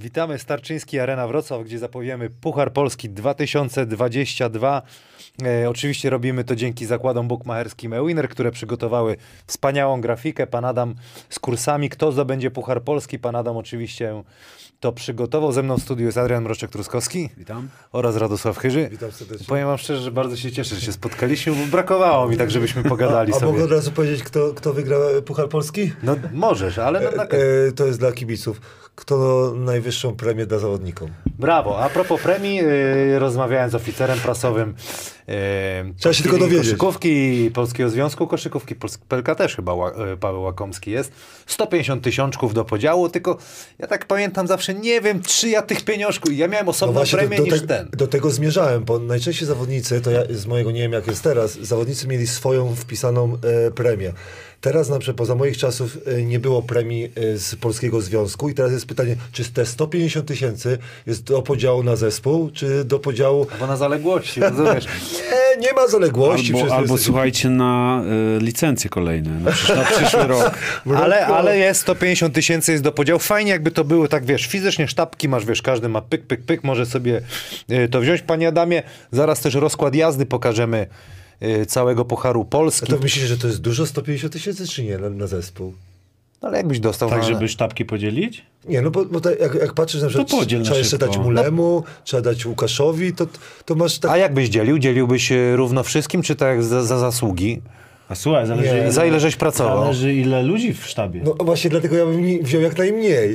Witamy Starczyński Arena Wrocław, gdzie zapowiemy Puchar Polski 2022. Oczywiście robimy to dzięki zakładom bukmacherskim eWinner, które przygotowały wspaniałą grafikę. Pan Adam z kursami, kto zdobędzie Puchar Polski. Pan Adam oczywiście to przygotował. Ze mną w studiu jest Adrian Mroczek-Truskowski. Witam. Oraz Radosław Chyży. Witam serdecznie. Powiem wam szczerze, że bardzo się cieszę, że się spotkaliśmy, bo brakowało mi tak, żebyśmy pogadali sobie. A mogę od razu powiedzieć, kto wygra Puchar Polski? No możesz, ale... To jest dla kibiców. Kto najwyższą premię da zawodnikom? Brawo. A propos premii, rozmawiałem z oficerem prasowym Trzeba się tylko dowiedzieć. koszykówki, Polskiego Związku Koszykówki, PLK też chyba Paweł Łakomski jest. 150 tysiączków do podziału, tylko ja tak pamiętam zawsze, nie wiem, czy ja tych pieniążków, ja miałem osobną premię niż ten. Do tego zmierzałem, bo najczęściej zawodnicy, to ja z mojego nie wiem jak jest teraz, zawodnicy mieli swoją wpisaną premię. Teraz na przykład poza moich czasów nie było premii z Polskiego Związku i teraz jest pytanie, czy te 150 tysięcy jest do podziału na zespół, czy do podziału... Albo na zaległości, rozumiesz? Nie ma zaległości. Albo słuchajcie na licencje kolejne, na przyszły rok. Ale jest 150 tysięcy jest do podziału. Fajnie jakby to było, tak wiesz, fizycznie sztabki masz, wiesz, każdy ma pyk, pyk, pyk, może sobie to wziąć. Panie Adamie, zaraz też rozkład jazdy pokażemy całego Pucharu Polski. A to myślisz, że to jest dużo 150 tysięcy, czy nie na zespół? Ale jakbyś dostał... Tak, żeby sztabki podzielić? Nie, no bo jak patrzysz na przykład, trzeba jeszcze dać Mulemu, trzeba dać Łukaszowi, to masz... Tak... A jak byś dzielił? Dzieliłbyś równo wszystkim, czy tak jak za zasługi? A słuchaj, zależy za ile żeś pracował. Zależy ile ludzi w sztabie. No właśnie dlatego ja bym wziął jak najmniej.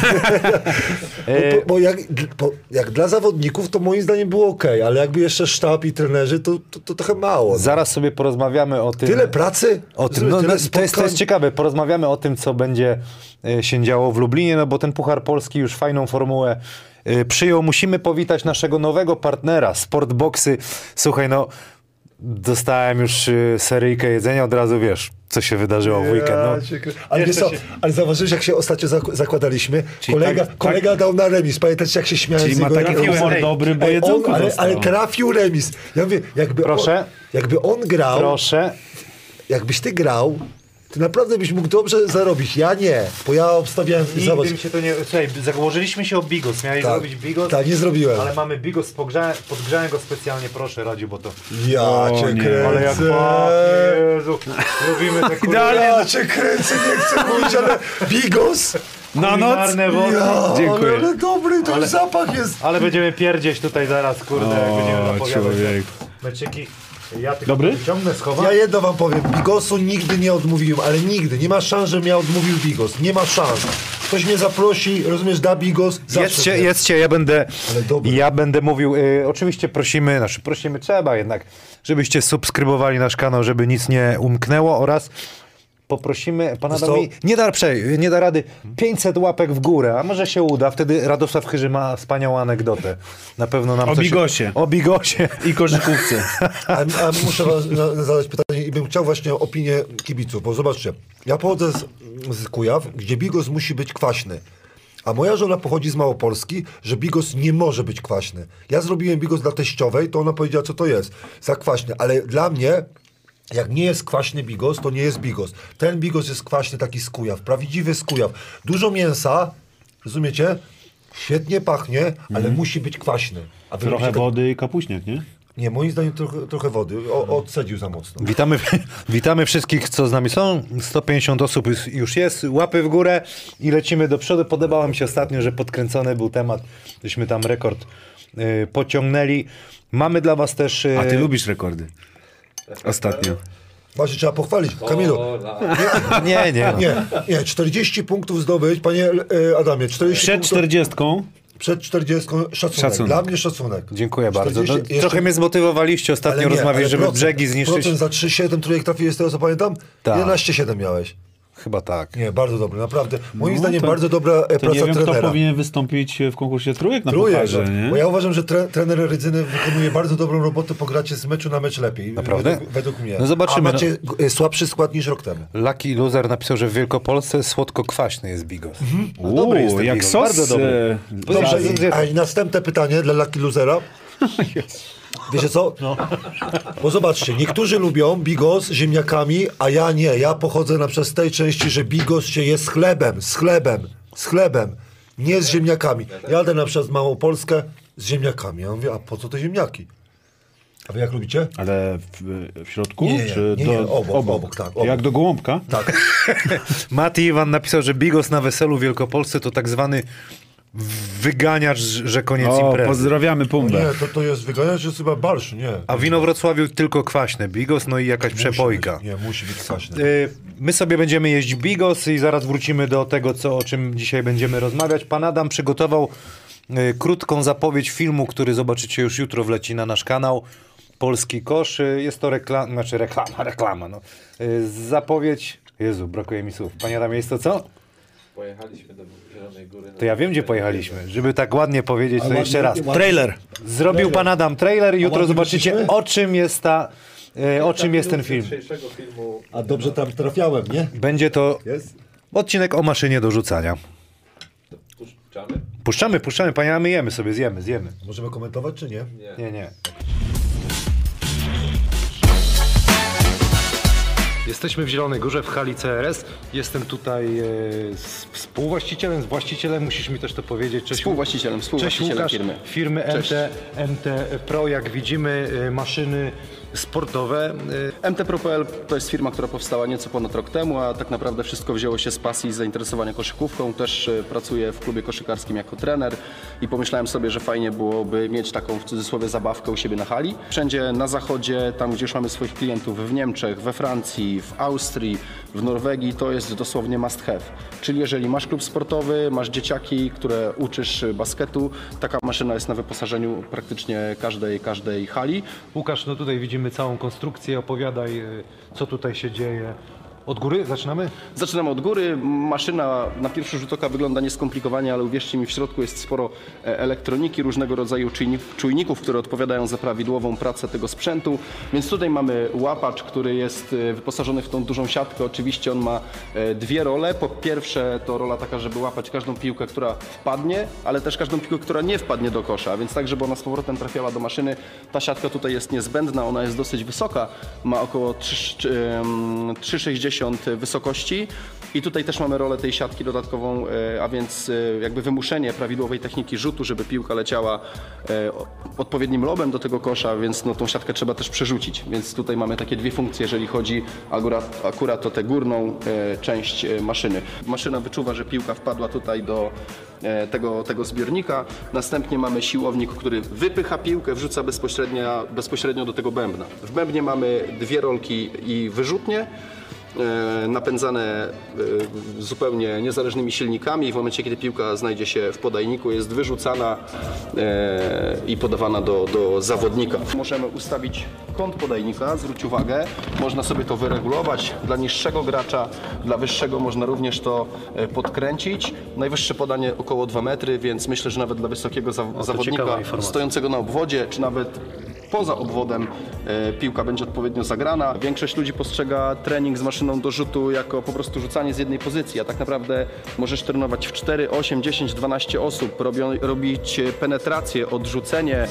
bo jak dla zawodników to moim zdaniem było okej, ale jakby jeszcze sztab i trenerzy, to trochę mało. No. Zaraz sobie porozmawiamy o tym. Tyle pracy? O tym. To jest ciekawe. Porozmawiamy o tym, co będzie się działo w Lublinie, no bo ten Puchar Polski już fajną formułę przyjął. Musimy powitać naszego nowego partnera, Sportboxy. Słuchaj, no dostałem już seryjkę jedzenia, od razu wiesz, co się wydarzyło w weekend. No. Ale, ale zauważyłeś, jak się ostatnio zakładaliśmy? Kolega dał na remis. Pamiętacie, jak się śmiałem czyli z jego... ma taki humor dobry, bo jedzonko ale trafił remis. Ja mówię, jakby on grał... Proszę. Jakbyś ty grał, ty naprawdę byś mógł dobrze zarobić. Ja nie, bo ja obstawiałem... Nigdy mi się to nie... Słuchaj, założyliśmy się o bigos. Miałeś zrobić bigos. Tak, nie zrobiłem. Ale mamy bigos, podgrzałem go specjalnie, proszę Radziu, bo to... Ja cię kręcę. Ale jak pachnie, Jezu. Robimy tak... Ja cię kręcę, nie chcę mówić, ale bigos... Na noc? Ja, dziękuję. Ale dobry, to już zapach jest. Ale będziemy pierdzieć tutaj zaraz, kurde, jak będziemy zapowiadać meczyki. Ja tylko wyciągnę, schowam. Ja jedno wam powiem, bigosu nigdy nie odmówiłem, ale nigdy. Nie ma szans, żebym ja odmówił bigos. Nie ma szans. Ktoś mnie zaprosi, rozumiesz, da bigos. Jedzcie, ja będę mówił, oczywiście prosimy, trzeba jednak, żebyście subskrybowali nasz kanał, żeby nic nie umknęło oraz poprosimy pana nie da rady 500 łapek w górę, a może się uda, wtedy Radosław Chyży ma wspaniałą anegdotę. Na pewno nam O bigosie. I koszykówce. A muszę zadać pytanie i bym chciał właśnie opinię kibiców, bo zobaczcie, ja pochodzę z Kujaw, gdzie bigos musi być kwaśny. A moja żona pochodzi z Małopolski, że bigos nie może być kwaśny. Ja zrobiłem bigos dla teściowej, to ona powiedziała, co to jest. Za kwaśny, ale dla mnie... Jak nie jest kwaśny bigos, to nie jest bigos. Ten bigos jest kwaśny, taki z Kujaw, prawdziwy z Kujaw. Dużo mięsa, rozumiecie? Świetnie pachnie, ale musi być kwaśny. A trochę wody i kapuśniak, nie? Nie, moim zdaniem trochę wody. Odcedził za mocno. Witamy wszystkich, co z nami są. 150 osób już jest. Łapy w górę i lecimy do przodu. Podobało mi się ostatnio, że podkręcony był temat. Żeśmy tam rekord pociągnęli. Mamy dla was też... A ty lubisz rekordy. Ostatnio. Właśnie trzeba pochwalić. Kamilu. Nie. 40 punktów zdobyć, panie Adamie. 40 Przed 40. Przed 40 szacunek. Dla mnie szacunek. Dziękuję bardzo. Trochę mnie zmotywowaliście ostatnio rozmawiać, żeby brzegi zniszczyć. Procent za 3,7 trójek trafiłeś z tego, co pamiętam? Tak. 11,7 miałeś. Chyba tak. Nie, bardzo dobry, naprawdę. Moim zdaniem bardzo dobra praca nie wiem, trenera. Kto powinien wystąpić w konkursie trójek na Pucharze, nie? Bo ja uważam, że trener Rydzyny wykonuje bardzo dobrą robotę, pogracie z meczu na mecz lepiej. Naprawdę? Według mnie. No zobaczymy. A macie słabszy skład niż rok temu. Lucky Loser napisał, że w Wielkopolsce słodko-kwaśny jest bigos. Dobry jest jak sos. Bardzo dobry. Dobrze, i następne pytanie dla Lucky Losera. Wiecie co? No. Bo zobaczcie, niektórzy lubią bigos z ziemniakami, a ja nie. Ja pochodzę na przykład z tej części, że bigos się je z chlebem. Nie z ziemniakami. Jadę na przykład w Małopolskę z ziemniakami. Ja mówię, a po co te ziemniaki? A wy jak lubicie? Ale w środku? Nie, czy obok, tak. Obok. Jak do gołąbka? Tak. Mati Iwan napisał, że bigos na weselu w Wielkopolsce to tak zwany wyganiacz, że koniec imprezy. Pozdrawiamy Pumbę. Nie, to jest wyganiacz, jest chyba barsz, nie. A wino w Wrocławiu tylko kwaśne. Bigos, no i jakaś przepojka. Musi być kwaśne. My sobie będziemy jeść bigos i zaraz wrócimy do tego, o czym dzisiaj będziemy rozmawiać. Pan Adam przygotował krótką zapowiedź filmu, który zobaczycie już jutro, wleci na nasz kanał. Polski Kosz. Jest to reklama. No. Zapowiedź. Jezu, brakuje mi słów. Panie Adamie, jest to co? Pojechaliśmy do Zielonej Góry. To ja wiem, gdzie pojechaliśmy. Żeby tak ładnie powiedzieć, to jeszcze raz. Trailer. Zrobił pan Adam trailer i jutro zobaczycie, o czym jest ten film. Filmu. A dobrze tam trafiałem, nie? Będzie to Jest? odcinek o maszynie do rzucania. Puszczamy? Puszczamy, panie, a my jemy sobie, zjemy. Możemy komentować, czy nie? Nie. Jesteśmy w Zielonej Górze, w hali CRS. Jestem tutaj z właścicielem, musisz mi też to powiedzieć. Cześć, Współwłaścicielem Łukasz, firmy. Firmy MT Pro, jak widzimy, maszyny sportowe. MT Pro.pl to jest firma, która powstała nieco ponad rok temu, a tak naprawdę wszystko wzięło się z pasji i zainteresowania koszykówką. Też pracuję w klubie koszykarskim jako trener i pomyślałem sobie, że fajnie byłoby mieć taką w cudzysłowie zabawkę u siebie na hali. Wszędzie na zachodzie, tam gdzie już mamy swoich klientów w Niemczech, we Francji, w Austrii, w Norwegii, to jest dosłownie must have. Czyli jeżeli masz klub sportowy, masz dzieciaki, które uczysz basketu, taka maszyna jest na wyposażeniu praktycznie każdej hali. Łukasz, no tutaj widzimy całą konstrukcję, opowiadaj, co tutaj się dzieje. Od góry zaczynamy? Zaczynamy od góry. Maszyna na pierwszy rzut oka wygląda nieskomplikowanie, ale uwierzcie mi, w środku jest sporo elektroniki, różnego rodzaju czujników, które odpowiadają za prawidłową pracę tego sprzętu. Więc tutaj mamy łapacz, który jest wyposażony w tą dużą siatkę. Oczywiście on ma dwie role. Po pierwsze to rola taka, żeby łapać każdą piłkę, która wpadnie, ale też każdą piłkę, która nie wpadnie do kosza. Więc tak, żeby ona z powrotem trafiała do maszyny. Ta siatka tutaj jest niezbędna, ona jest dosyć wysoka. Ma około 3,60 wysokości i tutaj też mamy rolę tej siatki dodatkową, a więc jakby wymuszenie prawidłowej techniki rzutu, żeby piłka leciała odpowiednim lobem do tego kosza, więc no, tą siatkę trzeba też przerzucić. Więc tutaj mamy takie dwie funkcje, jeżeli chodzi akurat o tę górną część maszyny. Maszyna wyczuwa, że piłka wpadła tutaj do tego zbiornika. Następnie mamy siłownik, który wypycha piłkę, wrzuca bezpośrednio do tego bębna. W bębnie mamy dwie rolki i wyrzutnie, napędzane zupełnie niezależnymi silnikami. W momencie, kiedy piłka znajdzie się w podajniku, jest wyrzucana i podawana do zawodnika. Możemy ustawić kąt podajnika, zwróć uwagę, można sobie to wyregulować. Dla niższego gracza, dla wyższego można również to podkręcić. Najwyższe podanie około 2 metry, więc myślę, że nawet dla wysokiego zawodnika stojącego na obwodzie, czy nawet poza obwodem piłka będzie odpowiednio zagrana. Większość ludzi postrzega trening z maszyną do rzutu jako po prostu rzucanie z jednej pozycji, a tak naprawdę możesz trenować w 4, 8, 10, 12 osób, robić penetrację, odrzucenie.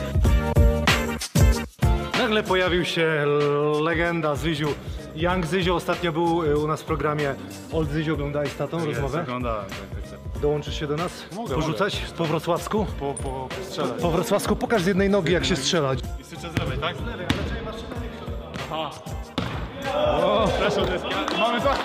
Nagle pojawił się legenda Zyziu. Young Zyziu ostatnio był u nas w programie. Old Zyziu, oglądałeś tatą rozmowę? Oglądałem, tak. Dołączysz się do nas? Mogę. Porzucać po wrocławsku? Strzelać. Po wrocławsku pokaż z jednej nogi, jak się strzela. I strzę z lewej, tak? Z lewej, ale czyli masz Aha. O, proszę deska. Mamy to?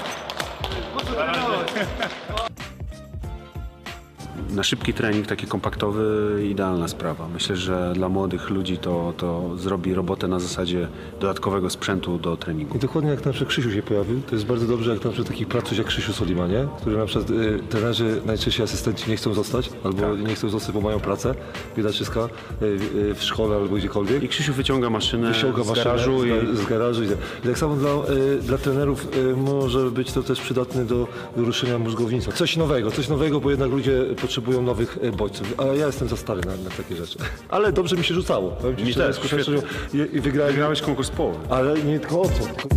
Na szybki trening, taki kompaktowy, idealna sprawa. Myślę, że dla młodych ludzi to zrobi robotę na zasadzie dodatkowego sprzętu do treningu. I dokładnie jak na przykład Krzysiu się pojawił, to jest bardzo dobrze, jak na przykład takich pracuś jak Krzysiu Solimanie, który na przykład trenerzy, najczęściej asystenci nie chcą zostać, albo nie chcą zostać, bo mają pracę, biedaczyska w szkole albo gdziekolwiek. I Krzysiu wyciąga maszynę z garażu. Z garażu. I tak samo dla trenerów może być to też przydatne do ruszenia mózgownictwa. Coś nowego, bo jednak ludzie potrzebują nowych bodźców, a ja jestem za stary na takie rzeczy. Ale dobrze mi się rzucało. Mi też, świetnie. I Wygrałeś konkurs połowy. Ale nie tylko o co.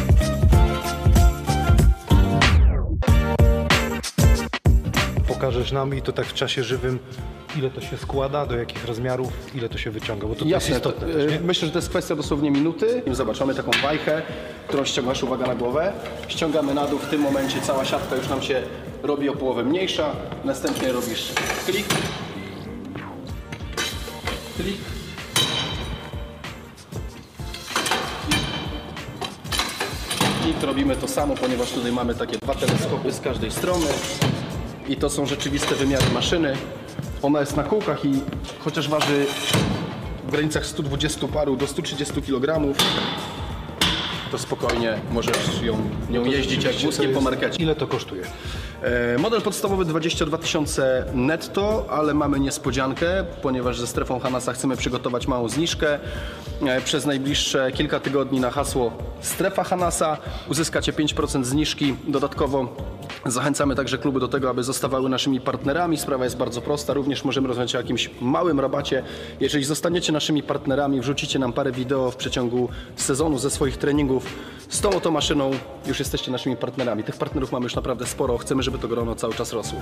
Pokażesz nam i to tak w czasie żywym, ile to się składa, do jakich rozmiarów, ile to się wyciąga, bo to jest istotne też, nie? Myślę, że to jest kwestia dosłownie minuty. Zobaczamy taką wajchę, którą ściągasz, uwaga, na głowę. Ściągamy na dół, w tym momencie cała siatka już nam się robi o połowę mniejsza, następnie robisz klik, klik, klik, robimy to samo, ponieważ tutaj mamy takie 2 teleskopy z każdej strony i to są rzeczywiste wymiary maszyny. Ona jest na kółkach i chociaż waży w granicach 120 paru do 130 kg, to spokojnie możesz nią jeździć jak wózkiem po markecie. Ile to kosztuje? Model podstawowy 22 000 netto, ale mamy niespodziankę, ponieważ ze strefą Hanasa chcemy przygotować małą zniżkę. Przez najbliższe kilka tygodni na hasło Strefa Hanasa uzyskacie 5% zniżki. Dodatkowo zachęcamy także kluby do tego, aby zostawały naszymi partnerami. Sprawa jest bardzo prosta. Również możemy rozmawiać o jakimś małym rabacie. Jeżeli zostaniecie naszymi partnerami, wrzucicie nam parę wideo w przeciągu sezonu ze swoich treningów z tą oto maszyną, już jesteście naszymi partnerami. Tych partnerów mamy już naprawdę sporo. Chcemy, żeby to grono cały czas rosło.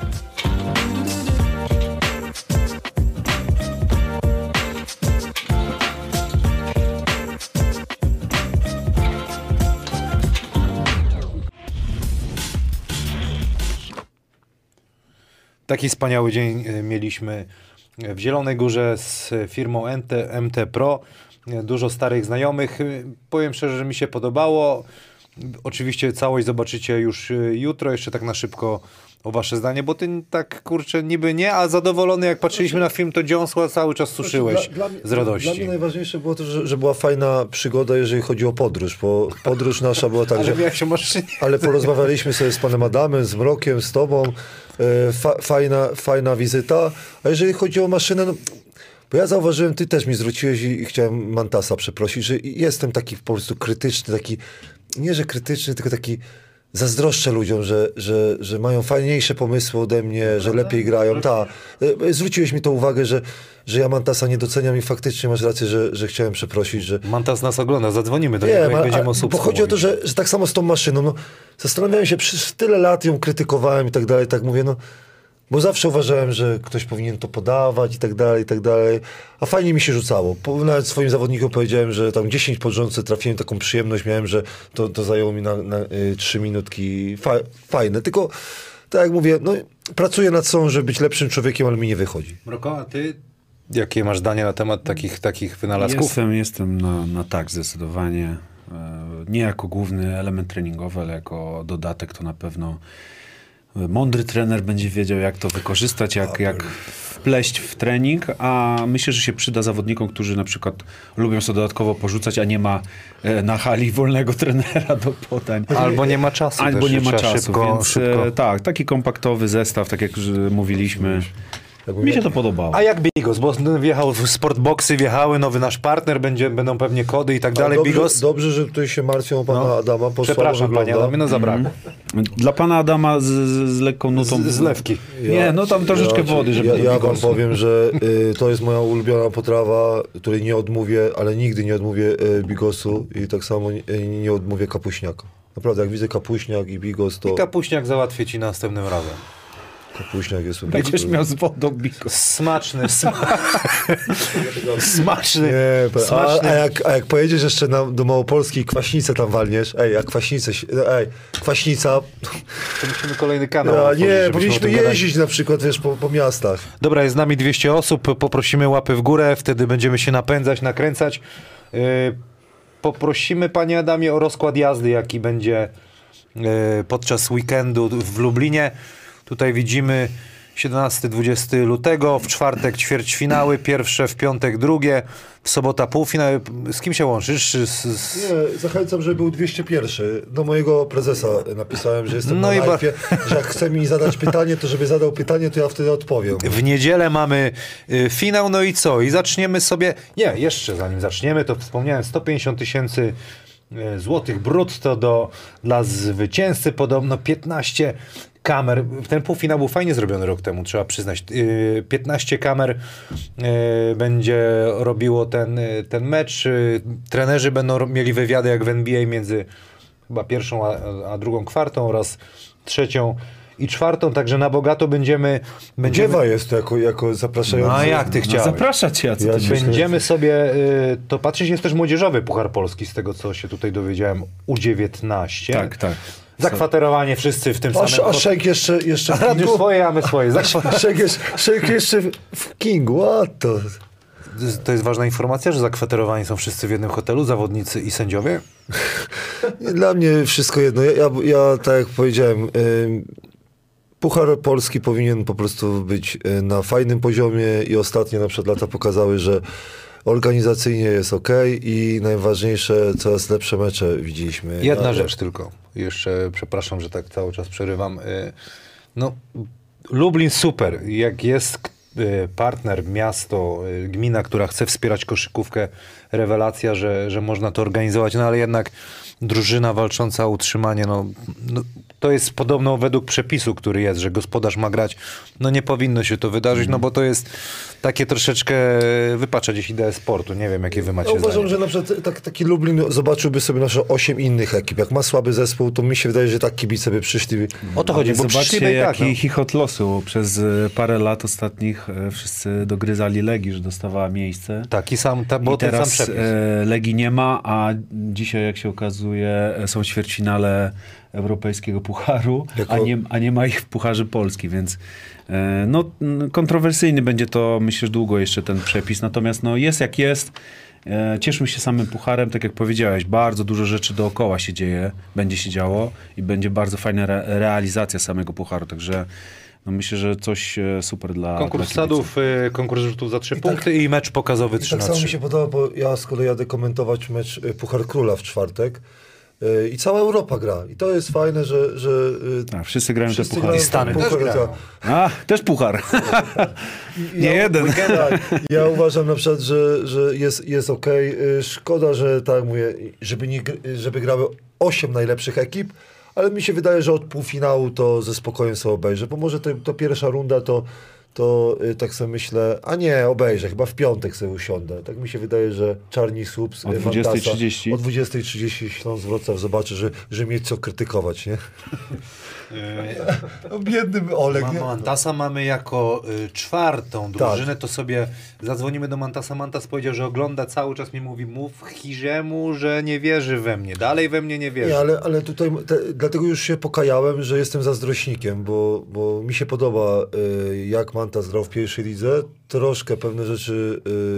Taki wspaniały dzień mieliśmy w Zielonej Górze z firmą MT Pro. Dużo starych znajomych. Powiem szczerze, że mi się podobało. Oczywiście całość zobaczycie już jutro. Jeszcze tak na szybko o wasze zdanie, bo ty tak, kurczę, niby nie, a zadowolony jak patrzyliśmy na film, to dziąsła cały czas suszyłeś z radości. Dla mnie najważniejsze było to, że była fajna przygoda, jeżeli chodzi o podróż, bo podróż nasza była tak, Ale jak się maszynie... Ale porozmawialiśmy sobie z panem Adamem, z Mrokiem, z tobą. Fajna wizyta. A jeżeli chodzi o maszynę, no, bo ja zauważyłem, ty też mi zwróciłeś i chciałem Mantasa przeprosić, że jestem taki po prostu krytyczny, taki, nie że krytyczny, tylko taki zazdroszczę ludziom, że mają fajniejsze pomysły ode mnie, że lepiej grają. Zwróciłeś mi to uwagę, że ja Mantasa nie doceniam i faktycznie masz rację, że chciałem przeprosić, że... Mantas nas ogląda, zadzwonimy do niego, jak będziemy o bo chodzi o to, że tak samo z tą maszyną, no, zastanawiałem się, przez tyle lat ją krytykowałem i tak dalej, tak mówię, no, bo zawsze uważałem, że ktoś powinien to podawać i tak dalej, a fajnie mi się rzucało. Nawet swoim zawodnikom powiedziałem, że tam 10 pod rząd trafiłem, taką przyjemność miałem, że to zajęło mi na 3 minutki. Fajne, tylko tak jak mówię, no, pracuję nad sobą, żeby być lepszym człowiekiem, ale mi nie wychodzi. Mroko, a ty jakie masz zdanie na temat takich wynalazków? Jestem na tak zdecydowanie. Nie jako główny element treningowy, ale jako dodatek to na pewno mądry trener będzie wiedział, jak to wykorzystać, jak wpleść w trening, a myślę, że się przyda zawodnikom, którzy na przykład lubią sobie dodatkowo porzucać, a nie ma na hali wolnego trenera do podań. Albo nie ma czasu. Albo nie ma czasu, szybko. Tak, taki kompaktowy zestaw, tak jak mówiliśmy. Mi się to podobało. A jak Bigos? Bo wjechał w Sportboxy, wjechały, nowy nasz partner, będą pewnie kody i tak dalej. Bigos? Dobrze, że tutaj się martwią o pana Adama. Przepraszam, panie Adamie, no zabrakło. Dla pana Adama z lekką nutą... Zlewki. Nie, no tam troszeczkę wody, żeby Ja wam powiem, że to jest moja ulubiona potrawa, której nie odmówię, ale nigdy nie odmówię bigosu i tak samo nie odmówię kapuśniaka. Naprawdę, jak widzę kapuśniak i bigos, to... I kapuśniak załatwię ci następnym razem. Kapuśniak jest... Będziesz miał z wodą bigos. Smaczny. Smaczny. Nie, Smaczny. A jak pojedziesz jeszcze do Małopolski i kwaśnicę tam walniesz, kwaśnica... To musimy kolejny kanał otworzyć, nie, żebyśmy powinniśmy o tym gadali. jeździć na przykład, wiesz, po miastach. Dobra, jest z nami 200 osób, poprosimy łapy w górę, wtedy będziemy się napędzać, nakręcać. Poprosimy, panie Adamie, o rozkład jazdy, jaki będzie podczas weekendu w Lublinie. Tutaj widzimy 17-20 lutego, w czwartek ćwierćfinały, pierwsze, w piątek drugie, w sobota półfinały. Z kim się łączysz? Nie, zachęcam, żeby był 201. Do mojego prezesa napisałem, że jestem No na i live'ie, że jak chce mi zadać pytanie, to żeby zadał pytanie, to ja wtedy odpowiem. W niedzielę mamy finał, no i co? I zaczniemy sobie... Nie, jeszcze zanim zaczniemy, to wspomniałem 150 000 złotych brutto dla zwycięzcy, podobno 15 kamer. Ten półfinał był fajnie zrobiony rok temu, trzeba przyznać. 15 kamer będzie robiło ten mecz. Trenerzy będą mieli wywiady jak w NBA między chyba pierwszą a drugą kwartą oraz trzecią i czwartą, także na bogato będziemy... Dziewa jest to jako zapraszający. No a jak ty chciałeś? Zapraszać ja, co ty Będziemy sobie to patrzeć, jest też młodzieżowy Puchar Polski, z tego co się tutaj dowiedziałem, U19. Tak. Zakwaterowanie wszyscy w tym samym... A Szejk jeszcze w Radku Kingu? swoje, a my swoje. Szejk jeszcze w Kingu, what to? To jest ważna informacja, że zakwaterowani są wszyscy w jednym hotelu, zawodnicy i sędziowie? Dla mnie wszystko jedno. Ja tak jak powiedziałem, Puchar Polski powinien po prostu być na fajnym poziomie i ostatnie na przykład lata pokazały, że organizacyjnie jest i najważniejsze, coraz lepsze mecze widzieliśmy. Jedna rzecz tylko. Jeszcze, przepraszam, że tak cały czas przerywam. No, Lublin super. Jak jest partner, miasto, gmina, która chce wspierać koszykówkę, rewelacja, że można to organizować, no ale jednak drużyna walcząca o utrzymanie, no to jest podobno według przepisu, który jest, że gospodarz ma grać, no nie powinno się to wydarzyć, no bo to jest takie troszeczkę, wypacza gdzieś ideę sportu, nie wiem jakie wy macie uważam, zdanie. że na przykład taki Lublin zobaczyłby sobie nasze 8 innych ekip. Jak ma słaby zespół, to mi się wydaje, że tak kibice by przyszli. O to chodzi, bo zobaczcie, przyszliby i tak, jaki chichot losu. Przez parę lat ostatnich wszyscy dogryzali Legii, że dostawała miejsce. Taki sam, bo I ten sam teraz przepis. Legii nie ma, a dzisiaj, jak się okazuje, są ćwierćfinale Europejskiego Pucharu, a nie ma ich w Pucharze Polski, więc no, kontrowersyjny będzie to, myślę, długo jeszcze ten przepis. Natomiast no, jest jak jest. Cieszmy się samym pucharem, tak jak powiedziałeś, bardzo dużo rzeczy dookoła się dzieje, będzie się działo i będzie bardzo fajna realizacja samego pucharu, także no myślę, że coś super dla Konkurs dla sadów, konkurs rzutów za 3 punkty i mecz pokazowy 3 Tak na samo 3. mi się podoba, bo ja z kolei jadę komentować mecz Puchar Króla w czwartek i cała Europa gra. I to jest fajne, że Tak, wszyscy grają te puchary. grają Stany ten też puchar, grają. A, też puchar. Nie jeden. Tak, ja uważam na przykład, że jest okej. Szkoda, że tak jak mówię, żeby grały 8 najlepszych ekip, ale mi się wydaje, że od półfinału to ze spokojem sobie obejrzę, bo może to pierwsza runda to tak sobie myślę, a nie, obejrzę, chyba w piątek sobie usiądę. Tak mi się wydaje, że Czarni Słup, O 20:30. o 20:30 Śląsk Wrocław zobaczy, że mieć co krytykować, nie? No, biedny Oleg, nie? Mantasa mamy jako czwartą drużynę, to sobie zadzwonimy do Mantasa. Mantas powiedział, że ogląda cały czas, mi mówi, mów Chirzemu, że nie wierzy we mnie. Dalej we mnie nie wierzy. Nie, ale tutaj, dlatego już się pokajałem, że jestem zazdrośnikiem, bo mi się podoba, jak Mantas grał w pierwszej lidze. Troszkę pewne rzeczy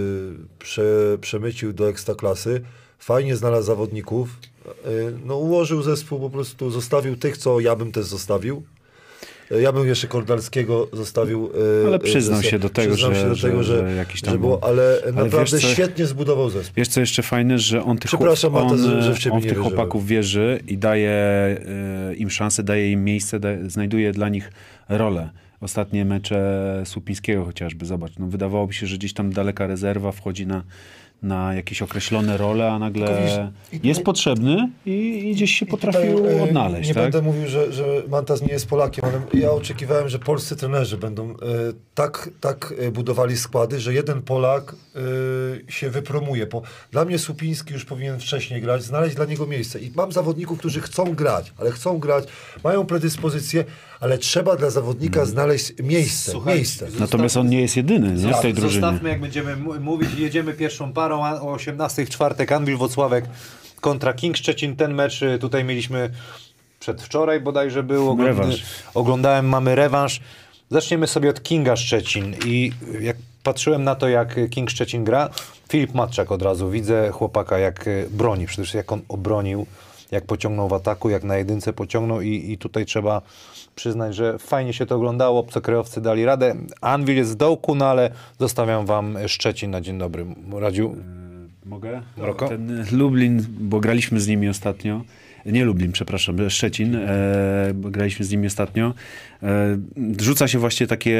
przemycił do ekstraklasy. Fajnie znalazł zawodników. No, ułożył zespół, po prostu zostawił tych, co ja bym też zostawił. Ja bym jeszcze Kordalskiego zostawił. Ale przyznał się do tego, że jakiś tam było, ale naprawdę wiesz, świetnie zbudował zespół. Wiesz, co jeszcze fajne, że on tych, że w tych chłopaków wierzy i daje im szansę, daje im miejsce, znajduje dla nich rolę. Ostatnie mecze Słupińskiego chociażby, zobacz, no wydawałoby się, że gdzieś tam daleka rezerwa wchodzi na jakieś określone role, a nagle jest potrzebny i gdzieś się potrafił odnaleźć. Nie tak? będę mówił, że Mantas nie jest Polakiem, ale ja oczekiwałem, że polscy trenerzy będą tak budowali składy, że jeden Polak się wypromuje. Dla mnie Słupiński już powinien wcześniej grać, znaleźć dla niego miejsce. I mam zawodników, którzy chcą grać, mają predyspozycję, ale trzeba dla zawodnika znaleźć miejsce. Natomiast on nie jest jedyny nie, w tej drużynie. Zostawmy, jak będziemy mówić, jedziemy pierwszą parą o 18 w czwartek, Anwil Włocławek kontra King Szczecin. Ten mecz tutaj mieliśmy przedwczoraj bodajże był. Oglądałem, mamy rewanż. Zaczniemy sobie od Kinga Szczecin i jak patrzyłem na to, jak King Szczecin gra, Filip Matczak od razu, widzę chłopaka jak broni, przede wszystkim jak on obronił, jak pociągnął w ataku, jak na jedynce pociągnął i tutaj trzeba przyznać, że fajnie się to oglądało, obcokrajowcy dali radę. Anwil jest w dołku, no ale zostawiam wam Szczecin na dzień dobry. Radziu? Mogę? Mroko? Ten Lublin, bo graliśmy z nimi ostatnio. Nie Lublin, przepraszam, Szczecin. Bo graliśmy z nimi ostatnio. Rzuca się właśnie takie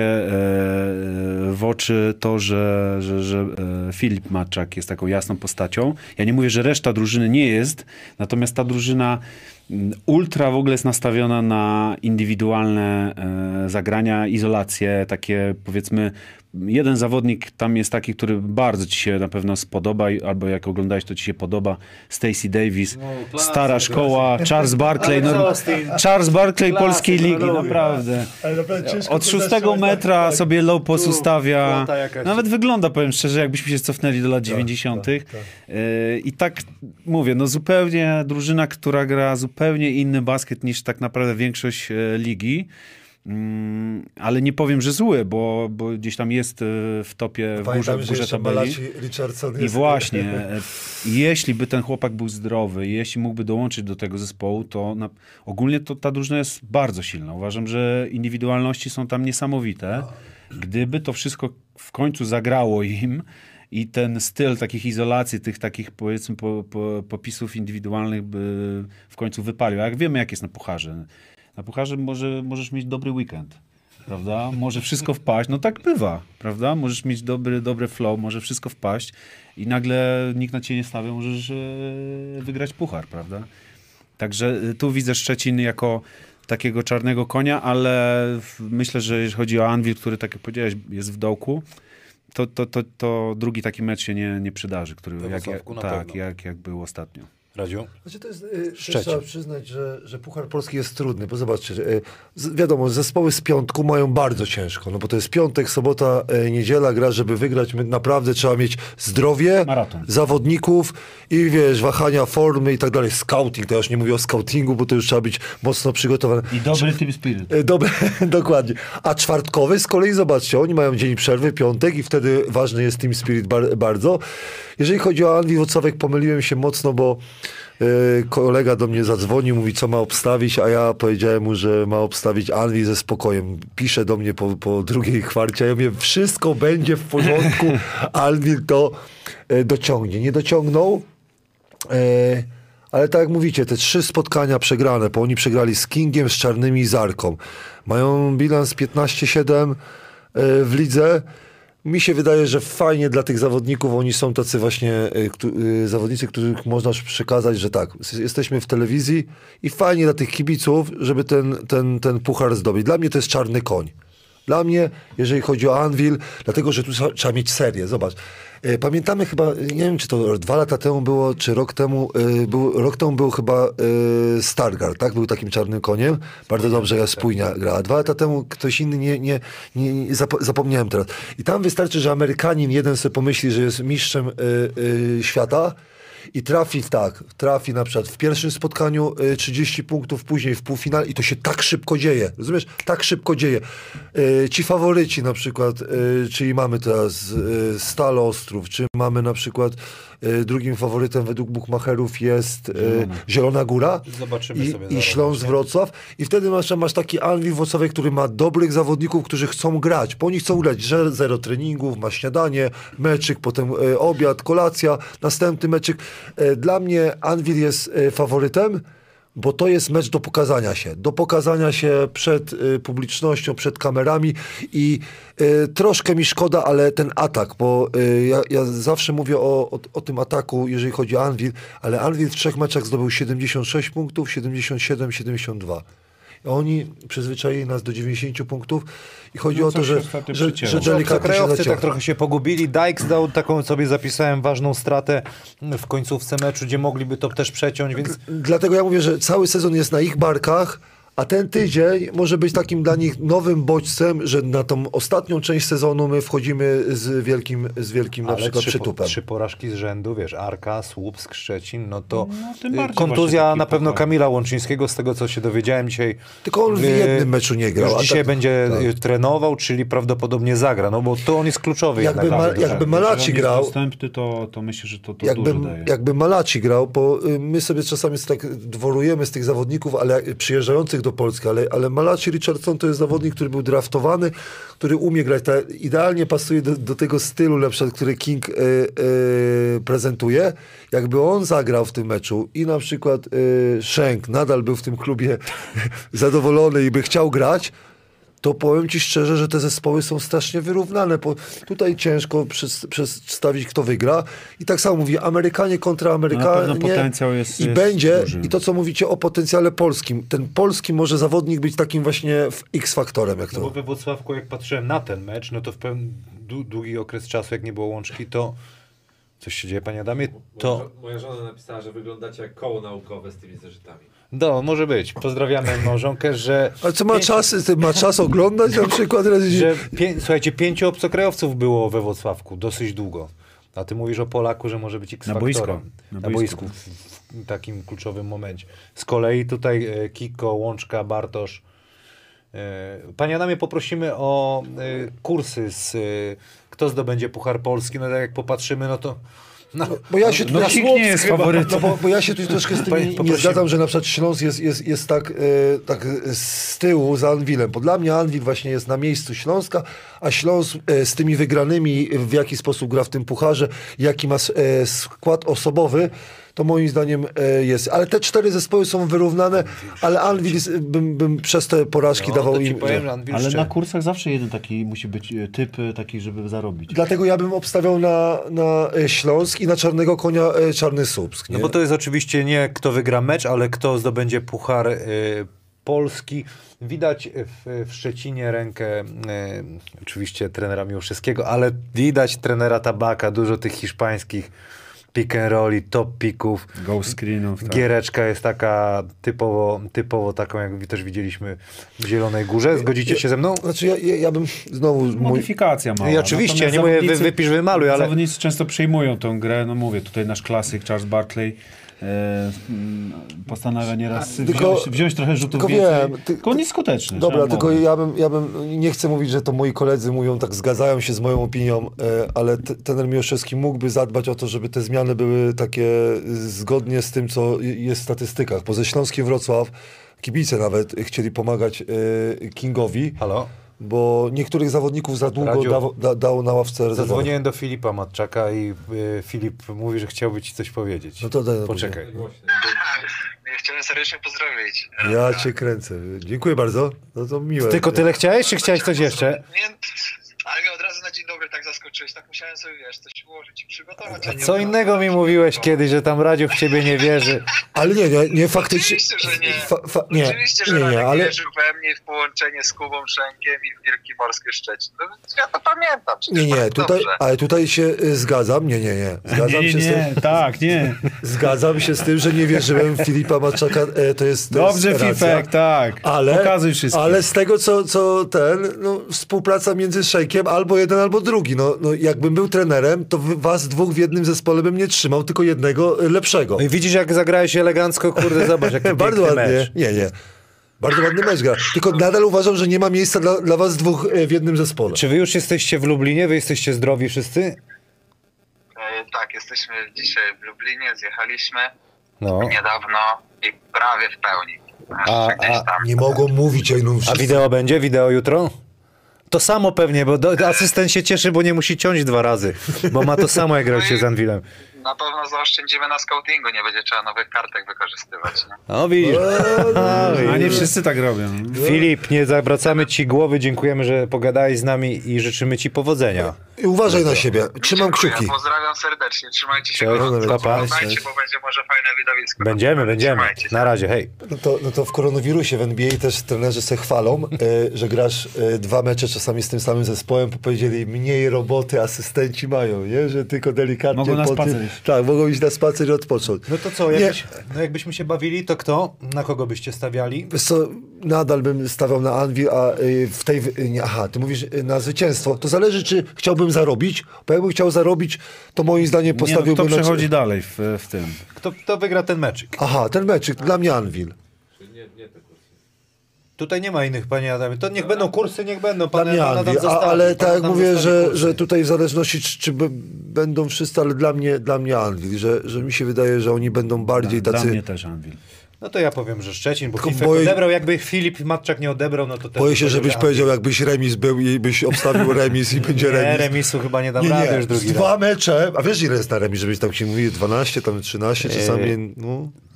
w oczy to, że Filip Matczak jest taką jasną postacią. Ja nie mówię, że reszta drużyny nie jest, natomiast ta drużyna ultra w ogóle jest nastawiona na indywidualne zagrania, izolacje, takie powiedzmy jeden zawodnik tam jest taki, który bardzo ci się na pewno spodoba, albo jak oglądałeś, to ci się podoba. Stacey Davis, stara szkoła, Charles Barkley, Charles Barkley polskiej ligi, naprawdę. Od 6 metra sobie low post ustawia. Nawet wygląda, powiem szczerze, jakbyśmy się cofnęli do lat 90. I tak mówię, no zupełnie drużyna, która gra zupełnie inny basket niż tak naprawdę większość ligi. Ale nie powiem, że zły, bo gdzieś tam jest w topie, w górze tabeli. I właśnie, jeśli by ten chłopak był zdrowy, jeśli mógłby dołączyć do tego zespołu, to ogólnie to ta drużyna jest bardzo silna. Uważam, że indywidualności są tam niesamowite. Gdyby to wszystko w końcu zagrało im i ten styl takich izolacji, tych takich powiedzmy popisów indywidualnych by w końcu wypalił. A jak wiemy, jak jest na pucharze. Na pucharze możesz mieć dobry weekend, prawda? Może wszystko wpaść. No tak bywa, prawda? Możesz mieć dobry flow, może wszystko wpaść i nagle nikt na ciebie nie stawia, możesz wygrać puchar, prawda? Także tu widzę Szczecin jako takiego czarnego konia, ale myślę, że jeżeli chodzi o Anwil, który, tak jak powiedziałeś, jest w dołku, to drugi taki mecz się nie przydarzy, który jak był ostatnio. Radziu? Znaczy to jest, trzeba przyznać, że Puchar Polski jest trudny, bo zobaczcie, wiadomo, zespoły z piątku mają bardzo ciężko, no bo to jest piątek, sobota, niedziela, gra, żeby wygrać, naprawdę trzeba mieć zdrowie, maraton zawodników i wiesz, wahania formy i tak dalej, scouting, to ja już nie mówię o scoutingu, bo to już trzeba być mocno przygotowany. I dobry team spirit. Dokładnie. A czwartkowy z kolei, zobaczcie, oni mają dzień przerwy, piątek i wtedy ważny jest team spirit bardzo. Jeżeli chodzi o Anwil Włocławek, pomyliłem się mocno, bo kolega do mnie zadzwonił, mówi, co ma obstawić, a ja powiedziałem mu, że ma obstawić Anwil ze spokojem. Pisze do mnie po drugiej kwarcie, a ja mówię, wszystko będzie w porządku, Anwil to dociągnie. Nie dociągnął, ale tak jak mówicie, te 3 spotkania przegrane, bo oni przegrali z Kingiem, z Czarnymi i z Arką. Mają bilans 15-7 w lidze. Mi się wydaje, że fajnie dla tych zawodników, oni są tacy właśnie zawodnicy, których można przekazać, że tak, jesteśmy w telewizji i fajnie dla tych kibiców, żeby ten puchar zdobyć. Dla mnie to jest czarny koń. Dla mnie, jeżeli chodzi o Anwil, dlatego, że tu trzeba mieć serię. Zobacz, pamiętamy chyba, nie wiem, czy to 2 lata temu było, czy rok temu był chyba Stargard, tak? Był takim czarnym koniem. Bardzo dobrze spójnia gra. 2 lata temu ktoś inny zapomniałem teraz. I tam wystarczy, że Amerykanin jeden sobie pomyśli, że jest mistrzem świata i trafi na przykład w pierwszym spotkaniu 30 punktów, później w półfinale i to się tak szybko dzieje. Rozumiesz? Tak szybko dzieje. Ci faworyci na przykład, czyli mamy teraz Stal Ostrów, czy mamy na przykład drugim faworytem według bukmacherów jest Zielona Góra i Śląsk Wrocław. I wtedy masz taki Anwil Włocławek, który ma dobrych zawodników, którzy chcą grać. Bo oni chcą grać, że 0 treningów, ma śniadanie, meczyk, potem obiad, kolacja, następny meczyk. Dla mnie Anwil jest faworytem, bo to jest mecz do pokazania się przed publicznością, przed kamerami i troszkę mi szkoda, ale ten atak, bo ja zawsze mówię o tym ataku, jeżeli chodzi o Anwil, ale Anwil w 3 meczach zdobył 76 punktów, 77, 72. Oni przyzwyczaili nas do 90 punktów i chodzi o to, że delikatnie się tak trochę się pogubili. Dykes dał taką, sobie zapisałem, ważną stratę w końcówce meczu, gdzie mogliby to też przeciąć, więc... Dlatego ja mówię, że cały sezon jest na ich barkach, a ten tydzień może być takim dla nich nowym bodźcem, że na tą ostatnią część sezonu my wchodzimy z wielkim na przykład przytupem. 3 porażki z rzędu, wiesz, Arka, Słupsk, Szczecin, no to kontuzja na pewno Kamila Łączyńskiego, z tego co się dowiedziałem dzisiaj. Tylko on w jednym meczu nie grał. Już dzisiaj będzie trenował, czyli prawdopodobnie zagra, no bo to on jest kluczowy. Jakby Malaci grał... Dostępny, to myślę, że to dużo daje. Jakby Malaci grał, bo my sobie czasami tak dworujemy z tych zawodników, ale przyjeżdżających do Polski, ale Malachi Richardson to jest zawodnik, który był draftowany, który umie grać, idealnie pasuje do tego stylu, na przykład, który King prezentuje. Jakby on zagrał w tym meczu i na przykład Schenk nadal był w tym klubie zadowolony i by chciał grać, to powiem ci szczerze, że te zespoły są strasznie wyrównane. Tutaj ciężko przedstawić, kto wygra. I tak samo mówię, Amerykanie kontra Amerykanie. Potencjał jest będzie, duży. i to, co mówicie o potencjale polskim. Ten polski może zawodnik być takim właśnie X-faktorem. Jak to. No bo we Włocławku, jak patrzyłem na ten mecz, no to w pewien długi okres czasu, jak nie było łączki, to coś się dzieje, panie Adamie? To... Moja żona napisała, że wyglądacie jak koło naukowe z tymi zeszytami. No, może być. Pozdrawiamy małżonkę, że... Ale co ma czas oglądać na przykład? Słuchajcie, 5 obcokrajowców było we Włocławku dosyć długo. A ty mówisz o Polaku, że może być X-faktorem. Na boisku. W takim kluczowym momencie. Z kolei tutaj Kiko, Łączka, Bartosz. Panie Adamie, poprosimy o kursy kto zdobędzie Puchar Polski. No tak jak popatrzymy, no to... Bo ja się tu nie jest faworytem. Bo ja się tu troszkę z tym nie zgadzam, że na przykład Śląsk jest tak z tyłu za Anwilem. Bo dla mnie Anwil właśnie jest na miejscu Śląska, a Śląsk z tymi wygranymi, w jaki sposób gra w tym pucharze, jaki ma skład osobowy, to moim zdaniem jest. Ale te 4 zespoły są wyrównane, ale Anwil bym przez te porażki dawał im... Ale na kursach zawsze jeden taki musi być typ taki, żeby zarobić. Dlatego ja bym obstawiał na Śląsk i na czarnego konia Czarny Słupsk. No bo to jest oczywiście nie kto wygra mecz, ale kto zdobędzie Puchar Polski. Widać w Szczecinie rękę oczywiście trenera Miłoszewskiego, ale widać trenera Tabaka, dużo tych hiszpańskich pick and rolli, top picków. Go screenów. Tak. Giereczka jest taka typowo taką, jak też widzieliśmy w Zielonej Górze. Zgodzicie się ze mną? Znaczy ja bym znowu... Modyfikacja mała. I oczywiście, ja nie mówię wypisz, wymaluj, ale... Zawodnicy często przejmują tą grę. No mówię, tutaj nasz klasyk Charles Barkley postanawia nieraz wziąć trochę rzutów więcej. Tylko nieskuteczny. Dobra, tylko ja bym nie chcę mówić, że to moi koledzy mówią, tak zgadzają się z moją opinią, ale trener Miłoszewski mógłby zadbać o to, żeby te zmiany były takie zgodnie z tym, co jest w statystykach. Bo ze Śląskiem Wrocław kibice nawet chcieli pomagać Kingowi. Halo? Bo niektórych zawodników za długo dał na ławce rezerwowej. Zadzwoniłem do Filipa Matczaka i Filip mówi, że chciałby ci coś powiedzieć. No to daj. Poczekaj. Chciałem serdecznie pozdrowić. Ja cię kręcę. Dziękuję bardzo. No to miłe. Tylko tyle chciałeś, czy chciałeś coś jeszcze? Nie, ale mnie od razu na dzień dobry tak zaskoczyłeś. Tak musiałem sobie, coś ułożyć i przygotować. A co innego mi mówiłeś kiedyś, że tam Radziu w ciebie nie wierzy. Ale nie faktycznie... Oczywiście, że nie. Oczywiście, że Radek ale... wierzył we mnie w połączenie z Kubą Szenkiem i w Wilki Morskie Szczecin. No, ja to pamiętam. Ale tutaj się zgadzam. Nie. Zgadzam się z tym. Tak, nie. Zgadzam się z tym, że nie wierzyłem w Filipa Matczaka. To jest dobrze, Fifek, tak. Pokazuj wszystkim. Ale z tego, co współpraca między Szenkiem albo jeden, albo drugi. No, jakbym był trenerem, to was dwóch w jednym zespole bym nie trzymał, tylko jednego lepszego. No i widzisz, jak zagrałeś elegancko, kurde, zobacz, jaki bardzo ładnie. Mecz. Nie. Bardzo ładny mecz gra. Tylko nadal uważam, że nie ma miejsca dla was dwóch w jednym zespole. Czy wy już jesteście w Lublinie? Wy jesteście zdrowi wszyscy? Tak, jesteśmy dzisiaj w Lublinie, zjechaliśmy No. niedawno i prawie w pełni. Nie mogą mówić, A wideo będzie? Wideo jutro? To samo pewnie, bo asystent się cieszy, bo nie musi ciąć 2 razy, bo ma to samo, jak grał się z Anwilem. Na pewno zaoszczędzimy na scoutingu, nie będzie trzeba nowych kartek wykorzystywać. Nie? O, widzisz. A nie wszyscy tak robią. Filip, nie zawracamy ci głowy, dziękujemy, że pogadałeś z nami i życzymy ci powodzenia. I uważaj na siebie, trzymam kciuki. Pozdrawiam serdecznie, trzymajcie się. Pa. Pamiętajcie, bo będzie może fajne widowisko. Będziemy. Na razie, hej. No to w koronawirusie w NBA też trenerzy se chwalą, że grasz 2 mecze czasami z tym samym zespołem, bo powiedzieli, mniej roboty asystenci mają, nie? Że tylko delikatnie... Mogą na spacer iść. Tak, mogą iść na spacer i odpocząć. No to co, jakbyśmy się bawili, to kto? Na kogo byście stawiali? Wiesz co, nadal bym stawiał na Anvil, a w tej... ty mówisz na zwycięstwo. To zależy, czy chciałbym zarobić, bo jakbym chciał zarobić, to moim zdaniem postawiłbym... Kto przechodzi dalej w tym? Kto wygra ten meczyk? Ten meczyk, dla mnie Anvil. Tutaj nie ma innych, panie Adamie. To niech będą kursy, niech będą. Pan Anvil, ale tak jak mówię, że tutaj w zależności, czy będą wszyscy, ale dla mnie Anvil, że mi się wydaje, że oni będą bardziej tacy... Dla mnie też Anvil. No to ja powiem, że Szczecin, bo Fifek odebrał, jakby Filip Matczak nie odebrał, no to też... Boję się, żebyś powiedział, jakbyś remis był i byś obstawił remis i będzie remis. Nie, remisu chyba nie dam rady już drugi raz. 2 mecze, a wiesz ile jest na remis, żebyś tam się mówił 12, tam 13 czasami, no...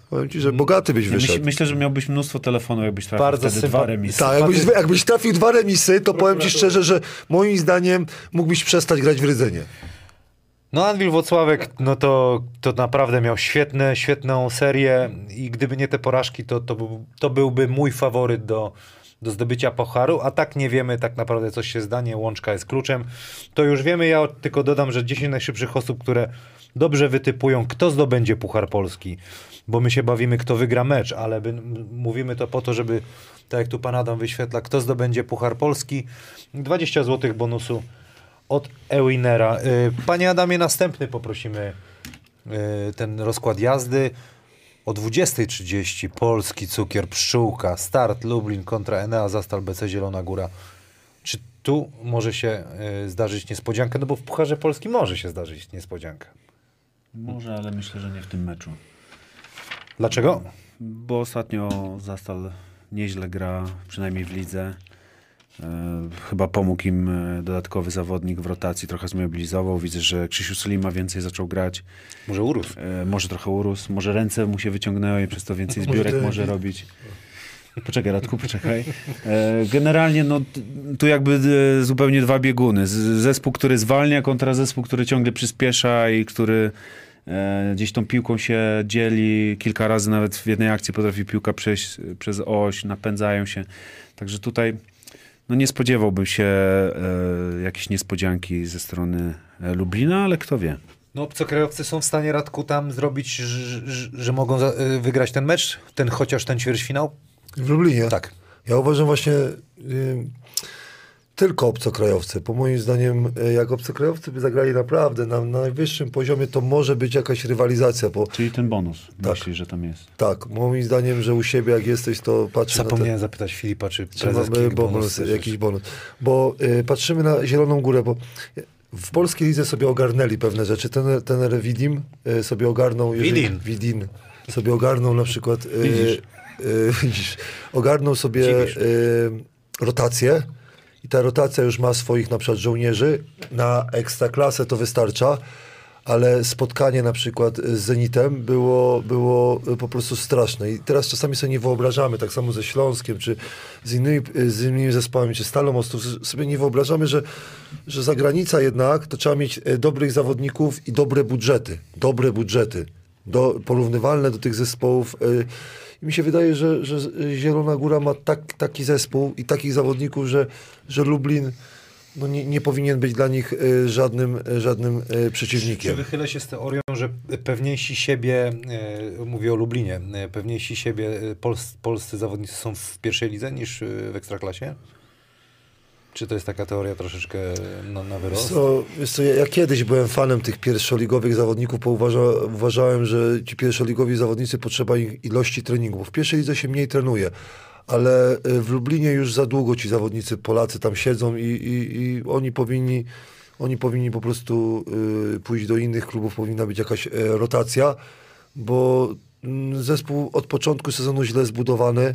Powiem ci, że bogaty byś wyszedł. Myślę, że miałbyś mnóstwo telefonów, jakbyś trafił Bardzo wtedy 2 remisy. Tak, jakbyś trafił 2 remisy, to powiem ci szczerze, że moim zdaniem mógłbyś przestać grać w Rydzynie. No Anwil Włocławek, no to naprawdę miał świetną serię i gdyby nie te porażki, to byłby mój faworyt do zdobycia pucharu, a tak nie wiemy tak naprawdę, co się stanie. Łączka jest kluczem. To już wiemy, ja tylko dodam, że 10 najszybszych osób, które dobrze wytypują, kto zdobędzie Puchar Polski, bo my się bawimy, kto wygra mecz, ale mówimy to po to, żeby, tak jak tu pan Adam wyświetla, kto zdobędzie Puchar Polski, 20 zł bonusu od Ewinera. Panie Adamie, następny poprosimy ten rozkład jazdy. O 20:30 Polski Cukier Pszczółka, start Lublin kontra Enea Zastal BC Zielona Góra. Czy tu może się zdarzyć niespodzianka? No bo w Pucharze Polski może się zdarzyć niespodzianka. Może, ale myślę, że nie w tym meczu. Dlaczego? Bo ostatnio Zastal nieźle gra, przynajmniej w lidze. Chyba pomógł im dodatkowy zawodnik w rotacji, trochę zmobilizował. Widzę, że Krzysiu Sulima więcej zaczął grać. Może urósł. Może trochę urósł. Może ręce mu się wyciągnęły i przez to więcej zbiórek może robić. Poczekaj, Radku, poczekaj. Generalnie no, tu jakby zupełnie 2 bieguny. Zespół, który zwalnia kontra zespół, który ciągle przyspiesza i który gdzieś tą piłką się dzieli. Kilka razy nawet w jednej akcji potrafi piłka przejść przez oś, napędzają się. Także tutaj no nie spodziewałbym się jakiejś niespodzianki ze strony Lublina, ale kto wie. No obcokrajowcy są w stanie, Radku, tam zrobić, że mogą wygrać ten mecz, chociaż ten ćwierćfinał? W Lublinie? Tak. Ja uważam właśnie tylko obcokrajowcy. Po moim zdaniem, jak obcokrajowcy by zagrali naprawdę na najwyższym poziomie, to może być jakaś rywalizacja. Czyli ten bonus, tak. Myślisz, że tam jest? Tak, moim zdaniem, że u siebie jak jesteś, to patrzysz Zapomniałem zapytać Filipa, czy prezes jakiś bonus. Bo patrzymy na Zieloną Górę, bo w polskiej lidze sobie ogarnęli pewne rzeczy. Ten Widim sobie ogarnął... Widin sobie ogarnął na przykład... Widzisz, ogarnął sobie rotację i ta rotacja już ma swoich na przykład żołnierzy. Na ekstraklasę to wystarcza, ale spotkanie na przykład z Zenitem było po prostu straszne. I teraz czasami sobie nie wyobrażamy, tak samo ze Śląskiem, czy z innymi zespołami, czy Stalą Ostrów, sobie nie wyobrażamy, że zagranica jednak to trzeba mieć dobrych zawodników i dobre budżety, porównywalne do tych zespołów. I mi się wydaje, że Zielona Góra ma taki zespół i takich zawodników, że Lublin no nie powinien być dla nich żadnym przeciwnikiem. Czy wychylę się z teorią, że pewniejsi siebie, mówię o Lublinie, pewniejsi siebie polscy zawodnicy są w pierwszej lidze niż w Ekstraklasie? Czy to jest taka teoria troszeczkę na wyrost? Wiesz co, ja kiedyś byłem fanem tych pierwszoligowych zawodników, bo uważałem, że ci pierwszoligowi zawodnicy potrzeba ilości treningu, bo w pierwszej lidze się mniej trenuje. Ale w Lublinie już za długo ci zawodnicy Polacy tam siedzą i oni powinni po prostu pójść do innych klubów, powinna być jakaś rotacja, bo zespół od początku sezonu źle zbudowany,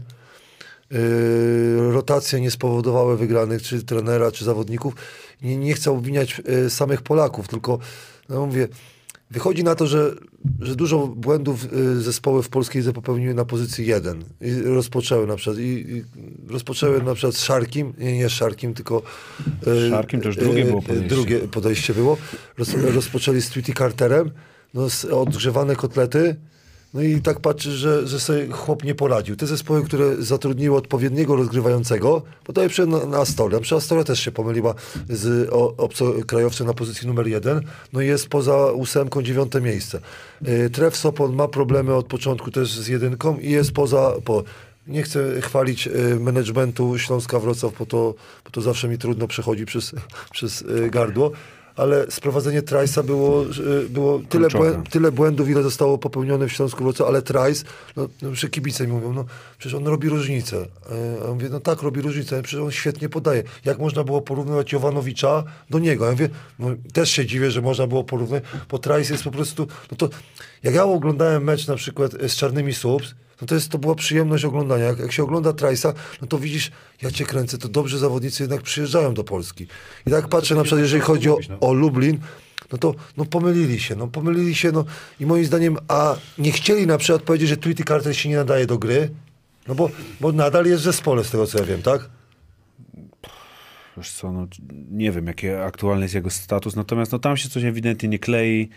rotacje nie spowodowały wygranych, czy trenera, czy zawodników. Nie chcę obwiniać samych Polaków, tylko no mówię, wychodzi na to, że dużo błędów zespoły w polskiej lidze popełniły na pozycji 1. I rozpoczęły na przykład z Szarkim, nie z Szarkim, tylko... Szarkim to już drugie było podejście. Drugie podejście było. Rozpoczęli z Tweety Carterem, odgrzewane kotlety. No i tak patrzysz, że sobie chłop nie poradził. Te zespoły, które zatrudniły odpowiedniego rozgrywającego, podaję na Astorię. Przecież Astoria też się pomyliła z obcokrajowcem na pozycji numer 1. No i jest poza 8, 9 miejsce. Tref Sopot ma problemy od początku też z 1 i jest nie chcę chwalić managementu Śląska Wrocław, bo to zawsze mi trudno przechodzi przez gardło. Ale sprowadzenie Trice'a było tyle błędów, ile zostało popełnione w Śląsku Wrocław, ale Trice, że kibice mi mówią, przecież on robi różnicę. A ja mówię, no tak, robi różnicę, ale przecież on świetnie podaje. Jak można było porównywać Jovanowicza do niego? Ja mówię, też się dziwię, że można było porównać, bo Trice jest po prostu, jak ja oglądałem mecz na przykład z Czarnymi Słupsk, to była przyjemność oglądania. Jak się ogląda Trice'a, no to widzisz, ja cię kręcę, to dobrzy zawodnicy jednak przyjeżdżają do Polski. I tak patrzę na przykład, jeżeli chodzi o Lublin, no pomylili się, i moim zdaniem, a nie chcieli na przykład powiedzieć, że Tweety Carter się nie nadaje do gry, no bo nadal jest w zespole, z tego co ja wiem, tak? Wiesz co, no, nie wiem, jaki aktualny jest jego status, natomiast no, tam się coś ewidentnie nie klei.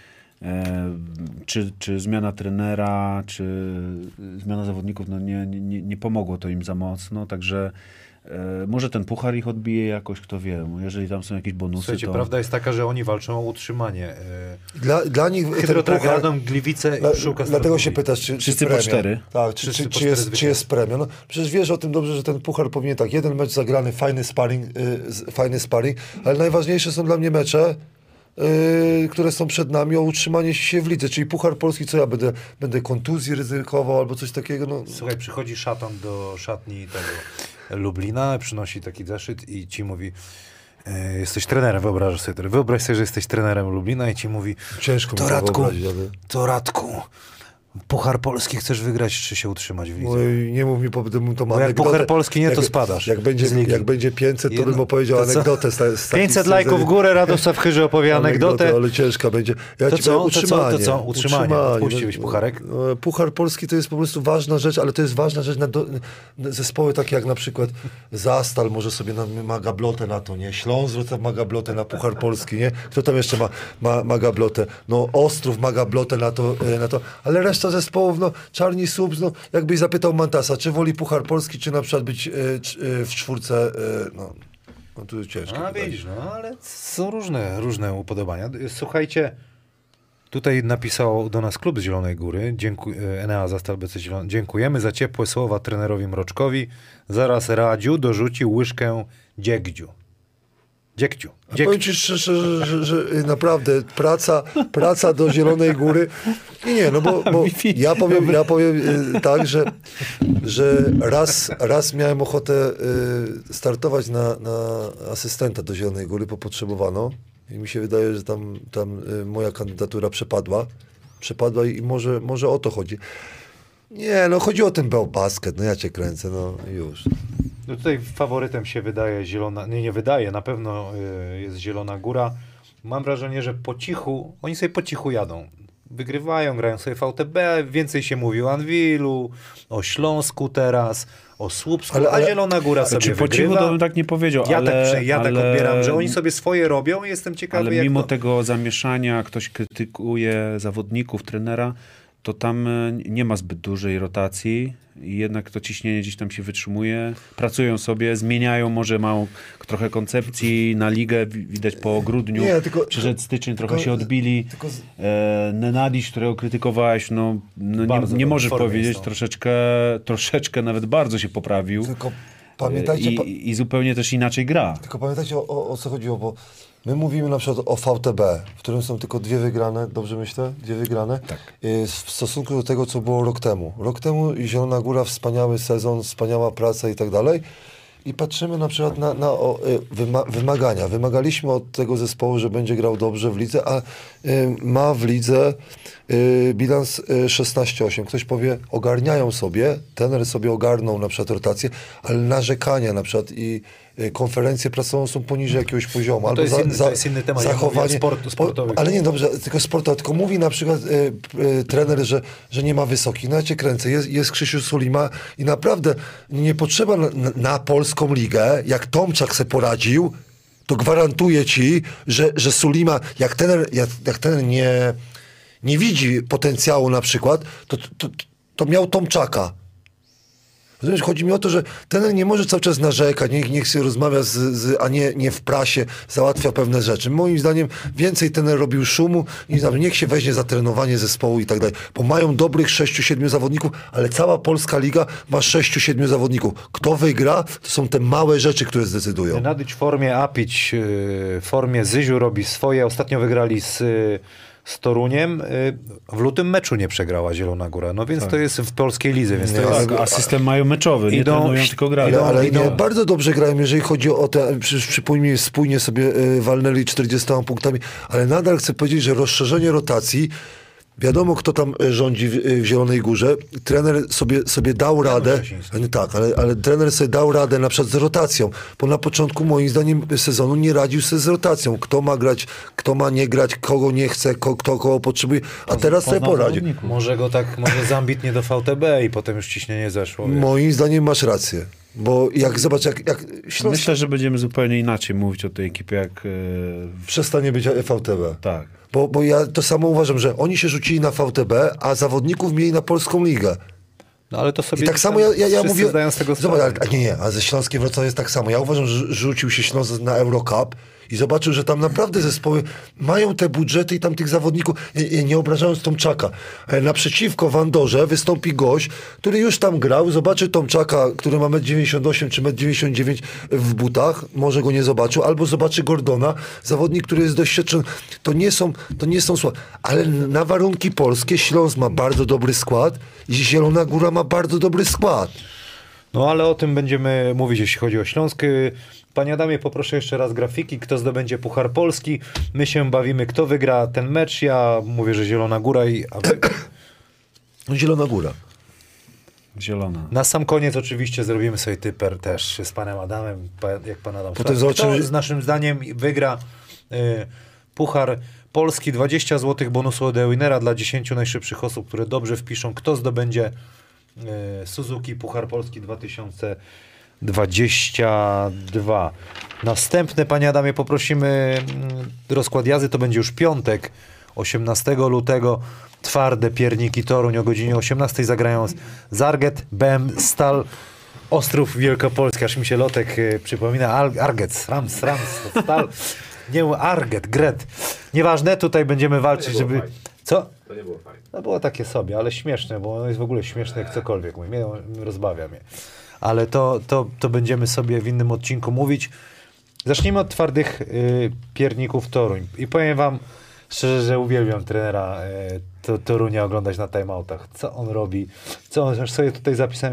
Czy zmiana trenera, czy zmiana zawodników, no nie pomogło to im za mocno, także może ten puchar ich odbije jakoś, kto wie, jeżeli tam są jakieś bonusy. Słuchajcie, to... prawda jest taka, że oni walczą o utrzymanie. Dla nich Hydrotrag Radom, Gliwice i Pszczółka dlatego się pytasz, czy wszyscy premia. po 4. Tak, czy jest premia. No, przecież wiesz o tym dobrze, że ten puchar powinien tak, jeden mecz zagrany, fajny sparring, ale najważniejsze są dla mnie mecze, które są przed nami, o utrzymanie się w lidze, czyli Puchar Polski, co ja będę kontuzji ryzykował albo coś takiego. No. Słuchaj, przychodzi szatan do szatni tego Lublina, przynosi taki zeszyt i ci mówi, jesteś trenerem, wyobraź sobie, że jesteś trenerem Lublina i ci mówi, ciężko mi to Radku, Puchar Polski chcesz wygrać, czy się utrzymać w lidze? Oj, nie mów mi, to bo jak Puchar Polski nie, to spadasz. Jak będzie 500, to bym opowiedział anegdotę. 500 lajków w górę, Radosław Chyży opowie anegdotę. Ale ciężka będzie. Utrzymanie. Puściłeś pucharek? Puchar Polski to jest po prostu ważna rzecz, ale to jest ważna rzecz na zespoły takie jak na przykład Zastal może sobie ma gablotę na to, nie? Śląsk ma gablotę na Puchar Polski, nie? Kto tam jeszcze ma gablotę? No Ostrów ma gablotę na to, ale reszta zespołów, no Czarni Subs, no jakbyś zapytał Mantasa, czy woli Puchar Polski, czy na przykład być w czwórce, no tu ciężko. A widzisz, no ale są różne upodobania. Słuchajcie, tutaj napisał do nas Klub z Zielonej Góry, Enea Zastal BC Zielona, dziękujemy za ciepłe słowa trenerowi Mroczkowi, zaraz Radziu dorzucił łyżkę dziegdziu. Powiem ci szczerze, że naprawdę praca do Zielonej Góry. Nie, no bo ja powiem tak, że raz miałem ochotę startować na asystenta do Zielonej Góry, bo potrzebowano. I mi się wydaje, że tam moja kandydatura przepadła i może o to chodzi. Nie, no chodzi o ten basket, no ja cię kręcę, no już. No tutaj faworytem się wydaje Zielona, nie wydaje, na pewno jest Zielona Góra. Mam wrażenie, że oni sobie po cichu jadą. Wygrywają, grają sobie VTB, więcej się mówi o Anwilu, o Śląsku teraz, o Słupsku, a Zielona Góra sobie wygrywa. Po cichu to bym tak nie powiedział, ja tak odbieram, że oni sobie swoje robią i jestem ciekawy, ale mimo tego zamieszania, ktoś krytykuje zawodników, trenera, to tam nie ma zbyt dużej rotacji i jednak to ciśnienie gdzieś tam się wytrzymuje. Pracują sobie, zmieniają, może mają trochę koncepcji na ligę, widać po grudniu, przyszedł styczeń, trochę się odbili. Nenadiś, którego krytykowałeś, nie możesz powiedzieć, troszeczkę nawet bardzo się poprawił. Tylko pamiętajcie, i zupełnie też inaczej gra. Tylko pamiętajcie o co chodziło, bo my mówimy na przykład o VTB, w którym są tylko 2 wygrane, dobrze myślę? 2 wygrane? Tak. W stosunku do tego, co było rok temu. Rok temu Zielona Góra, wspaniały sezon, wspaniała praca i tak dalej. I patrzymy na przykład na wymagania. Wymagaliśmy od tego zespołu, że będzie grał dobrze w lidze, a ma w lidze bilans 16-8. Ktoś powie, ogarniają sobie, trener sobie ogarnął na przykład rotację, ale narzekania na przykład i konferencje prasowe są poniżej jakiegoś poziomu. No albo to jest inny temat, zachowanie, sportowy. ale nie, dobrze, tylko sportowy. Tylko mówi na przykład trener, że nie ma wysokich. No ja cię kręcę. Jest Krzysiu Sulima i naprawdę nie potrzeba na polską ligę, jak Tomczak se poradził, to gwarantuję ci, że Sulima, jak trener nie widzi potencjału na przykład, to miał Tomczaka. Rozumiesz, chodzi mi o to, że trener nie może cały czas narzekać, niech się rozmawia a nie w prasie, załatwia pewne rzeczy. Moim zdaniem więcej trener robił szumu i niech się weźmie za trenowanie zespołu i tak dalej. Bo mają dobrych 6-7 zawodników, ale cała polska liga ma 6-7 zawodników. Kto wygra, to są te małe rzeczy, które zdecydują. Nadyć w formie Apić, w formie Zyziu robi swoje. Ostatnio wygrali z Toruniem. W lutym meczu nie przegrała Zielona Góra. No więc to jest w polskiej lidze. Więc to jest... A system mają meczowy, nie trenują, tylko grają. Ale bardzo dobrze grają, jeżeli chodzi o te, przypomnijmy, spójnie sobie walnęli 40 punktami, ale nadal chcę powiedzieć, że rozszerzenie rotacji Wiadomo, kto tam rządzi w Zielonej Górze. Trener sobie dał radę. Tak, ale trener sobie dał radę na przykład z rotacją, bo na początku moim zdaniem sezonu nie radził sobie z rotacją. Kto ma grać, kto ma nie grać, kogo nie chce, kto kogo potrzebuje, a teraz sobie poradzi. Może zambitnie do VTB i potem już ciśnienie zeszło. Wiesz. Moim zdaniem masz rację. Bo jak zobacz, jak Śląsk... Myślę, że będziemy zupełnie inaczej mówić o tej ekipie, jak... Przestanie być VTB. Tak. Bo ja to samo uważam, że oni się rzucili na VTB, a zawodników mieli na Polską Ligę. No ale to sobie... I tak samo ja mówię... zdają z tego zobacz, a ze Śląskiem Wrocław jest tak samo. Ja uważam, że rzucił się Śląsk na Eurocup i zobaczył, że tam naprawdę zespoły mają te budżety i tam tych zawodników, nie obrażając Tomczaka. Naprzeciwko w Andorze wystąpi gość, który już tam grał, zobaczy Tomczaka, który ma 1,98 m czy 1,99 m w butach, może go nie zobaczył, albo zobaczy Gordona, zawodnik, który jest doświadczony. To nie są słabe. Ale na warunki polskie Śląsk ma bardzo dobry skład i Zielona Góra ma bardzo dobry skład. No ale o tym będziemy mówić, jeśli chodzi o Śląsk. Panie Adamie, poproszę jeszcze raz grafiki, kto zdobędzie Puchar Polski. My się bawimy, kto wygra ten mecz. Ja mówię, że Zielona Góra a wy... Zielona Góra. Zielona. Na sam koniec oczywiście zrobimy sobie typer też z panem Adamem, jak pan Adam. Potem Kto z naszym zdaniem wygra Puchar Polski? 20 zł bonusu od Winera dla 10 najszybszych osób, które dobrze wpiszą, kto zdobędzie Suzuki Puchar Polski 2022. Następne, panie Adamie, poprosimy rozkład jazdy, to będzie już piątek, 18 lutego. Twarde Pierniki Toruń o godzinie 18 zagrają Zarget, BM, Stal, Ostrów Wielkopolski. Aż mi się Lotek przypomina. Argec, Rams, Stal. Nie, Arget, Gret. Nieważne, tutaj będziemy walczyć, żeby... Fajnie. Co? To nie było fajne. No było takie sobie, ale śmieszne, bo ono jest w ogóle śmieszne jak cokolwiek. Rozbawia mnie. Ale to będziemy sobie w innym odcinku mówić. Zacznijmy od twardych Pierników Toruń. I powiem wam szczerze, że uwielbiam trenera Torunia oglądać na timeoutach. Co on robi? Aż sobie tutaj zapisałem.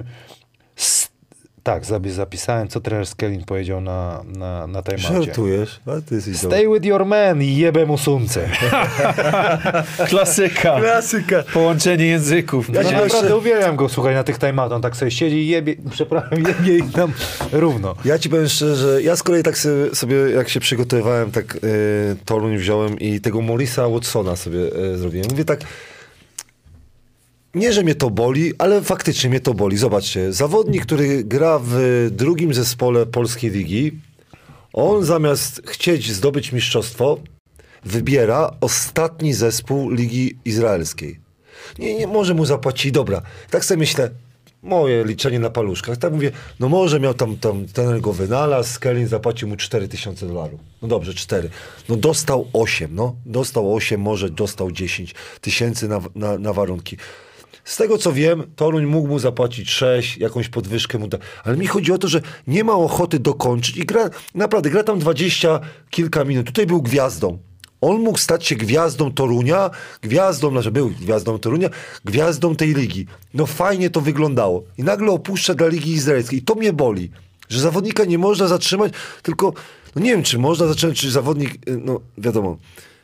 Tak, zapisałem, co trener Skelin powiedział na timeoutie. Żartujesz? A ty jesteś Stay with your man i jebę mu sunce. Klasyka. Połączenie języków. Ja naprawdę uwielbiam go słuchać na tych timeoutach. On tak sobie siedzi i jebie i tam równo. Ja ci powiem szczerze, ja z kolei tak sobie jak się przygotowywałem, tak Toruń wziąłem i tego Morisa Watsona sobie zrobiłem. Mówię tak, nie, że mnie to boli, ale faktycznie mnie to boli. Zobaczcie, zawodnik, który gra w drugim zespole Polskiej Ligi, on zamiast chcieć zdobyć mistrzostwo, wybiera ostatni zespół Ligi Izraelskiej. Nie może mu zapłacić, dobra. Tak sobie myślę, moje liczenie na paluszkach. Tak mówię, no może miał tam ten go wynalazł, Skelin zapłacił mu $4000. No dobrze, 4. No dostał 8, Dostał 8, może dostał 10 000 na warunki. Z tego co wiem, Toruń mógł mu zapłacić 6, jakąś podwyżkę mu da. Ale mi chodzi o to, że nie ma ochoty dokończyć i gra tam 20 kilka minut. Tutaj był gwiazdą. On mógł stać się gwiazdą Torunia, był gwiazdą Torunia, gwiazdą tej ligi. No fajnie to wyglądało. I nagle opuszcza dla Ligi Izraelskiej. I to mnie boli, że zawodnika nie można zatrzymać, tylko, no nie wiem, czy można zatrzymać, czy zawodnik, no wiadomo.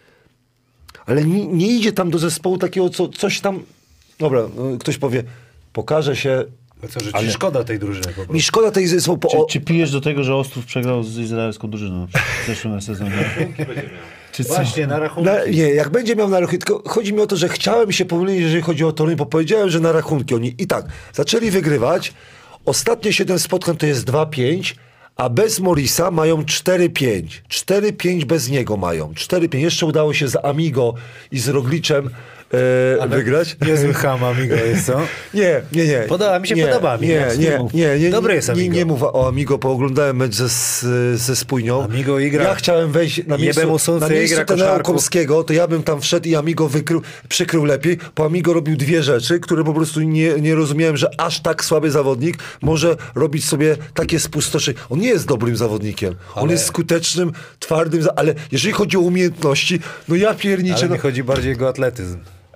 Ale nie idzie tam do zespołu takiego, coś tam... Dobra, ktoś powie, pokaże się... Co, że ci szkoda tej drużyny po prostu. Mi szkoda tej zespołu... Czy pijesz do tego, że Ostrów przegrał z izraelską drużyną w zeszłym sezonie? Czy właśnie, na rachunki? Nie, jak będzie miał na rachunki, tylko chodzi mi o to, że chciałem się pomylić, jeżeli chodzi o Toruń, bo powiedziałem, że na rachunki oni i tak zaczęli wygrywać. Ostatnie 7 spotkań to jest 2-5, a bez Morisa mają 4-5. 4-5 bez niego mają. 4-5. Jeszcze udało się z Amigo i z Rogliczem wygrać. Niezły ham Amigo jest, co? Nie. Podoba Amigo. Nie. Dobry jest Amigo. Nie mów o Amigo, bo oglądałem mecz ze Spójnią. Amigo igra. Ja chciałem wejść na miejscu trenera Komskiego, to ja bym tam wszedł i Amigo przykrył lepiej, bo Amigo robił 2 rzeczy, które po prostu nie rozumiałem, że aż tak słaby zawodnik może robić sobie takie spustoszenie. On nie jest dobrym zawodnikiem. On jest skutecznym, twardym, ale jeżeli chodzi o umiejętności, no ja pierniczę. Ale mi chodzi bardziej o jego atletyzm.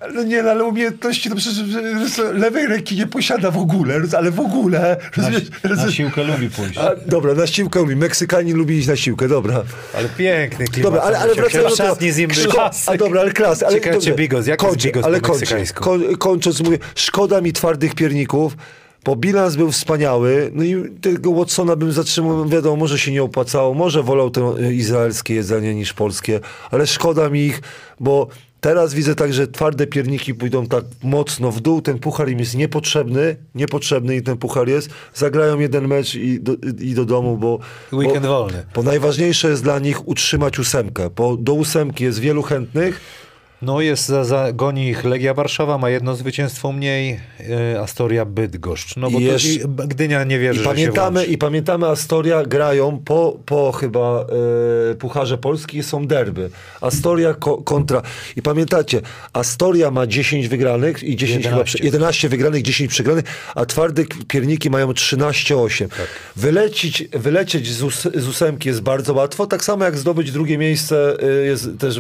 No nie, no, ale umiejętności, to przecież lewej ręki nie posiada w ogóle, ale w ogóle. Na siłkę lubi pójść. Dobra, na siłkę lubi. Meksykanin lubi iść na siłkę, dobra. Ale piękny klimat. Dobra, ale wracając do... Nie zjem A dobra, ale klasy. Ale, ciekawe, Bigos, jak jest Bigos po meksykańsku? Kończąc, mówię, szkoda mi twardych pierników, bo bilans był wspaniały, no i tego Watsona bym zatrzymał, wiadomo, może się nie opłacało, może wolał to izraelskie jedzenie niż polskie, ale szkoda mi ich, bo teraz widzę tak, że twarde pierniki pójdą tak mocno w dół, ten puchar im jest niepotrzebny i ten puchar jest, zagrają jeden mecz i do domu, bo weekend wolny. Bo najważniejsze jest dla nich utrzymać 8, bo do 8 jest wielu chętnych. No goni ich Legia Warszawa, ma jedno zwycięstwo mniej, Astoria Bydgoszcz. No bo Gdynia nie wierzy, że się włączy. I pamiętamy, Astoria grają po chyba Pucharze Polski, są derby. Astoria kontra... I pamiętacie, Astoria ma 10 wygranych i 11 wygranych, 10 przegranych, a twarde pierniki mają 13-8. Tak. Wylecieć z 8 jest bardzo łatwo, tak samo jak zdobyć drugie miejsce jest też...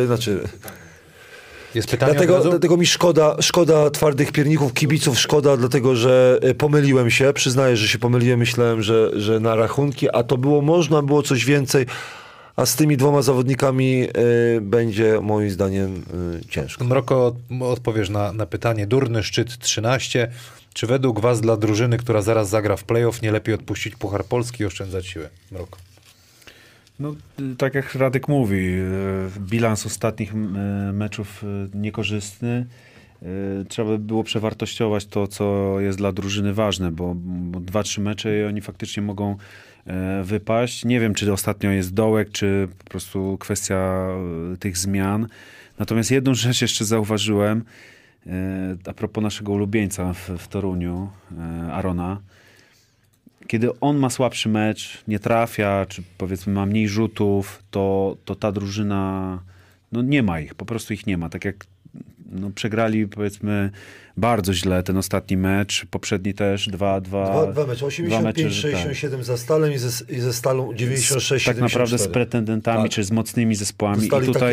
Jest pytanie dlatego mi szkoda twardych pierników, kibiców szkoda, dlatego że pomyliłem się, przyznaję, że się pomyliłem, myślałem, że na rachunki, a to można było coś więcej, a z tymi dwoma zawodnikami będzie moim zdaniem ciężko. Mroko, odpowiesz na pytanie. Durny szczyt 13. Czy według was dla drużyny, która zaraz zagra w play-off, nie lepiej odpuścić Puchar Polski i oszczędzać siłę? Mroko. No, tak jak Radek mówi, bilans ostatnich meczów niekorzystny. Trzeba by było przewartościować to, co jest dla drużyny ważne, bo 2-3 mecze i oni faktycznie mogą wypaść. Nie wiem, czy ostatnio jest dołek, czy po prostu kwestia tych zmian. Natomiast jedną rzecz jeszcze zauważyłem, a propos naszego ulubieńca w Toruniu, Arona. Kiedy on ma słabszy mecz, nie trafia, czy powiedzmy ma mniej rzutów, to ta drużyna, no nie ma ich, po prostu ich nie ma. Tak jak przegrali, powiedzmy, bardzo źle ten ostatni mecz, poprzedni też, dwa mecze, 85, 67 za Stalem i ze Stalą 96, tak 74. naprawdę z pretendentami, czy z mocnymi zespołami.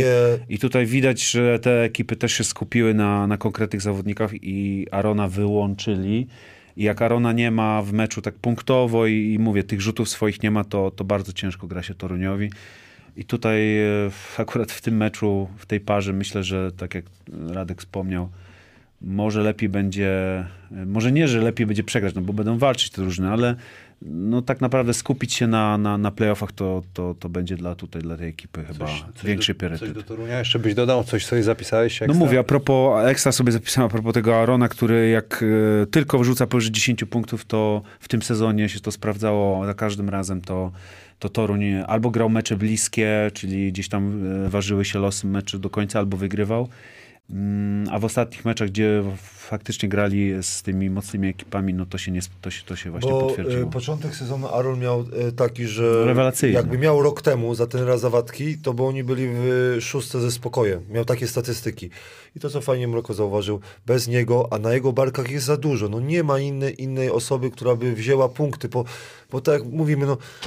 I tutaj widać, że te ekipy też się skupiły na konkretnych zawodnikach i Arona wyłączyli. I jak Arona nie ma w meczu tak punktowo i mówię, tych rzutów swoich nie ma, to bardzo ciężko gra się Toruniowi. I tutaj akurat w tym meczu, w tej parze, myślę, że tak jak Radek wspomniał, może lepiej będzie, może nie, że lepiej będzie przegrać, no bo będą walczyć te drużyny, ale no tak naprawdę skupić się na playoffach to będzie dla tej ekipy chyba większy priorytet. Coś do Torunia jeszcze byś dodał? Coś sobie zapisałeś? Ekstra? No mówię, a propos ekstra sobie zapisałem, a propos tego Arona, który jak tylko wrzuca powyżej 10 punktów, to w tym sezonie się to sprawdzało za każdym razem, to Toruń albo grał mecze bliskie, czyli gdzieś tam ważyły się losy meczu do końca, albo wygrywał. A w ostatnich meczach, gdzie faktycznie grali z tymi mocnymi ekipami, no to się właśnie potwierdziło. Początek sezonu Aron miał taki, że rewelacyjny. Jakby miał rok temu za ten raz Zawadki, to by oni byli w 6 ze spokojem. Miał takie statystyki. I to, co fajnie Mroko zauważył, bez niego, a na jego barkach jest za dużo. No nie ma innej osoby, która by wzięła punkty, bo tak jak mówimy,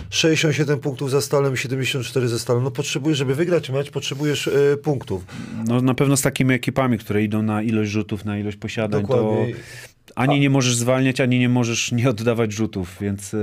67 punktów za Stalem, 74 ze Stalem. No potrzebujesz, żeby wygrać mecz, potrzebujesz punktów. No na pewno z takimi ekipami, które idą na ilość rzutów, na ilość posiadań, dokładnie. To ani nie możesz zwalniać, ani nie możesz nie oddawać rzutów, więc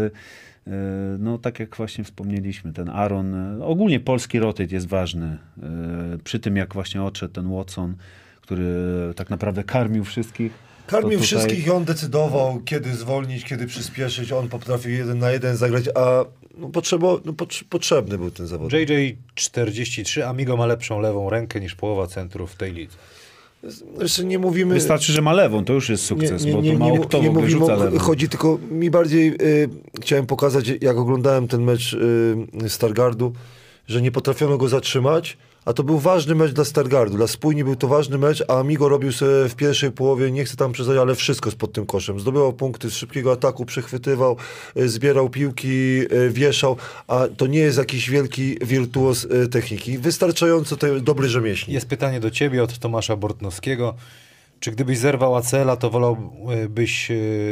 no tak jak właśnie wspomnieliśmy, ten Aron, ogólnie polski rotate jest ważny. Przy tym jak właśnie odszedł ten Watson, który tak naprawdę karmił wszystkich. Wszystkich i on decydował, kiedy zwolnić, kiedy przyspieszyć. On potrafił 1 na 1 zagrać, a potrzebny był ten zawodnik. JJ 43, Amigo ma lepszą lewą rękę niż połowa centrów w tej lidze. Zresztą nie mówimy... Wystarczy, że ma lewą, to już jest sukces, bo to mało kto w ogóle rzuca lewą. Chodzi tylko, mi bardziej chciałem pokazać, jak oglądałem ten mecz Stargardu, że nie potrafiono go zatrzymać, a to był ważny mecz dla Stargardu. Dla Spójni był to ważny mecz, a Amigo robił sobie w pierwszej połowie, nie chcę tam przesadzać, ale wszystko spod tym koszem. Zdobywał punkty z szybkiego ataku, przechwytywał, zbierał piłki, wieszał, a to nie jest jakiś wielki wirtuoz techniki. Wystarczająco dobry rzemieślnik. Jest pytanie do ciebie od Tomasza Bortnowskiego. Czy gdybyś zerwał ACL-a, to wolałbyś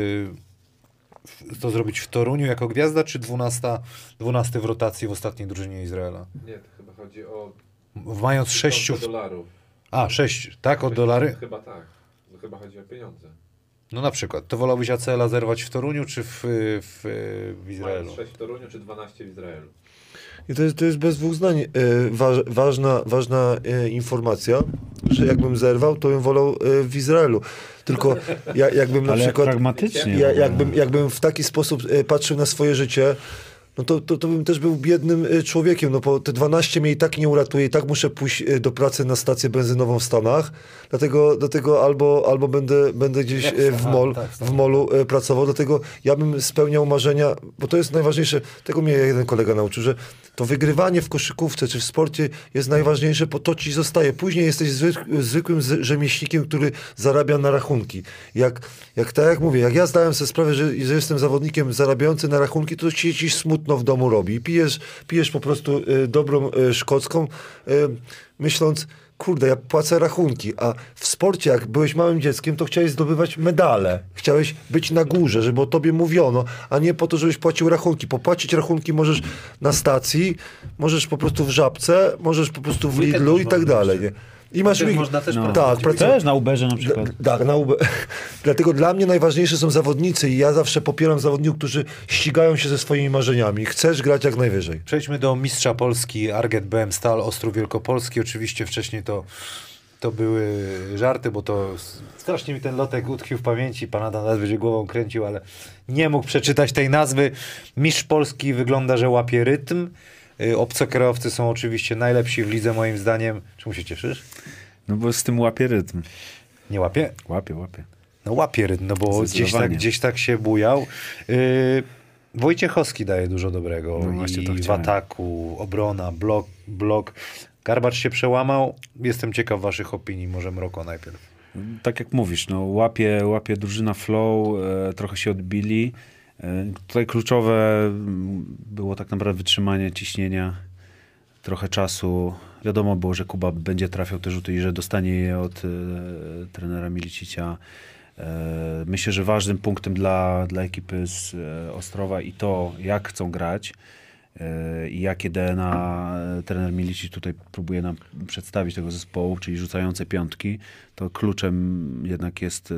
to zrobić w Toruniu jako gwiazda, czy 12 w rotacji w ostatniej drużynie Izraela? Nie, to chyba chodzi o mając $6. A, 6, tak? O dolary? Chyba tak. No, chyba chodzi o pieniądze. No na przykład. To wolałbyś ACL-a zerwać w Toruniu czy w Izraelu? 6 w Toruniu czy 12 w Izraelu. I to jest bez dwóch zdań ważna informacja, że jakbym zerwał, to bym wolał w Izraelu. Tylko jakbym na Ale przykład... pragmatycznie. Jakbym w taki sposób patrzył na swoje życie, no to bym też był biednym człowiekiem, no bo te 12 mnie i tak nie uratuje, i tak muszę pójść do pracy na stację benzynową w Stanach, dlatego albo będę gdzieś w molu pracował, dlatego ja bym spełniał marzenia, bo to jest najważniejsze, tego mnie jeden kolega nauczył, że to wygrywanie w koszykówce czy w sporcie jest najważniejsze, bo to ci zostaje. Później jesteś zwykłym rzemieślnikiem, który zarabia na rachunki. Jak mówię, jak ja zdałem sobie sprawę, że jestem zawodnikiem zarabiającym na rachunki, to ci smutno w domu robi. Pijesz po prostu dobrą szkocką, myśląc, kurde, ja płacę rachunki, a w sporcie, jak byłeś małym dzieckiem, to chciałeś zdobywać medale. Chciałeś być na górze, żeby o tobie mówiono, a nie po to, żebyś płacił rachunki. Popłacić rachunki możesz na stacji, możesz po prostu w Żabce, możesz po prostu w Lidlu i tak dalej. Nie? I masz można też Też na Uberze na przykład. Tak, dlatego dla mnie najważniejsze są zawodnicy i ja zawsze popieram zawodników, którzy ścigają się ze swoimi marzeniami. Chcesz grać jak najwyżej. Przejdźmy do mistrza Polski, Arget BM Stal, Ostrów Wielkopolski. Oczywiście wcześniej to były żarty, bo to strasznie mi ten lotek utkwił w pamięci. Pan Adam nas będzie głową kręcił, ale nie mógł przeczytać tej nazwy. Mistrz Polski wygląda, że łapie rytm. Obcokrajowcy są oczywiście najlepsi w lidze, moim zdaniem. Czemu się cieszysz? No bo z tym łapie rytm. Nie łapie? Łapie. No łapie rytm, no bo gdzieś tak się bujał. Wojciechowski daje dużo dobrego. No właśnie to I w chciałem. ataku, obrona, blok. Garbacz się przełamał. Jestem ciekaw waszych opinii. Może Mroko najpierw. Tak jak mówisz, no łapie drużyna flow, trochę się odbili. Tutaj kluczowe było tak naprawdę wytrzymanie ciśnienia, trochę czasu. Wiadomo było, że Kuba będzie trafiał te rzuty i że dostanie je od trenera Milicicia. Myślę, że ważnym punktem dla ekipy z Ostrowa i to, jak chcą grać i jakie DNA trener Milicic tutaj próbuje nam przedstawić tego zespołu, czyli rzucające piątki, to kluczem jednak jest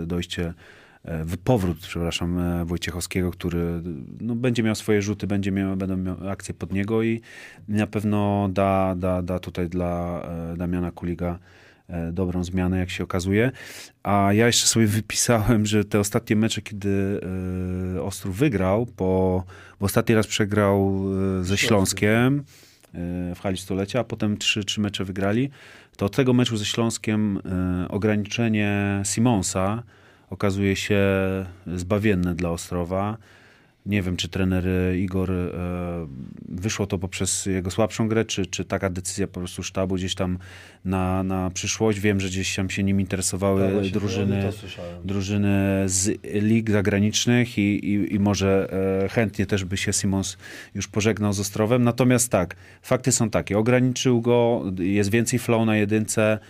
powrót Wojciechowskiego, który no, będzie miał swoje rzuty, będą miał akcje pod niego i na pewno da tutaj dla Damiana Kuliga dobrą zmianę, jak się okazuje. A ja jeszcze sobie wypisałem, że te ostatnie mecze, kiedy Ostrów wygrał, bo ostatni raz przegrał ze Śląskiem w hali Stulecia, a potem trzy mecze wygrali, to od tego meczu ze Śląskiem ograniczenie Simonsa okazuje się zbawienne dla Ostrowa. Nie wiem, czy trener Igor wyszło to poprzez jego słabszą grę, czy taka decyzja po prostu sztabu gdzieś tam na przyszłość. Wiem, że gdzieś tam się nim interesowały drużyny z lig zagranicznych i może chętnie też by się Simons już pożegnał z Ostrowem. Natomiast tak, fakty są takie. Ograniczył go, jest więcej flow na jedynce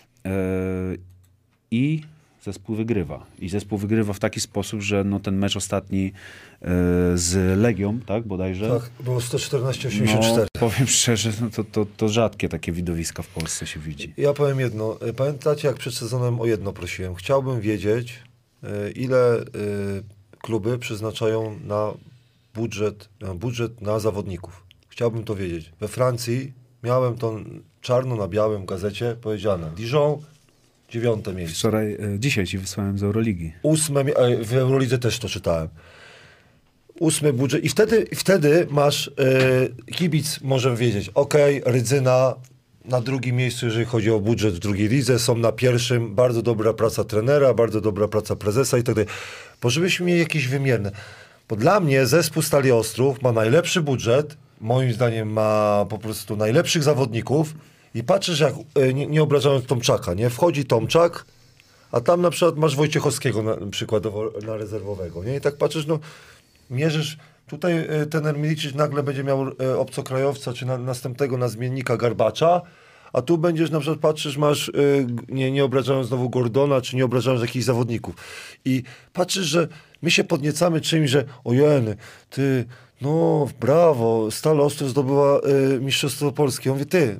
i zespół wygrywa. I zespół wygrywa w taki sposób, że no, ten mecz ostatni z Legią, tak, bodajże? Tak, było 114-84. No, powiem szczerze, no, to rzadkie takie widowiska w Polsce się widzi. Ja powiem jedno. Pamiętacie, jak przed sezonem o jedno prosiłem? Chciałbym wiedzieć, ile kluby przeznaczają na budżet na zawodników. Chciałbym to wiedzieć. We Francji miałem to czarno na białym w gazecie powiedziane. Dijon 9. miejsce. Dzisiaj ci wysłałem z Euroligi. 8. W Eurolidze też to czytałem. 8 budżet. I wtedy masz, kibic może wiedzieć, Rydzyna na drugim miejscu, jeżeli chodzi o budżet w drugiej lidze, są na pierwszym, bardzo dobra praca trenera, bardzo dobra praca prezesa i tak dalej. Bo żebyśmy mieli jakieś wymierne. Bo dla mnie zespół Stali Ostrów ma najlepszy budżet, moim zdaniem ma po prostu najlepszych zawodników i patrzysz, jak, nie obrażając Tomczaka, nie? Wchodzi Tomczak, a tam na przykład masz Wojciechowskiego przykładowo na rezerwowego, nie? I tak patrzysz, no mierzysz, tutaj trener Milicic nagle będzie miał obcokrajowca, czy następnego na zmiennika Garbacza, a tu będziesz na przykład, patrzysz, masz, nie obrażając znowu Gordona, czy nie obrażając jakichś zawodników. I patrzysz, że my się podniecamy czymś, że ojej, ty, no brawo, Stal Ostrów zdobyła Mistrzostwo Polskie. Ja mówię,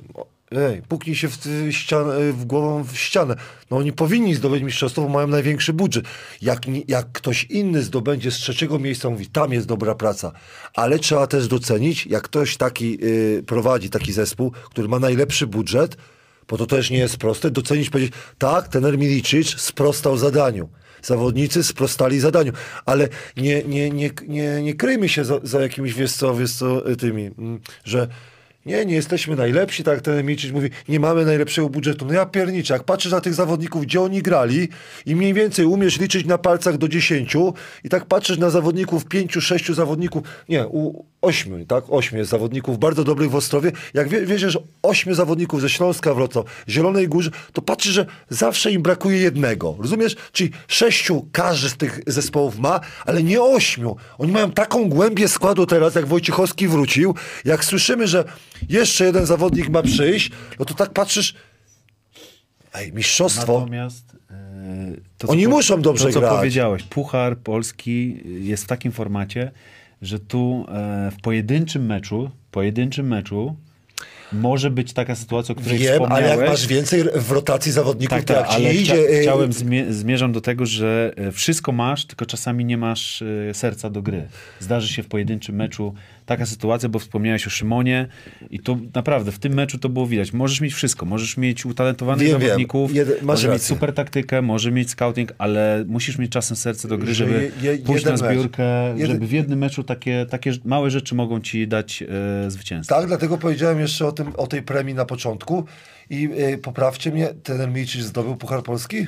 puknij się w głową w ścianę. No oni powinni zdobyć mistrzostwo, bo mają największy budżet. Jak ktoś inny zdobędzie z 3. miejsca, mówi, tam jest dobra praca. Ale trzeba też docenić, jak ktoś taki prowadzi taki zespół, który ma najlepszy budżet, bo to też nie jest proste, docenić, powiedzieć, tak, trener Milicic sprostał zadaniu. Zawodnicy sprostali zadaniu, ale nie kryjmy się za jakimiś, wiesz co, tymi, że nie jesteśmy najlepsi, tak jak ten Milicic mówi, nie mamy najlepszego budżetu. No ja pierniczę, jak patrzysz na tych zawodników, gdzie oni grali i mniej więcej umiesz liczyć na palcach do 10 i tak patrzysz na zawodników, 5-6 zawodników, 8, tak? 8 jest zawodników bardzo dobrych w Ostrowie. Jak wiesz, że 8 zawodników ze Śląska, Wrocław, Zielonej Górze, to patrzysz, że zawsze im brakuje jednego. Rozumiesz? Czyli 6 każdy z tych zespołów ma, ale nie 8. Oni mają taką głębię składu teraz, jak Wojciechowski wrócił. Jak słyszymy, że jeszcze jeden zawodnik ma przyjść, no to tak patrzysz, mistrzostwo. Natomiast oni muszą dobrze grać. To, co powiedziałeś, Puchar Polski jest w takim formacie, że tu w pojedynczym meczu może być taka sytuacja, o której wspomniałeś. Ale jak masz więcej w rotacji zawodników, to jak ci ale nie idzie... zmierzam do tego, że wszystko masz, tylko czasami nie masz serca do gry. Zdarzy się w pojedynczym meczu taka sytuacja, bo wspomniałeś o Szymonie i to naprawdę w tym meczu to było widać. Możesz mieć wszystko, możesz mieć utalentowanych zawodników, możesz mieć super taktykę, możesz mieć scouting, ale musisz mieć czasem serce do gry, żeby pójść na zbiórkę, żeby w jednym meczu takie małe rzeczy mogą ci dać zwycięstwo. Tak, dlatego powiedziałem jeszcze o tej premii na początku i poprawcie mnie, ten Milicic zdobył Puchar Polski?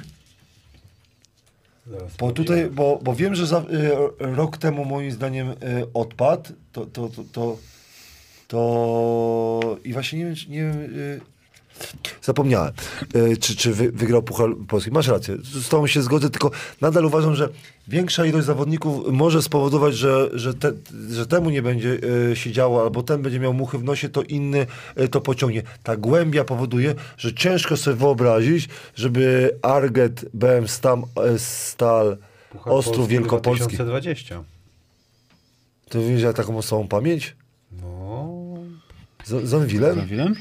Bo wiem, że rok temu moim zdaniem odpadł, to i właśnie nie wiem, zapomniałem, czy wygrał Puchar Polski. Masz rację, z tobą się zgodzę, tylko nadal uważam, że większa ilość zawodników może spowodować, że temu nie będzie się działo, albo ten będzie miał muchy w nosie, to inny to pociągnie. Ta głębia powoduje, że ciężko sobie wyobrazić, żeby Arget, BM Stal, Ostrów Wielkopolski. 2020. To wiesz, jak taką osobą pamięć? No. Z Anwilem?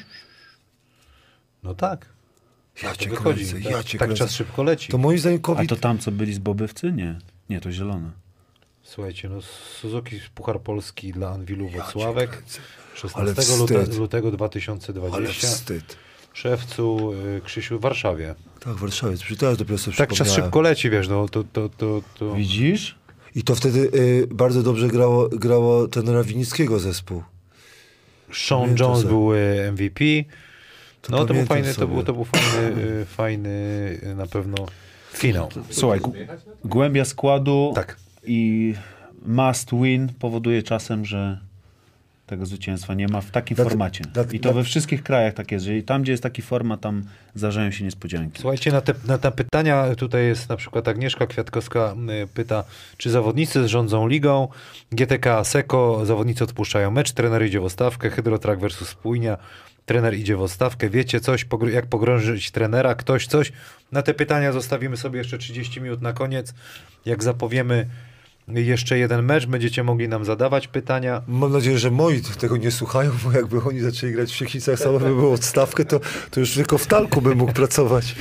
No tak. Ja cię wychodzi. kręcę, Tak czas szybko leci. To moim zdaniem A to tam, co byli z Bobywcy? Nie, to zielone. Słuchajcie, Suzuki Puchar Polski dla Anwilu Włocławek. 16 lutego 2020. Ale wstyd. Szewcu, Krzysiu w Warszawie. Tak, w Warszawie. Teraz dopiero sobie tak czas szybko leci, wiesz, no to... Widzisz? I to wtedy bardzo dobrze grało trenera Winickiego zespół. Sean Jones był MVP. To był fajny na pewno finał. Słuchaj, głębia składu tak. I must win powoduje czasem, że tego zwycięstwa nie ma w takim formacie. I to we wszystkich krajach tak jest. Jeżeli tam, gdzie jest taki format, tam zdarzają się niespodzianki. Słuchajcie, na te pytania tutaj jest na przykład Agnieszka Kwiatkowska pyta, czy zawodnicy rządzą ligą, GTK Aseko, zawodnicy odpuszczają mecz, trener idzie w odstawkę, Hydrotrak versus Spójnia, trener idzie w odstawkę, wiecie coś, jak pogrążyć trenera, ktoś coś? Na te pytania zostawimy sobie jeszcze 30 minut na koniec. Jak zapowiemy jeszcze jeden mecz, będziecie mogli nam zadawać pytania. Mam nadzieję, że moi tego nie słuchają, bo jakby oni zaczęli grać w Siechnicach, sama by było odstawkę, to już tylko w Talku bym mógł pracować.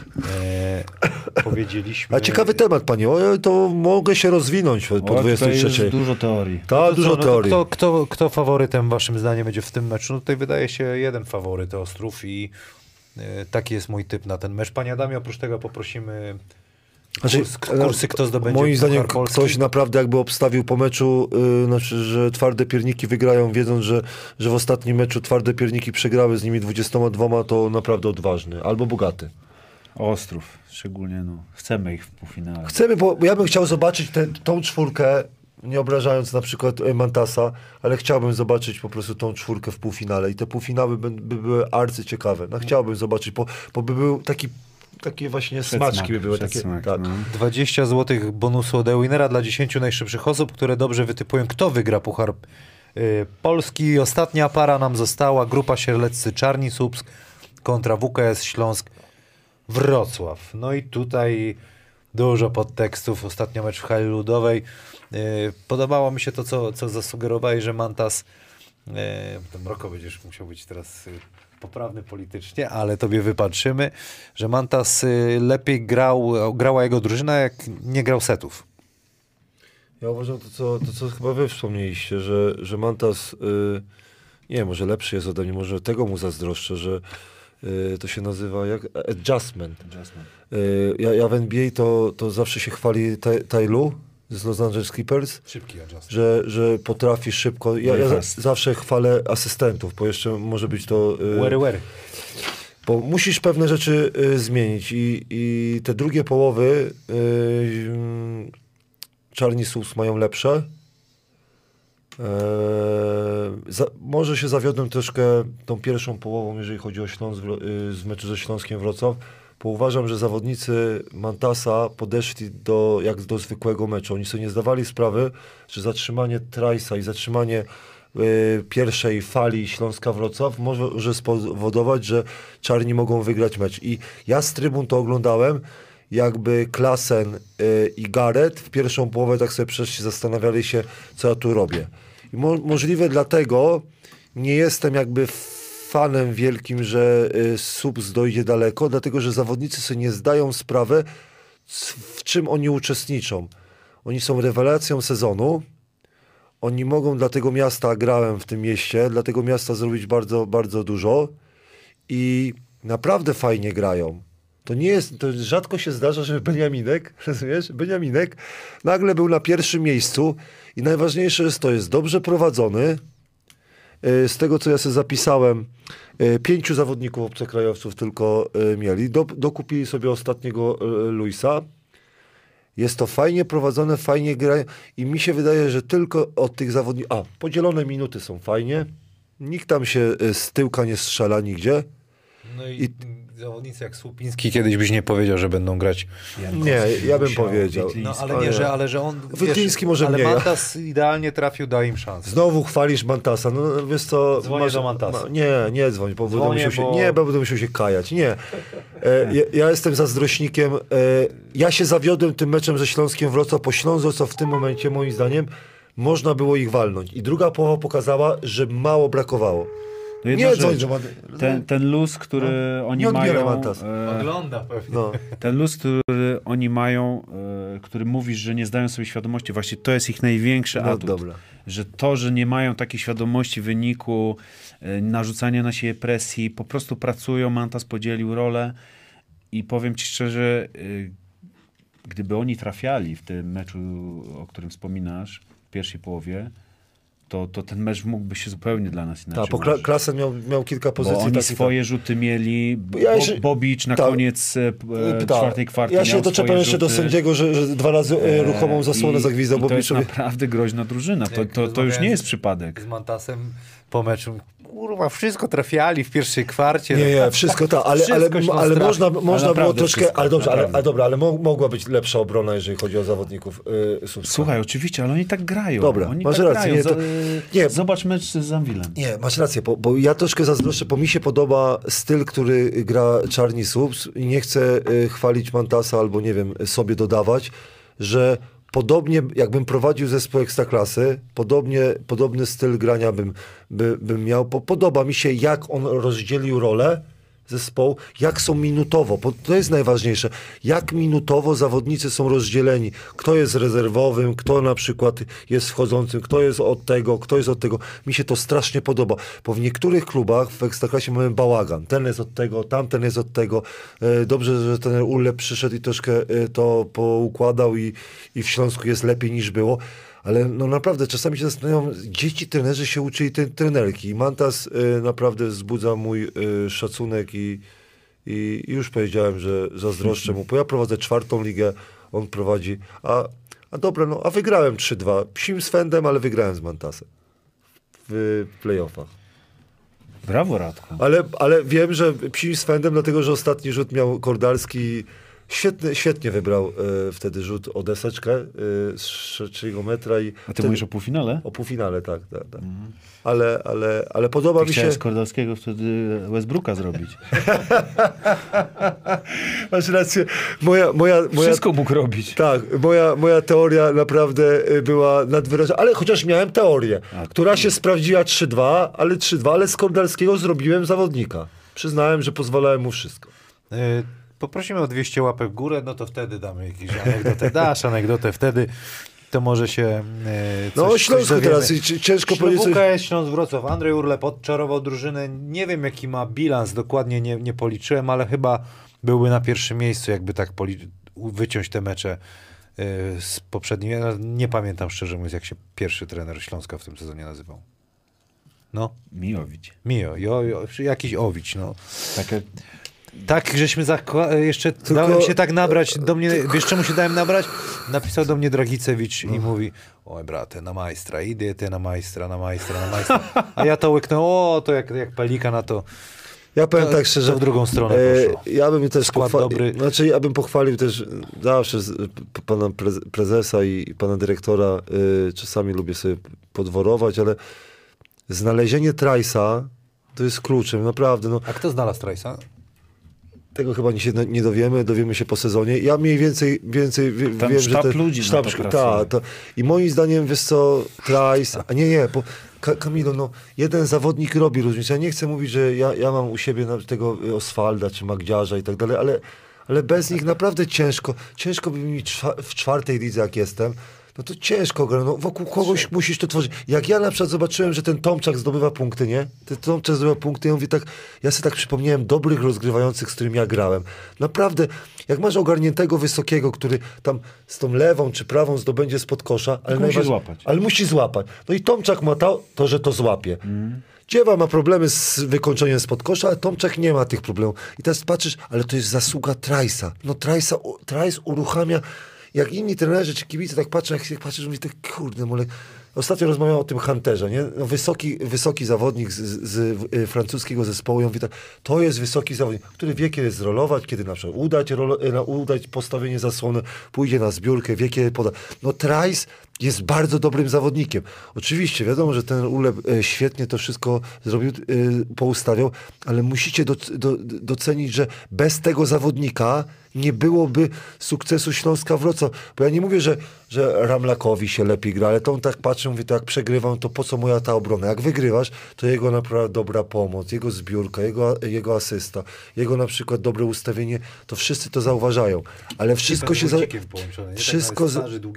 Powiedzieliśmy... A ciekawy temat, panie. To mogę się rozwinąć po 23. Jest dużo teorii. Tak, dużo teorii. Kto faworytem waszym zdaniem będzie w tym meczu? No tutaj wydaje się jeden faworyt, Ostrów, i taki jest mój typ na ten mecz. Panie Adamie, oprócz tego poprosimy kursy, kto zdobędzie moim zdaniem Polski. Ktoś naprawdę jakby obstawił po meczu, że twarde pierniki wygrają, wiedząc, że w ostatnim meczu twarde pierniki przegrały z nimi 22, to naprawdę odważny. Albo bogaty. Ostrów, szczególnie, chcemy ich w półfinale. Chcemy, bo ja bym chciał zobaczyć tą czwórkę, nie obrażając na przykład Mantasa, ale chciałbym zobaczyć po prostu tą czwórkę w półfinale i te półfinały by były arcyciekawe. Chciałbym zobaczyć, bo by był takie właśnie smaczki by były. Takie, smak, tak. 20 zł bonusu od Ewinera dla 10 najszybszych osób, które dobrze wytypują, kto wygra Puchar Polski. Ostatnia para nam została, grupa Sierleccy Czarni Słupsk kontra WKS Śląsk Wrocław. No i tutaj dużo podtekstów. Ostatnio mecz w hali ludowej. Podobało mi się to, co zasugerowałeś, że Mantas... Ten Mroko będziesz musiał być teraz poprawny politycznie, ale tobie wypatrzymy, że Mantas lepiej grała jego drużyna, jak nie grał setów. Ja uważam to, co chyba wy wspomnieliście, że Mantas, nie wiem, może lepszy jest ode mnie, może tego mu zazdroszczę, że to się nazywa jak adjustment. Ja w NBA to zawsze się chwali Ty Lue z Los Angeles Clippers, Szybki adjustment. że potrafi szybko. Ja zawsze chwalę asystentów, bo jeszcze może być to... Wery. Bo musisz pewne rzeczy zmienić i te drugie połowy Czarni Subs mają lepsze. Może się zawiodłem troszkę tą pierwszą połową, jeżeli chodzi o Śląsk z meczu ze Śląskiem Wrocław, bo uważam, że zawodnicy Mantasa podeszli jak do zwykłego meczu. Oni sobie nie zdawali sprawy, że zatrzymanie Trajsa i zatrzymanie pierwszej fali Śląska Wrocław może spowodować, że Czarni mogą wygrać mecz. I ja z trybun to oglądałem, jakby Klasen i Gareth w pierwszą połowę tak sobie przeszli, zastanawiali się, co ja tu robię. I możliwe dlatego nie jestem jakby fanem wielkim, że Subs dojdzie daleko, dlatego że zawodnicy sobie nie zdają sprawy, w czym oni uczestniczą. Oni są rewelacją sezonu. Oni mogą dla tego miasta, grałem w tym mieście, dla tego miasta zrobić bardzo, bardzo dużo i naprawdę fajnie grają. To rzadko się zdarza, że Beniaminek, rozumiesz? Beniaminek nagle był na pierwszym miejscu i najważniejsze jest dobrze prowadzony. Z tego, co ja sobie zapisałem, 5 zawodników obcokrajowców tylko mieli. Dokupili sobie ostatniego Luisa. Jest to fajnie prowadzone, fajnie grają i mi się wydaje, że tylko od tych zawodników... podzielone minuty są fajnie. Nikt tam się z tyłka nie strzela nigdzie. No i zawodnicy jak Słupiński kiedyś byś nie powiedział, że będą grać. Nie, ja bym powiedział. No, ale że on... Wytliński może ale mniej. Mantas idealnie trafił, dał im szansę. Znowu chwalisz Mantasa. No wiesz co... Dzwonię do Mantasa. Nie dzwoń, bo będę musiał się kajać. Nie. Ja jestem zazdrośnikiem. Ja się zawiodłem tym meczem ze Śląskiem Wrocław, po Śląsk w tym momencie, moim zdaniem, można było ich walnąć. I druga połowa pokazała, że mało brakowało. No nie dzwoń, że ten luz, który oni mają... Ogląda pewnie. No. Ten luz, który oni mają, który mówisz, że nie zdają sobie świadomości, właśnie to jest ich największy atut. Dobra. Że to, że nie mają takiej świadomości wyniku, narzucania na siebie presji, po prostu pracują, Mantas podzielił rolę i powiem ci szczerze, gdyby oni trafiali w tym meczu, o którym wspominasz, w pierwszej połowie, to ten mecz mógłby się zupełnie dla nas inaczej bo Klasen miał kilka pozycji. Bo oni swoje rzuty mieli, Bobic na koniec czwartej kwarty ja się doczepiam jeszcze do sędziego, że 2 razy ruchomą zasłonę zagwizdał Bobiczowi. To jest naprawdę groźna drużyna. To już nie jest przypadek. Z Mantasem po meczu. Kurwa, wszystko trafiali w pierwszej kwarcie. Nie, wszystko tak, ale można było troszkę, ale mogła być lepsza obrona, jeżeli chodzi o zawodników Słupska. Słuchaj, oczywiście, ale oni tak grają. Dobra, oni masz tak rację. Grają. Zobacz mecz z Zamwilem. Nie, masz rację, bo ja troszkę zazdroszczę, bo mi się podoba styl, który gra Czarni Subs i nie chcę chwalić Mantasa albo nie wiem, sobie dodawać, że podobnie jakbym prowadził zespół Ekstraklasy, podobny styl grania bym miał. Podoba mi się, jak on rozdzielił rolę zespołu, jak są minutowo, bo to jest najważniejsze, jak minutowo zawodnicy są rozdzieleni, kto jest rezerwowym, kto na przykład jest wchodzącym, kto jest od tego. Mi się to strasznie podoba, bo w niektórych klubach w Ekstraklasie mamy bałagan, ten jest od tego, tamten jest od tego. Dobrze, że ten Ulep przyszedł i troszkę to poukładał i w Śląsku jest lepiej niż było. Ale no naprawdę, czasami się zastanawiam, gdzie ci trenerzy się uczyli trenerki. Mantas naprawdę wzbudza mój szacunek i już powiedziałem, że zazdroszczę mu, bo ja prowadzę 4. ligę, on prowadzi, a dobra, a wygrałem 3-2. Psim swędem, ale wygrałem z Mantasem w playoffach. Brawo, Radku. Ale wiem, że psim swędem, dlatego że ostatni rzut miał Kordalski Świetnie wybrał wtedy rzut o deseczkę z 3 metra. A ty mówisz o półfinale? O półfinale, tak. Ale podoba mi się... Chciałeś Kordalskiego wtedy Westbrooka zrobić. Masz rację. Wszystko mógł robić. Tak, moja teoria naprawdę była nadwyrażona, ale chociaż miałem teorię, która się sprawdziła 3-2, ale z Kordalskiego zrobiłem zawodnika. Przyznałem, że pozwalałem mu wszystko. Poprosimy o 200 łapek w górę, no to wtedy damy jakąś anegdotę. Dasz anegdotę wtedy, to może się o Śląsku teraz ciężko powiedzieć. Śląska jest Śląsk Wrocław. Andrzej Urlep odczarował drużynę. Nie wiem, jaki ma bilans, dokładnie nie policzyłem, ale chyba byłby na pierwszym miejscu, jakby tak wyciąć te mecze z poprzednich. Nie pamiętam, szczerze mówiąc, jak się pierwszy trener Śląska w tym sezonie nazywał. No. Mijowić. Jakiś Owicz, no. Takie... Tak, żeśmy jeszcze dałem się tak nabrać do mnie, wiesz czemu się dałem nabrać? Napisał do mnie Dragicewicz i mówi, oj brate, na majstra, idę ty na majstra. A ja to łyknę, to jak pelika na to. Ja powiem tak szczerze, w drugą stronę poszło. Ja bym też dobry. Znaczy ja bym pochwalił też zawsze pana prezesa i pana dyrektora, czasami lubię sobie podworować, ale znalezienie Trajsa to jest kluczem, naprawdę. No. A kto znalazł Trajsa? Tego chyba nie dowiemy się po sezonie. Ja mniej więcej tam wiem, sztab że ludzi I moim zdaniem, wiesz co, Trajs, bo Kamilo, no jeden zawodnik robi różnicę. Ja nie chcę mówić, że ja mam u siebie tego Oswalda czy Magdziarza i tak dalej, ale bez nich naprawdę ciężko by mi w 4. lidze, jak jestem, no to ciężko, no wokół kogoś musisz to tworzyć. Jak ja na przykład zobaczyłem, że ten Tomczak zdobywa punkty, nie? Ten Tomczak zdobywa punkty, ja sobie tak przypomniałem dobrych rozgrywających, z którymi ja grałem. Naprawdę, jak masz ogarniętego wysokiego, który tam z tą lewą czy prawą zdobędzie spod kosza, ale musi złapać. No i Tomczak ma to, że to złapie. Dziewa ma problemy z wykończeniem spod kosza, a Tomczak nie ma tych problemów. I teraz patrzysz, ale to jest zasługa Trajsa. No Trajs uruchamia. Jak inni trenerzy czy kibice tak patrzą, jak patrzysz, mówię, tak kurde, mole. Ostatnio rozmawiałem o tym Hunterze, nie? No wysoki zawodnik z francuskiego zespołu. Ja mówię tak, to jest wysoki zawodnik, który wie, kiedy zrolować, kiedy na przykład udać postawienie zasłony, pójdzie na zbiórkę, wie, kiedy poda. No Trajs jest bardzo dobrym zawodnikiem. Oczywiście, wiadomo, że ten Ulep świetnie to wszystko zrobił, poustawiał, ale musicie docenić, że bez tego zawodnika nie byłoby sukcesu Śląska Wrocław. Bo ja nie mówię, że Ramlakowi się lepiej gra, ale to on tak patrzy, mówi, to jak przegrywam, to po co moja ta obrona? Jak wygrywasz, to jego naprawdę dobra pomoc, jego zbiórka, jego asysta, jego na przykład dobre ustawienie, to wszyscy to zauważają. Ale wszystko się... Wszystko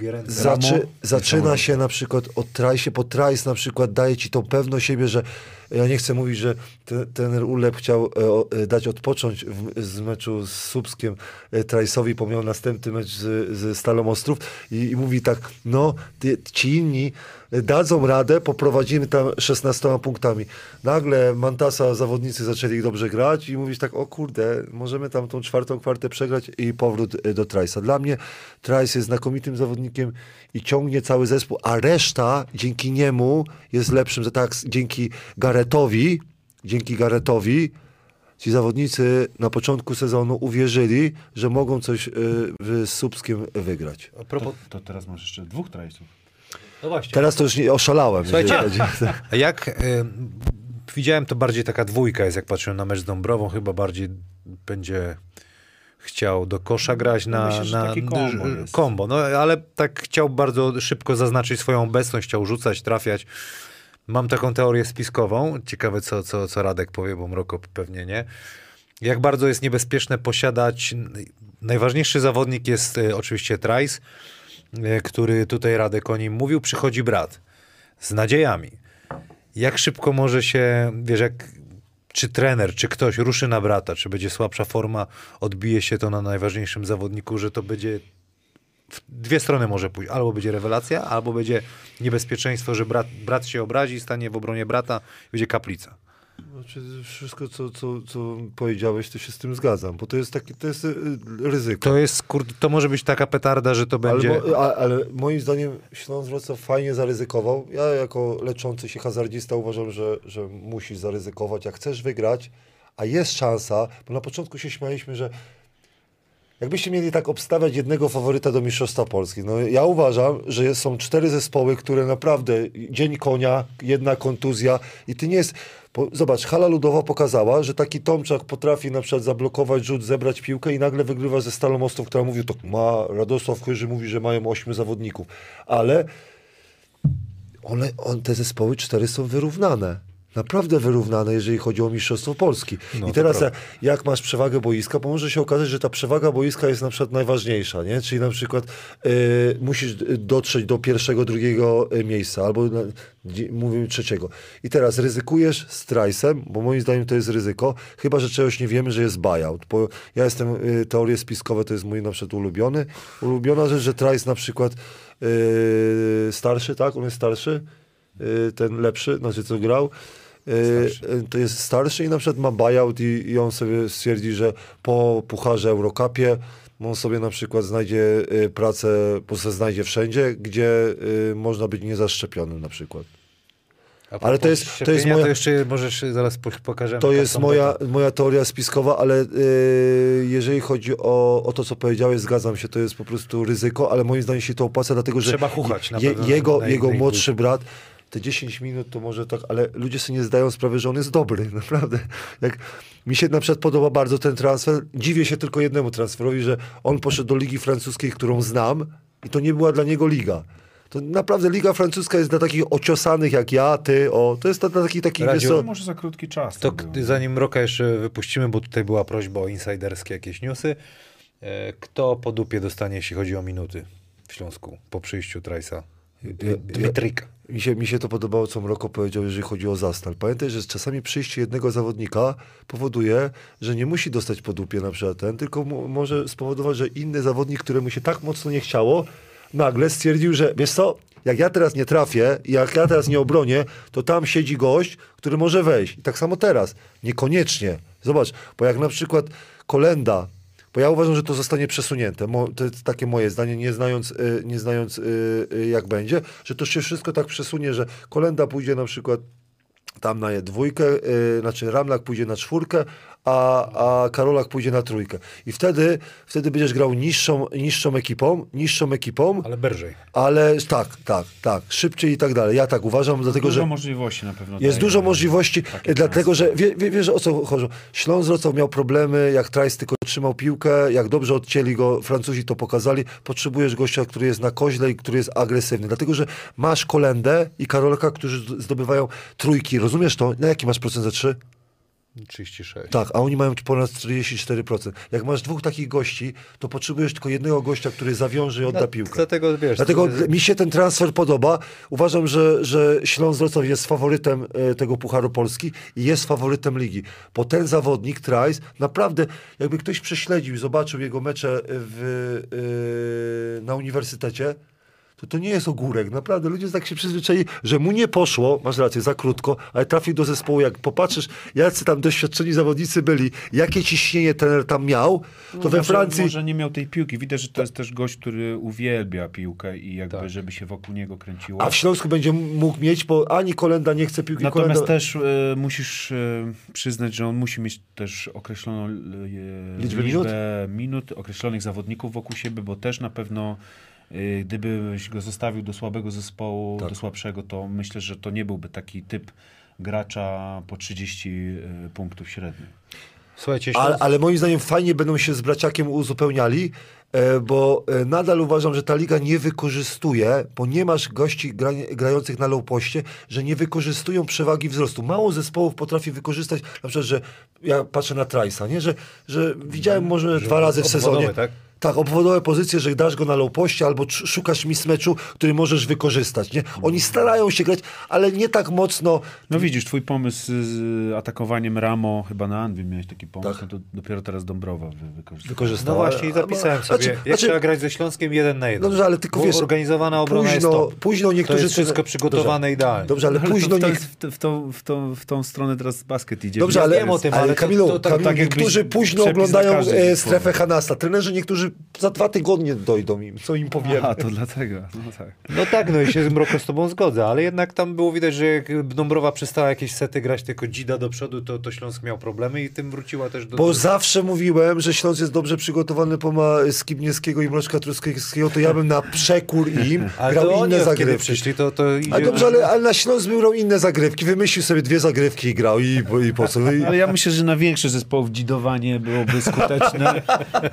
zaczyna się na przykład od Trajsie, bo Trajs na przykład daje ci tą pewność siebie, że ja nie chcę mówić, że ten Ulep chciał dać odpocząć z meczu z Słupskiem Trajsowi, bo miał następny mecz z Stalą Ostrów i mówi tak, no ci inni dadzą radę, poprowadzimy tam 16 punktami. Nagle Mantasa zawodnicy zaczęli dobrze grać i mówisz tak, o kurde, możemy tam tą 4. kwartę przegrać i powrót do Trajsa. Dla mnie Trajs jest znakomitym zawodnikiem i ciągnie cały zespół, a reszta dzięki niemu jest lepszym, tak dzięki Garetowi ci zawodnicy na początku sezonu uwierzyli, że mogą coś z Słupskiem wygrać. To teraz masz jeszcze 2 Trajsów. No właśnie. Teraz to już nie oszalałem. Słuchajcie, jak widziałem, to bardziej taka dwójka jest, jak patrzyłem na mecz z Dąbrową, chyba bardziej będzie chciał do kosza grać na kombo. No, ale tak chciał bardzo szybko zaznaczyć swoją obecność, chciał rzucać, trafiać. Mam taką teorię spiskową. Ciekawe, co Radek powie, bo Mroko pewnie nie. Jak bardzo jest niebezpieczne posiadać... Najważniejszy zawodnik jest oczywiście Trajs, który tutaj Radek o nim mówił. Przychodzi brat z nadziejami. Jak szybko może się... Wiesz, czy trener, czy ktoś ruszy na brata, czy będzie słabsza forma, odbije się to na najważniejszym zawodniku, że to będzie... W 2 strony może pójść. Albo będzie rewelacja, albo będzie niebezpieczeństwo, że brat się obrazi, stanie w obronie brata i będzie kaplica. Znaczy, wszystko, co powiedziałeś, to się z tym zgadzam, bo to jest ryzyko. To może być taka petarda, że to będzie... Ale moim zdaniem Śląsk Wrocław fajnie zaryzykował. Ja jako leczący się hazardzista uważam, że musisz zaryzykować. Jak chcesz wygrać, a jest szansa, bo na początku się śmialiśmy, że jakbyście mieli tak obstawiać jednego faworyta do Mistrzostwa Polski, no ja uważam, że są 4 zespoły, które naprawdę, dzień konia, jedna kontuzja i ty nie jest... Zobacz, hala ludowa pokazała, że taki Tomczak potrafi na przykład zablokować rzut, zebrać piłkę i nagle wygrywa ze Stalą Mostów, która mówi, to ma Radosław Chyży mówi, że mają 8 zawodników, ale te zespoły 4 są wyrównane. Naprawdę wyrównane, jeżeli chodzi o Mistrzostwo Polski. No, i teraz jak masz przewagę boiska, bo może się okazać, że ta przewaga boiska jest na przykład najważniejsza, nie? Czyli na przykład musisz dotrzeć do pierwszego, drugiego miejsca, albo mówimy trzeciego. I teraz ryzykujesz z Trice'em, bo moim zdaniem to jest ryzyko, chyba że czegoś nie wiemy, że jest buyout. Bo ja jestem, teorie spiskowe to jest mój na przykład ulubiona rzecz, że Trice na przykład starszy, tak? On jest starszy? Ten lepszy, znaczy co grał, to jest starszy i na przykład ma buyout i on sobie stwierdzi, że po pucharze Eurocupie on sobie na przykład znajdzie pracę, bo se znajdzie wszędzie, gdzie można być niezaszczepionym na przykład. Ale to jest moja... To jeszcze możesz zaraz pokażemy. To jest moja teoria spiskowa, ale jeżeli chodzi o to, co powiedziałeś, zgadzam się, to jest po prostu ryzyko, ale moim zdaniem się to opłaca, dlatego że trzeba chuchać, jego młodszy brat, te 10 minut to może tak, ale ludzie sobie nie zdają sprawy, że on jest dobry, naprawdę. Jak mi się na przykład podoba bardzo ten transfer, dziwię się tylko jednemu transferowi, że on poszedł do Ligi Francuskiej, którą znam i to nie była dla niego liga. To naprawdę Liga Francuska jest dla takich ociosanych jak ja, ty, to jest dla takich Radziu, może za krótki czas. To zanim Roka jeszcze wypuścimy, bo tutaj była prośba o insiderskie jakieś newsy. Kto po dupie dostanie, jeśli chodzi o minuty w Śląsku po przyjściu Trice'a? Dmitryka. Mi się to podobało, co Mroko powiedział, jeżeli chodzi o Zastal. Pamiętaj, że czasami przyjście jednego zawodnika powoduje, że nie musi dostać po dupie na przykład tylko może spowodować, że inny zawodnik, któremu się tak mocno nie chciało, nagle stwierdził, że wiesz co, jak ja teraz nie trafię, jak ja teraz nie obronię, to tam siedzi gość, który może wejść. I tak samo teraz. Niekoniecznie. Zobacz, bo jak na przykład Kolenda, bo ja uważam, że to zostanie przesunięte. To jest takie moje zdanie, nie znając jak będzie, że to się wszystko tak przesunie, że Kolenda pójdzie na przykład tam na 2, znaczy Ramlak pójdzie na 4, a Karolak pójdzie na 3. I wtedy będziesz grał niższą ekipą. Ale berżej. Ale tak, szybciej i tak dalej. Ja tak uważam, dlatego że... Dużo możliwości na pewno. Jest dużo możliwości, dlatego że wiesz o co chodzi. Śląsk Wrocław miał problemy, jak Trice tylko trzymał piłkę, jak dobrze odcięli go, Francuzi to pokazali. Potrzebujesz gościa, który jest na koźle i który jest agresywny. Dlatego, że masz Kolendę i Karolka, którzy zdobywają trójki. Rozumiesz to? Na jaki masz procent za 3? 36. Tak, a oni mają ponad 44%. Jak masz 2 takich gości, to potrzebujesz tylko jednego gościa, który zawiąże i odda piłkę. Dlatego mi się ten transfer podoba. Uważam, że Śląsk Wrocław jest faworytem tego Pucharu Polski i jest faworytem ligi. Bo ten zawodnik, Trice, naprawdę, jakby ktoś prześledził, zobaczył jego mecze na uniwersytecie, to nie jest ogórek. Naprawdę ludzie tak się przyzwyczaili, że mu nie poszło, masz rację, za krótko, ale trafił do zespołu. Jak popatrzysz, jacy tam doświadczeni zawodnicy byli, jakie ciśnienie trener tam miał, to we Francji... Może nie miał tej piłki. Widać, że to jest też gość, który uwielbia piłkę i jakby, żeby się wokół niego kręciło. A w Śląsku będzie mógł mieć, bo ani Kolenda nie chce piłki. Natomiast też musisz przyznać, że on musi mieć też określoną liczbę minut, określonych zawodników wokół siebie, bo też na pewno gdybyś go zostawił do słabego zespołu, do słabszego, to myślę, że to nie byłby taki typ gracza po 30 punktów średnio. Słuchajcie, ale moim zdaniem fajnie będą się z Braciakiem uzupełniali, bo nadal uważam, że ta liga nie wykorzystuje, bo nie masz gości grających na low poście, że nie wykorzystują przewagi wzrostu. Mało zespołów potrafi wykorzystać, na przykład, że ja patrzę na Trice'a, nie? Że widziałem może 2 razy w sezonie. Tak, obwodowe pozycje, że dasz go na low poście albo szukasz mismeczu, który możesz wykorzystać, nie? Oni starają się grać, ale nie tak mocno. No widzisz, twój pomysł z atakowaniem Ramo, chyba na Anwil miałeś taki pomysł, no to dopiero teraz Dąbrowa wykorzystała. No właśnie, zapisałem sobie. Jak trzeba grać ze Śląskiem 1 na 1. Dobrze, ale tylko wiesz, organizowana obrona jest to. Późno niektórzy... To jest wszystko przygotowane idealnie. Dobrze, ale późno... W tą stronę teraz basket idzie. Dobrze, ale Kamilu, niektórzy późno oglądają strefę Hanasa. Trenerzy niektórzy że za 2 tygodnie dojdą im, co im powiemy. A, to dlatego. No tak. No tak, no i się Mroko z tobą zgodzę, ale jednak tam było widać, że jak Dąbrowa przestała jakieś sety grać, tylko Dzida do przodu, to Śląsk miał problemy i tym wróciła też do... Bo zawsze mówiłem, że Śląsk jest dobrze przygotowany po Skibniewskiego i Mroczka Truskowskiego, to ja bym na przekór im ale grał to oni inne kiedy zagrywki. przyszli, to idzie... Ale dobrze, ale na Śląsk bym grał inne zagrywki. Wymyślił sobie 2 zagrywki i grał i po co? No i... Ale ja myślę, że na większość zespołów dzidowanie byłoby skuteczne,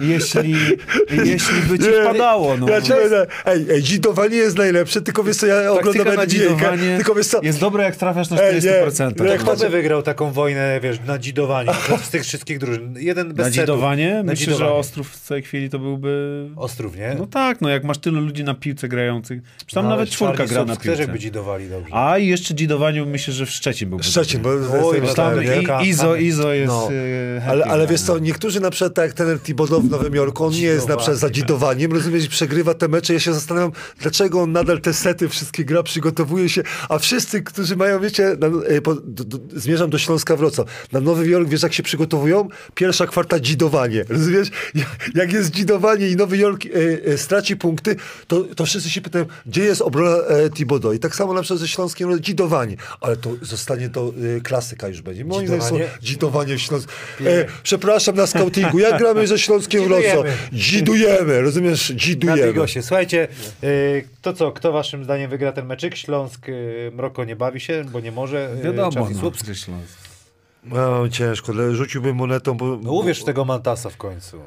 jeśli by ci wpadało. No. Ja ci będę, dzidowanie jest najlepsze, tylko wiesz co, ja oglądam Taktyka na dzidowanie tylko wiesz co, jest dobre, jak trafiasz na 40%. nie, Jak kto by wygrał taką wojnę, wiesz, na dzidowaniu z tych wszystkich drużyn? Jeden bez Na dzidowanie? setów. Myślę, że Ostrów w tej chwili to byłby... Ostrów, nie? No tak, no jak masz tylu ludzi na piłce grających, czy tam No, nawet ale 4 Charlie gra na Sobs też piłce. jakby dzidowali dobrze. A i jeszcze dzidowaniu myślę, że w Szczecin byłby Szczecin, bo Oj, jestem no tam tak, nie? Izo jest No. happy, Ale wiesz co, niektórzy na przykład, tak jak ten Thibodeau w Nowym Jorku, on nie jest na przykład za dzidowaniem, rozumiesz, i przegrywa te mecze, ja się zastanawiam, dlaczego on nadal te sety wszystkie gra, przygotowuje się, a wszyscy, którzy mają, wiecie, zmierzam do Śląska Wrocław, na Nowy Jork, wiesz jak się przygotowują? Pierwsza kwarta dzidowanie, rozumiesz? Jak jest dzidowanie i Nowy Jork straci punkty, to wszyscy się pytają, gdzie jest obrona Thibodeau? I tak samo na przykład ze Śląskiem dzidowanie, ale to zostanie to klasyka już będzie. Moim zdaniem są dzidowanie w Śląsku. Przepraszam, na scoutingu, jak gramy ze Śląskiem Wrocław? Dzidujemy, rozumiesz? Na Dzidujemy. Bigosie. Słuchajcie, to co, kto waszym zdaniem wygra ten meczyk? Śląsk, Mroko nie bawi się, bo nie może. Wiadomo, Charlie no, Słupsk. że Śląsk. No, ciężko, ale rzuciłbym monetą, bo... No uwierz w tego Mantasa w końcu.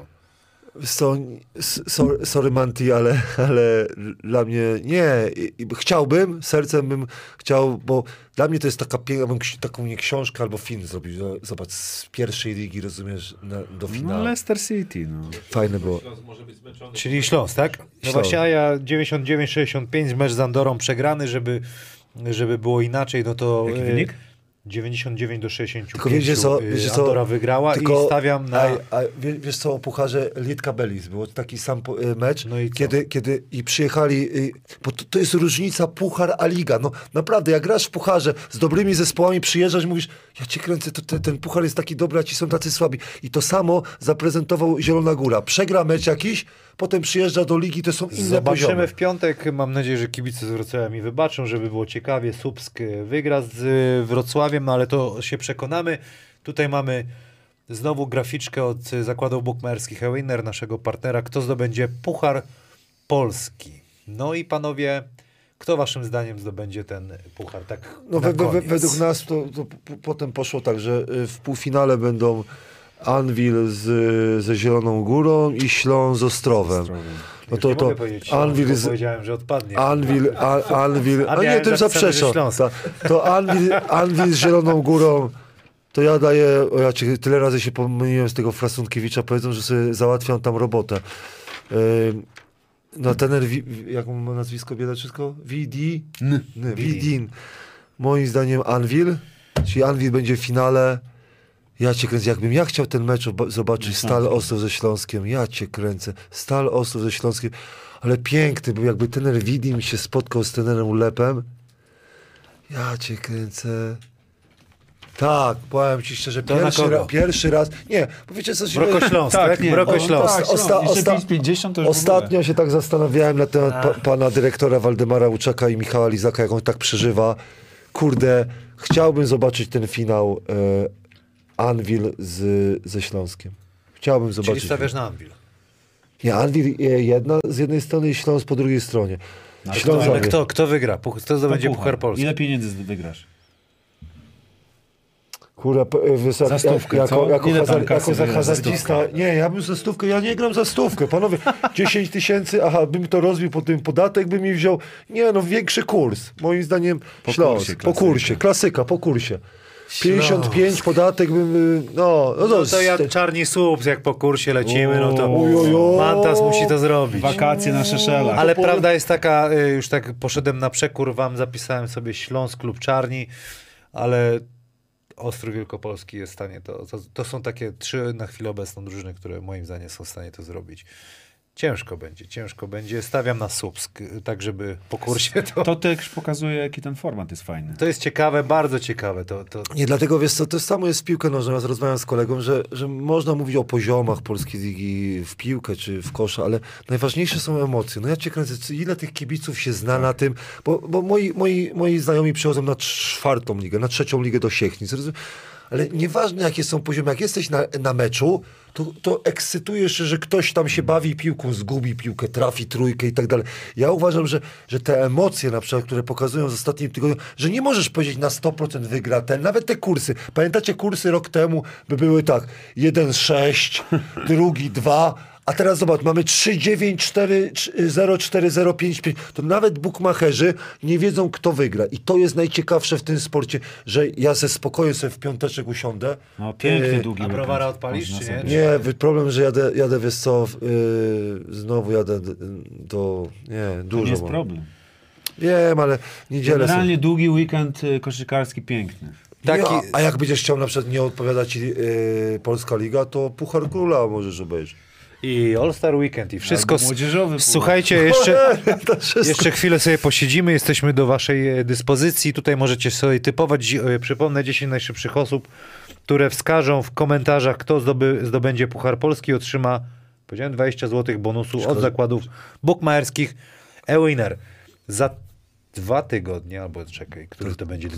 Sorry Manti, ale dla mnie nie. Chciałbym, sercem bym chciał, bo dla mnie to jest taka piękna, taką nie książkę albo film zrobić. Zobacz, z pierwszej ligi, rozumiesz, do finału. No Leicester City, no. Fajne było. Śląsk może być zmęczony. Czyli Śląsk, tak? No Śląsk. właśnie, a ja 99-65 mecz z Andorą przegrany, żeby było inaczej, no to... Jaki wynik? 99-65. Tylko wiecie co, Andora wygrała i stawiam na... Wiesz co, o pucharze Litka Belis, było taki sam mecz, No i co? kiedy przyjechali, bo to jest różnica puchar a liga, no naprawdę, jak grasz w pucharze z dobrymi zespołami, przyjeżdżasz i mówisz, ja cię kręcę, ten puchar jest taki dobry, a ci są tacy słabi. I to samo zaprezentował Zielona Góra. Przegra mecz jakiś, potem przyjeżdża do ligi, to są inne Zobaczymy poziomy. w piątek. Mam nadzieję, że kibice z Wrocławia mi wybaczą, żeby było ciekawie. Słupsk wygra z Wrocławiem, no ale to się przekonamy. Tutaj mamy znowu graficzkę od zakładów bukmacherskich Ewiner, naszego partnera. Kto zdobędzie Puchar Polski? No i panowie, kto waszym zdaniem zdobędzie ten puchar? Tak No na koniec. według nas to potem poszło tak, że w półfinale będą Anwil ze Zieloną Górą i Śląsk z Ostrowem. No Już nie mogę powiedzieć, Anwil bo z... powiedziałem, że odpadnie. Anwil, A a nie, miałem tym zapisane, że zaprzeczam. Śląsk. To Anwil z Zieloną Górą, to ja daję, ja cię tyle razy się pomyliłem z tego Frasunkiewicza, powiedzą, że sobie załatwiam tam robotę. No tener, jak ma nazwisko biedaczysko? Widin. Moim zdaniem Anwil, czyli Anwil będzie w finale. Ja cię kręcę, jakbym ja chciał ten mecz zobaczyć, Stal Ostrów ze Śląskiem, ja cię kręcę, Stal Ostrów ze Śląskiem, ale piękny był, jakby trener Widim się spotkał z trenerem Ulepem, ja cię kręcę. Tak, powiem ci szczerze, pierwszy raz, nie, bo wiecie co się... Mroko Śląsk, tak? nie, Mroko Śląsk. Jeszcze 5,50 to już Ostatnio się tak zastanawiałem na temat pana dyrektora Waldemara Łuczaka i Michała Lizaka, jak on tak przeżywa. Kurde, chciałbym zobaczyć ten finał Anwil ze Śląskiem. Chciałbym zobaczyć. Czyli stawiasz na Anwil. Nie, Anwil z jednej strony i Śląsk po drugiej stronie. Ale kto wygra? Kto zdobędzie Puchar Polski? Ile pieniędzy wygrasz? Kurwa, Za stówkę, co? Ile tam kasy jako wygra za hazardzista. Nie, ja bym za stówkę, ja nie gram za stówkę, panowie. 10 000, aha, bym to rozbił, po tym podatek bym mi wziął. Nie, no większy kurs. Moim zdaniem Śląsk. Po kursie, klasyka, po kursie. 55 podatek bym, no to jak Czarni Słupsk, jak po kursie lecimy, no to Mantas musi to zrobić. Wakacje na Szeszelach. Ale prawda jest taka, już tak poszedłem na przekór wam, zapisałem sobie Śląsk Klub Czarni, ale Ostrów Wielkopolski jest w stanie to są takie 3 na chwilę obecną drużyny, które moim zdaniem są w stanie to zrobić. Ciężko będzie. Stawiam na subsk, tak żeby po kursie to... To też pokazuje, jaki ten format jest fajny. To jest ciekawe, bardzo ciekawe. Nie, dlatego wiesz co, to samo jest w piłkę nożną. Ja rozmawiam z kolegą, że można mówić o poziomach polskiej ligi w piłkę czy w kosza, ale najważniejsze są emocje. No ja cię kręcę, ile tych kibiców się zna na tym, bo moi znajomi przychodzą na 4. ligę, na 3. ligę do Siechnic. Ale nieważne jakie są poziomy, jak jesteś na meczu, to ekscytujesz się, że ktoś tam się bawi piłką, zgubi piłkę, trafi trójkę i tak dalej. Ja uważam, że te emocje na przykład, które pokazują z ostatnim tygodniu, że nie możesz powiedzieć na 100% wygra ten, nawet te kursy. Pamiętacie kursy rok temu by były tak, 1,6, drugi 2, a teraz zobacz, mamy 3,9, 4, 0, 4, 0, 5, 5. To nawet bukmacherzy nie wiedzą, kto wygra. I to jest najciekawsze w tym sporcie, że ja ze spokojem sobie w piąteczek usiądę. No pięknie długi A weekend. browara odpalisz, czy nie? Nie, problem, że jadę wiesz co, znowu jadę do... Nie, dużo. To nie jest mam. problem. Wiem, ale niedzielę Generalnie długi weekend koszykarski piękny. Taki... A jak będziesz chciał na przykład nie odpowiadać ci Polska Liga, to Puchar Króla możesz obejrzeć. I All-Star Weekend i wszystko. Albo młodzieżowy. Słuchajcie, jeszcze chwilę sobie posiedzimy, jesteśmy do waszej dyspozycji. Tutaj możecie sobie typować, przypomnę, 10 najszybszych osób, które wskażą w komentarzach, kto zdobędzie Puchar Polski, otrzyma, powiedziałem, 20 zł bonusu od zakładów bukmacherskich eWinner. Za 2 tygodnie, albo czekaj, który to będzie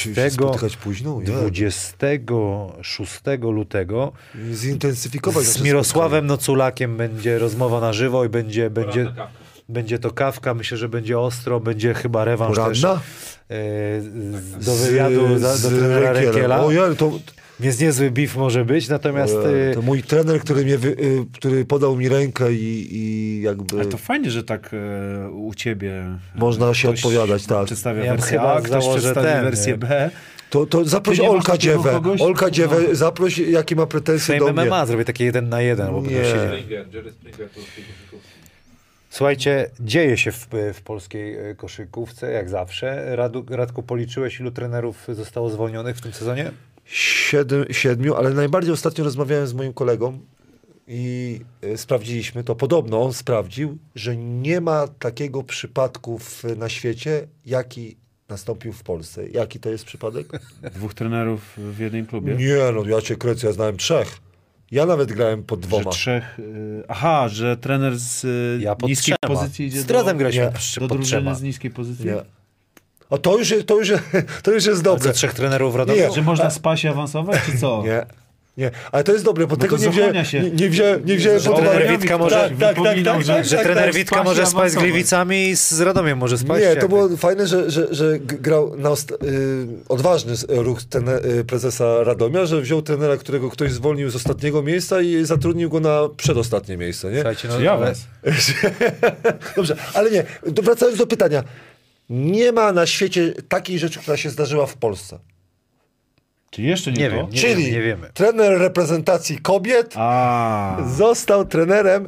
26 lutego zintensyfikować z Mirosławem Noculakiem będzie rozmowa na żywo i będzie to kawka. Myślę, że będzie ostro, będzie chyba rewanż też, do wywiadu do trenera Renkiela. Więc niezły beef może być, natomiast... To mój trener, który podał mi rękę i jakby... Ale to fajnie, że tak u ciebie... Można się odpowiadać, tak. Przedstawia Ja wersję A, ktoś przedstawi wersję B. To zaproś Olka Dziewę. Olka Dziewę, zaproś, jakie ma pretensje do mnie. MMA zrobię takie 1 na 1. Jerry Springer. Słuchajcie, dzieje się w polskiej koszykówce, jak zawsze. Radku, policzyłeś, ilu trenerów zostało zwolnionych w tym sezonie? 7, ale najbardziej ostatnio rozmawiałem z moim kolegą i sprawdziliśmy to. Podobno on sprawdził, że nie ma takiego przypadku na świecie, jaki nastąpił w Polsce. Jaki to jest przypadek? 2 trenerów w jednym klubie? Nie, no ja cię kręcę, ja znałem 3. Ja nawet grałem pod 2. Że 3... Aha, że trener z niskiej pozycji idzie do drużyny z niskiej pozycji? Nie. A to już jest dobre. Za 3 trenerów w Radomiu? Że można spać i awansować, czy co? Nie, ale to jest dobre, bo tego nie wziąłem pod Trener Witka może, tak, że trener Witka może spać z Gliwicami i z Radomiem może spać. Nie, to było fajne, że grał odważny ruch prezesa Radomia, że wziął trenera, którego ktoś zwolnił z ostatniego miejsca i zatrudnił go na przedostatnie miejsce, nie? Słuchajcie, Dobrze, ale nie, wracając do pytania. Nie ma na świecie takiej rzeczy, która się zdarzyła w Polsce. Czy jeszcze nie to? Czyli nie wiemy. Trener reprezentacji kobiet został trenerem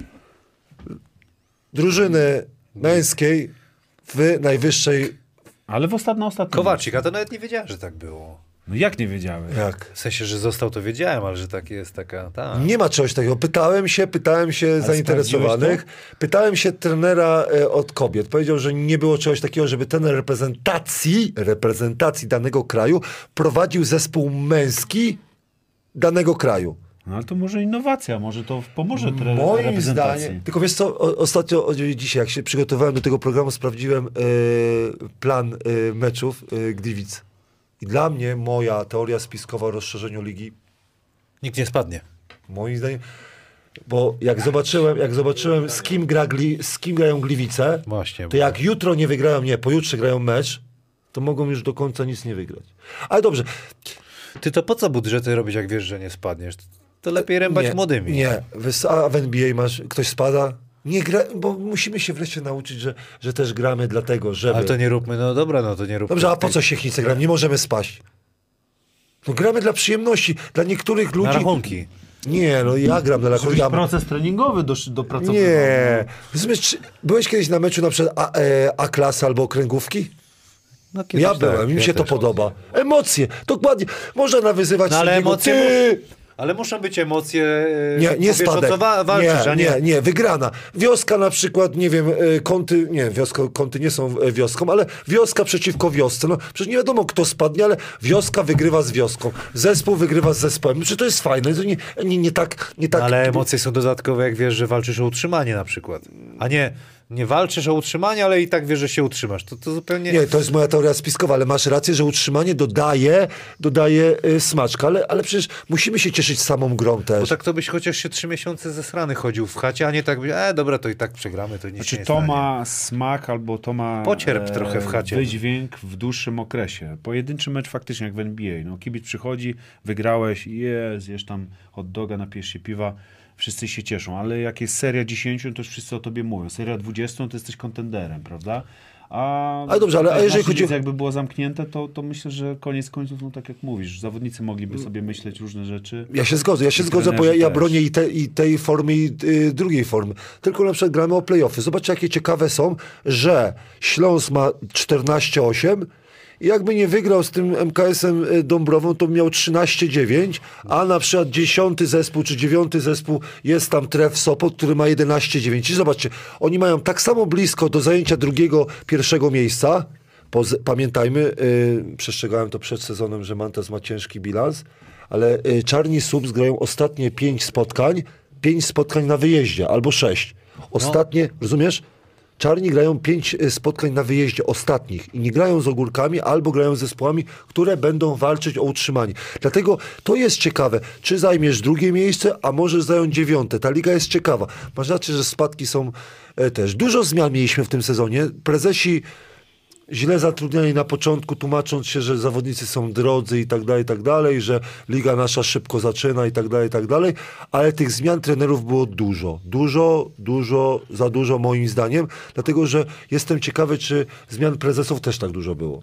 drużyny męskiej w najwyższej... Ale na ostatnim. Kowaczyk, a to nawet nie wiedziałem, że tak było. No jak nie wiedziałeś? Jak? W sensie, że został, to wiedziałem, ale że tak jest taka... Nie ma czegoś takiego. Pytałem się zainteresowanych. Pytałem się trenera od kobiet. Powiedział, że nie było czegoś takiego, żeby trener reprezentacji danego kraju prowadził zespół męski danego kraju. No ale to może innowacja, może to pomoże Moim zdaniem. Tylko wiesz co, ostatnio, dzisiaj jak się przygotowałem do tego programu, sprawdziłem plan meczów Gliwic. I dla mnie moja teoria spiskowa o rozszerzeniu ligi... Nikt nie spadnie. Moim zdaniem... Bo jak zobaczyłem z kim grają Gliwice, właśnie, to jak jutro nie wygrają, pojutrze grają mecz, to mogą już do końca nic nie wygrać. Ale dobrze. Ty to po co budżety robić, jak wiesz, że nie spadniesz? To lepiej rębać młodymi. Nie. A w NBA ktoś spada? Nie gra, bo musimy się wreszcie nauczyć, że też gramy dlatego, żeby... Ale to nie róbmy, to nie róbmy. Dobrze, a po co Siechnice gramy? Nie możemy spaść. No gramy dla przyjemności. Dla niektórych ludzi... Na rachunki. Nie, no ja gram dla rachunki. Proces treningowy dopracowany. Nie. Byłeś kiedyś na meczu na przykład A-klasy albo okręgówki? No, ja byłem, mi się to podoba. Emocje, dokładnie. Można nawyzywać ale sędziego, emocje... Ale muszą być emocje, Nie wiesz, spadek. o co walczysz, a nie, wygrana. Wioska na przykład, nie wiem, Kąty nie są wioską, ale wioska przeciwko wiosce. No przecież nie wiadomo, kto spadnie, ale wioska wygrywa z wioską. Zespół wygrywa z zespołem. Czy to jest fajne? To nie tak... Ale emocje są dodatkowe, jak wiesz, że walczysz o utrzymanie na przykład. A nie walczysz o utrzymanie, ale i tak wiesz, że się utrzymasz. To zupełnie... Nie, to jest moja teoria spiskowa, ale masz rację, że utrzymanie dodaje smaczka, ale przecież musimy się cieszyć samą grą też. Bo tak to byś chociaż się 3 miesiące zesrany chodził w chacie, a nie tak, dobra, to i tak przegramy, to nic Znaczy, nie to stanie. ma smak albo to ma Pocierp trochę w chacie. wydźwięk w dłuższym okresie. Pojedynczy mecz faktycznie jak w NBA. No, kibic przychodzi, wygrałeś, zjesz tam hot doga, napijesz się piwa, wszyscy się cieszą, ale jak jest seria 10, to już wszyscy o tobie mówią. Seria 20, to jesteś kontenderem, prawda? Ale dobrze, ale jeżeli chodzi o... Jakby było zamknięte, to myślę, że koniec końców, no tak jak mówisz, zawodnicy mogliby sobie myśleć różne rzeczy. Ja się zgodzę, bo ja bronię i tej formy, i drugiej formy. Tylko na przykład gramy o play-offy. Zobaczcie, jakie ciekawe są, że Śląsk ma 14-8 i jakby nie wygrał z tym MKS-em Dąbrową, to miał 13-9, a na przykład 10. zespół czy 9. zespół jest tam Tref Sopot, który ma 11-9. I zobaczcie, oni mają tak samo blisko do zajęcia drugiego, pierwszego miejsca. Pamiętajmy, przestrzegałem to przed sezonem, że Mantas ma ciężki bilans, ale Czarni Subs grają ostatnie 5 spotkań na wyjeździe, albo 6. Ostatnie, rozumiesz? Czarni grają 5 spotkań na wyjeździe, ostatnich. I nie grają z ogórkami, albo grają z zespołami, które będą walczyć o utrzymanie. Dlatego to jest ciekawe. Czy zajmiesz drugie miejsce, a możesz zająć 9. Ta liga jest ciekawa. Masz rację, że spadki są też. Dużo zmian mieliśmy w tym sezonie. Prezesi źle zatrudniani na początku, tłumacząc się, że zawodnicy są drodzy i tak dalej, że liga nasza szybko zaczyna i tak dalej, ale tych zmian trenerów było za dużo moim zdaniem, dlatego, że jestem ciekawy, czy zmian prezesów też tak dużo było.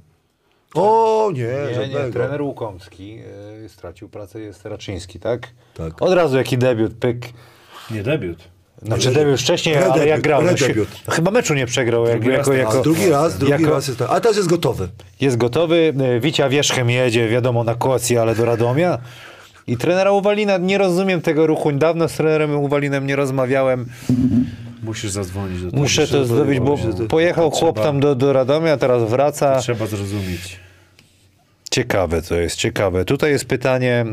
Nie, trener Łukomski stracił pracę, jest Raczyński, tak? Tak. Od razu jaki debiut, pyk. Nie debiut. Znaczy debiut wcześniej, ale jak grał. Chyba meczu nie przegrał. Drugi raz jest tak. A teraz jest gotowy. Jest gotowy. Wicia Wierzchem jedzie, wiadomo, na Kocję, ale do Radomia. I trenera Uwalina, nie rozumiem tego ruchu. Dawno z trenerem Uwalinem nie rozmawiałem. Musisz zadzwonić do tego. Muszę to zrobić, bo pojechał chłop tam do Radomia, teraz wraca. To trzeba zrozumieć. Ciekawe to jest, ciekawe. Tutaj jest pytanie.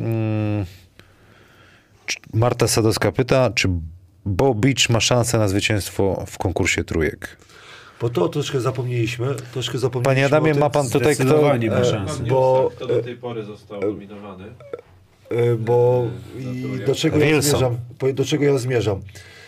Marta Sadowska pyta, czy Bo Beach ma szansę na zwycięstwo w konkursie trójek. Bo to troszkę zapomnieliśmy. Panie Adamie, ma pan tutaj kto... ma szansę. Bo kto do tej pory został nominowany? Do czego ja zmierzam?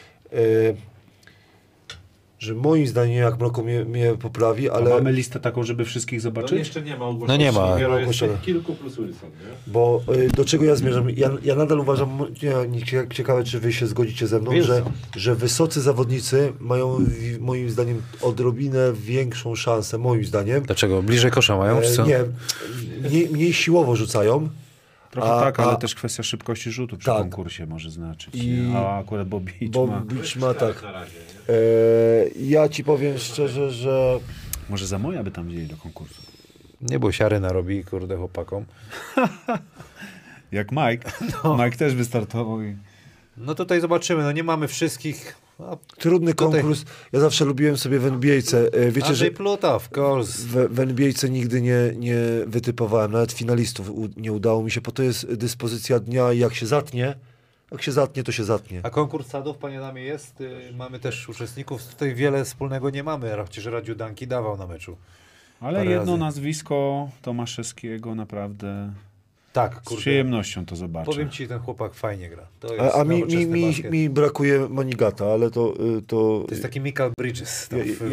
Że moim zdaniem, jak Mroko mnie poprawi, ale... Mamy listę taką, żeby wszystkich zobaczyć? No jeszcze nie ma No nie ma. Jest kilku plus Wilson, nie? Bo do czego ja zmierzam? Ja nadal uważam, ciekawe, czy wy się zgodzicie ze mną, że wysocy zawodnicy mają moim zdaniem odrobinę większą szansę, moim zdaniem. Dlaczego? Bliżej kosza mają, czy co? Nie, mniej siłowo rzucają. Trochę tak, ale też kwestia szybkości rzutu przy konkursie może znaczyć. A akurat Bo Beach ma tak. Ja ci powiem szczerze, że... Może za moja by tam wzięli do konkursu. Nie, bo siary narobi, kurde, chłopakom. Jak Mike. No. Mike też wystartował. No tutaj zobaczymy, no nie mamy wszystkich... Trudny konkurs. Ja zawsze lubiłem sobie w NBA-ce. Wiecie, że Pluta, of course. W NBA-ce nigdy nie wytypowałem, nawet finalistów nie udało mi się, bo to jest dyspozycja dnia i jak się zatnie, to się zatnie. A konkurs sadów, panie Adamie, jest? Mamy też uczestników, tutaj wiele wspólnego nie mamy, przecież Radziu Danki dawał na meczu. Ale jedno nazwisko Tomaszewskiego naprawdę... Tak, z przyjemnością to zobaczę. Powiem ci, ten chłopak fajnie gra. To jest mi brakuje Manigata, ale to... To jest taki Michael Bridges.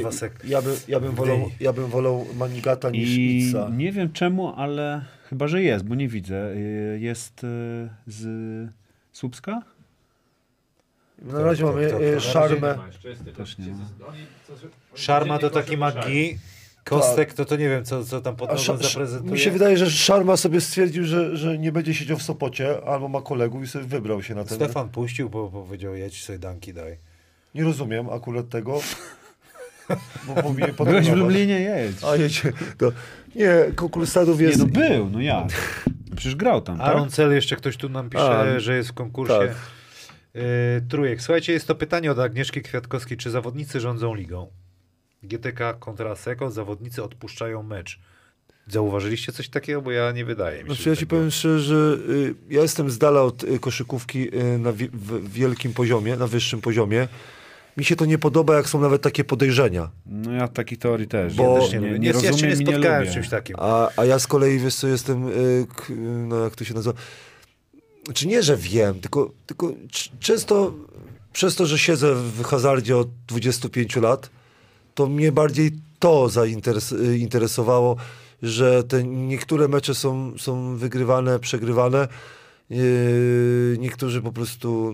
Ja bym wolał Manigata niż Itza. Nie wiem czemu, ale chyba, że jest, bo nie widzę. Jest z Słupska? Na razie mamy Szarmę. Szarma to taki Magi. Kostek to nie wiem, co tam pod nogą zaprezentuje. Mi się wydaje, że Szarma sobie stwierdził, że nie będzie siedział w Sopocie, albo ma kolegów i sobie wybrał się na ten... Stefan puścił, bo powiedział, jedź sobie Danki daj. Nie rozumiem akurat tego. Byłeś w Lublinie, jedź. A jedzie. Nie, konkurs sadów jest... Nie, no był, no jak? Przecież grał tam, tak? Aaron Cell jeszcze ktoś tu nam pisze, że jest w konkursie. Tak. Trójek. Słuchajcie, jest to pytanie od Agnieszki Kwiatkowskiej. Czy zawodnicy rządzą ligą? GTK kontra Seko, zawodnicy odpuszczają mecz. Zauważyliście coś takiego? Bo ja nie wydaje mi się. Znaczy, ja ci powiem szczerze, że ja jestem z dala od koszykówki na wielkim poziomie, na wyższym poziomie. Mi się to nie podoba, jak są nawet takie podejrzenia. No ja takich teorii też. Bo- Ja też nie rozumiem ja się nie i nie spotkałem lubię. z czymś takim. A ja z kolei, wiesz co, jestem, no jak to się nazywa, czy nie, że wiem, tylko często przez to, że siedzę w hazardzie od 25 lat, to mnie bardziej to zainteresowało, że te niektóre mecze są wygrywane, przegrywane, niektórzy po prostu,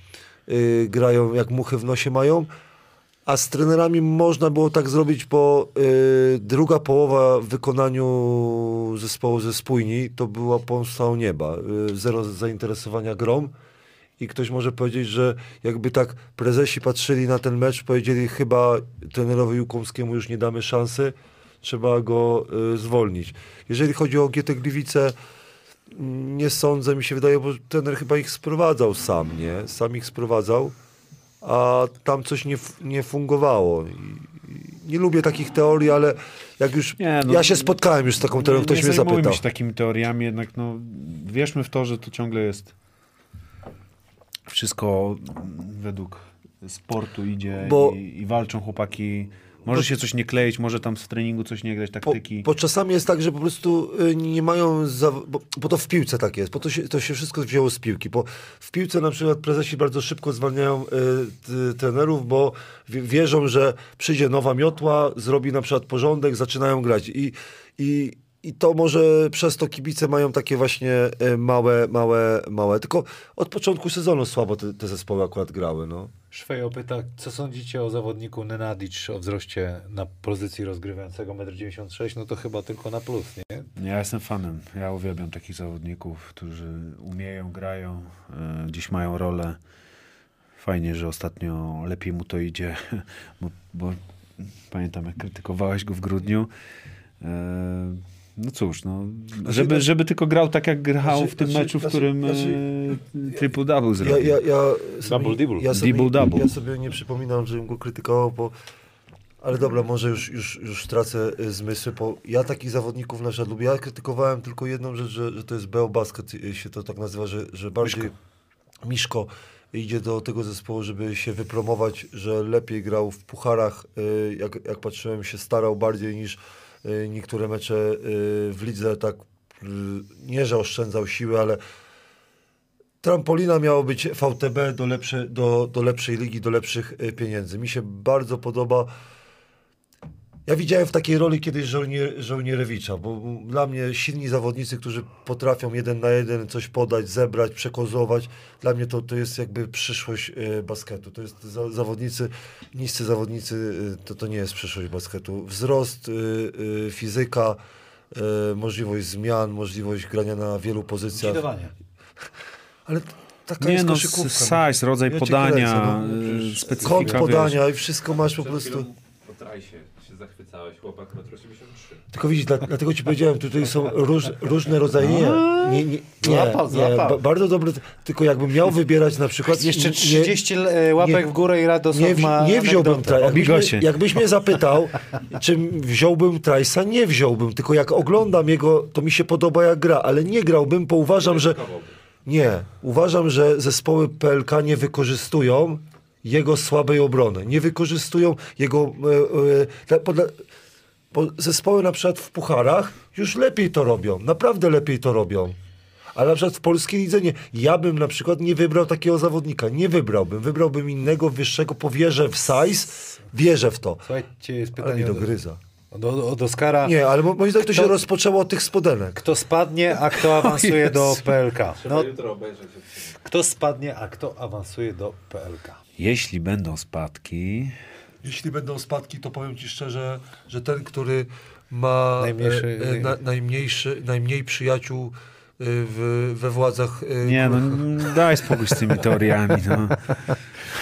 grają jak muchy w nosie mają, a z trenerami można było tak zrobić, bo druga połowa w wykonaniu zespołu ze Spójni to była pomsta o nieba. Zero zainteresowania grą i ktoś może powiedzieć, że jakby tak prezesi patrzyli na ten mecz, powiedzieli chyba trenerowi Jukomskiemu już nie damy szansy, trzeba go zwolnić. Jeżeli chodzi o GT Gliwice, nie sądzę, mi się wydaje, bo trener chyba ich sprowadzał sam, nie? Sam ich sprowadzał, a tam coś nie fungowało. Nie lubię takich teorii, ale jak już... ja się spotkałem już z taką teorią, ktoś mnie zapytał. Nie zajmujmy się takimi teoriami, jednak wierzmy w to, że to ciągle jest wszystko według sportu idzie i walczą chłopaki. Może się coś nie kleić, może tam w treningu coś nie grać, taktyki. Bo czasami jest tak, że po prostu nie mają... Bo to w piłce tak jest, bo to się wszystko wzięło z piłki. Bo w piłce na przykład prezesi bardzo szybko zwalniają trenerów, bo wierzą, że przyjdzie nowa miotła, zrobi na przykład porządek, zaczynają grać. I to może przez to kibice mają takie właśnie małe. Tylko od początku sezonu słabo te zespoły akurat grały, no. Szwejo pyta, co sądzicie o zawodniku Nenadic o wzroście na pozycji rozgrywającego 1,96 m? No to chyba tylko na plus, nie? Ja jestem fanem. Ja uwielbiam takich zawodników, którzy umieją, grają, dziś mają rolę. Fajnie, że ostatnio lepiej mu to idzie, bo pamiętam, jak krytykowałeś go w grudniu. No cóż, żeby tylko grał tak, jak grał w tym meczu, w którym triple-double zrobił. Ja sobie nie przypominam, żebym go krytykował, ale dobra, może już tracę zmysły, bo ja takich zawodników na przykład lubię. Ja krytykowałem tylko jedną rzecz, że to jest BO Basket, się to tak nazywa, że bardziej Miszko idzie do tego zespołu, żeby się wypromować, że lepiej grał w pucharach, jak patrzyłem, się starał bardziej niż niektóre mecze w lidze, tak nie, że oszczędzał siły, ale trampolina miało być VTB do lepszej ligi, do lepszych pieniędzy. Mi się bardzo podoba. Ja widziałem w takiej roli kiedyś Żołnierewicza, bo dla mnie silni zawodnicy, którzy potrafią 1 na 1 coś podać, zebrać, przekozować, dla mnie to jest jakby przyszłość basketu. To jest niscy zawodnicy, to nie jest przyszłość basketu. Wzrost, fizyka, możliwość zmian, możliwość grania na wielu pozycjach. Ale taka jest koszykówka. Size, rodzaj podania, specyfika. Kąt podania i wszystko masz po prostu. Po trajsie się zachwycałeś, chłopak 1,83 m. Tylko widzisz, dlatego ci powiedziałem, tutaj są różne rodzaje. Bardzo dobre. Tylko jakbym miał wybierać na przykład... Jeszcze 30 łapek w górę i Radosław ma... Nie wziąłbym Trajsa. Jakbyś mnie zapytał, czy wziąłbym Trajsa, nie wziąłbym. Tylko jak oglądam jego, to mi się podoba, jak gra. Ale nie grałbym, bo uważam, że... Nie. Uważam, że zespoły PLK nie wykorzystują jego słabej obrony. Nie wykorzystują jego... Bo zespoły na przykład w pucharach już lepiej to robią. Naprawdę lepiej to robią. Ale na przykład w polskiej lidze nie. Ja bym na przykład nie wybrał takiego zawodnika. Nie wybrałbym. Wybrałbym innego, wyższego. Powierzę w size. Wierzę w to. Słuchajcie, jest pytanie ale mi do gryza. Od Oskara. Nie, ale moim zdaniem to się rozpoczęło od tych spodenek. Kto spadnie, a kto awansuje do PLK? Trzeba jutro obejrzeć. Kto spadnie, a kto awansuje do PLK? Jeśli będą spadki... to powiem ci szczerze, że ten, który ma najmniej przyjaciół we władzach... Nie, daj spokój z tymi teoriami. No.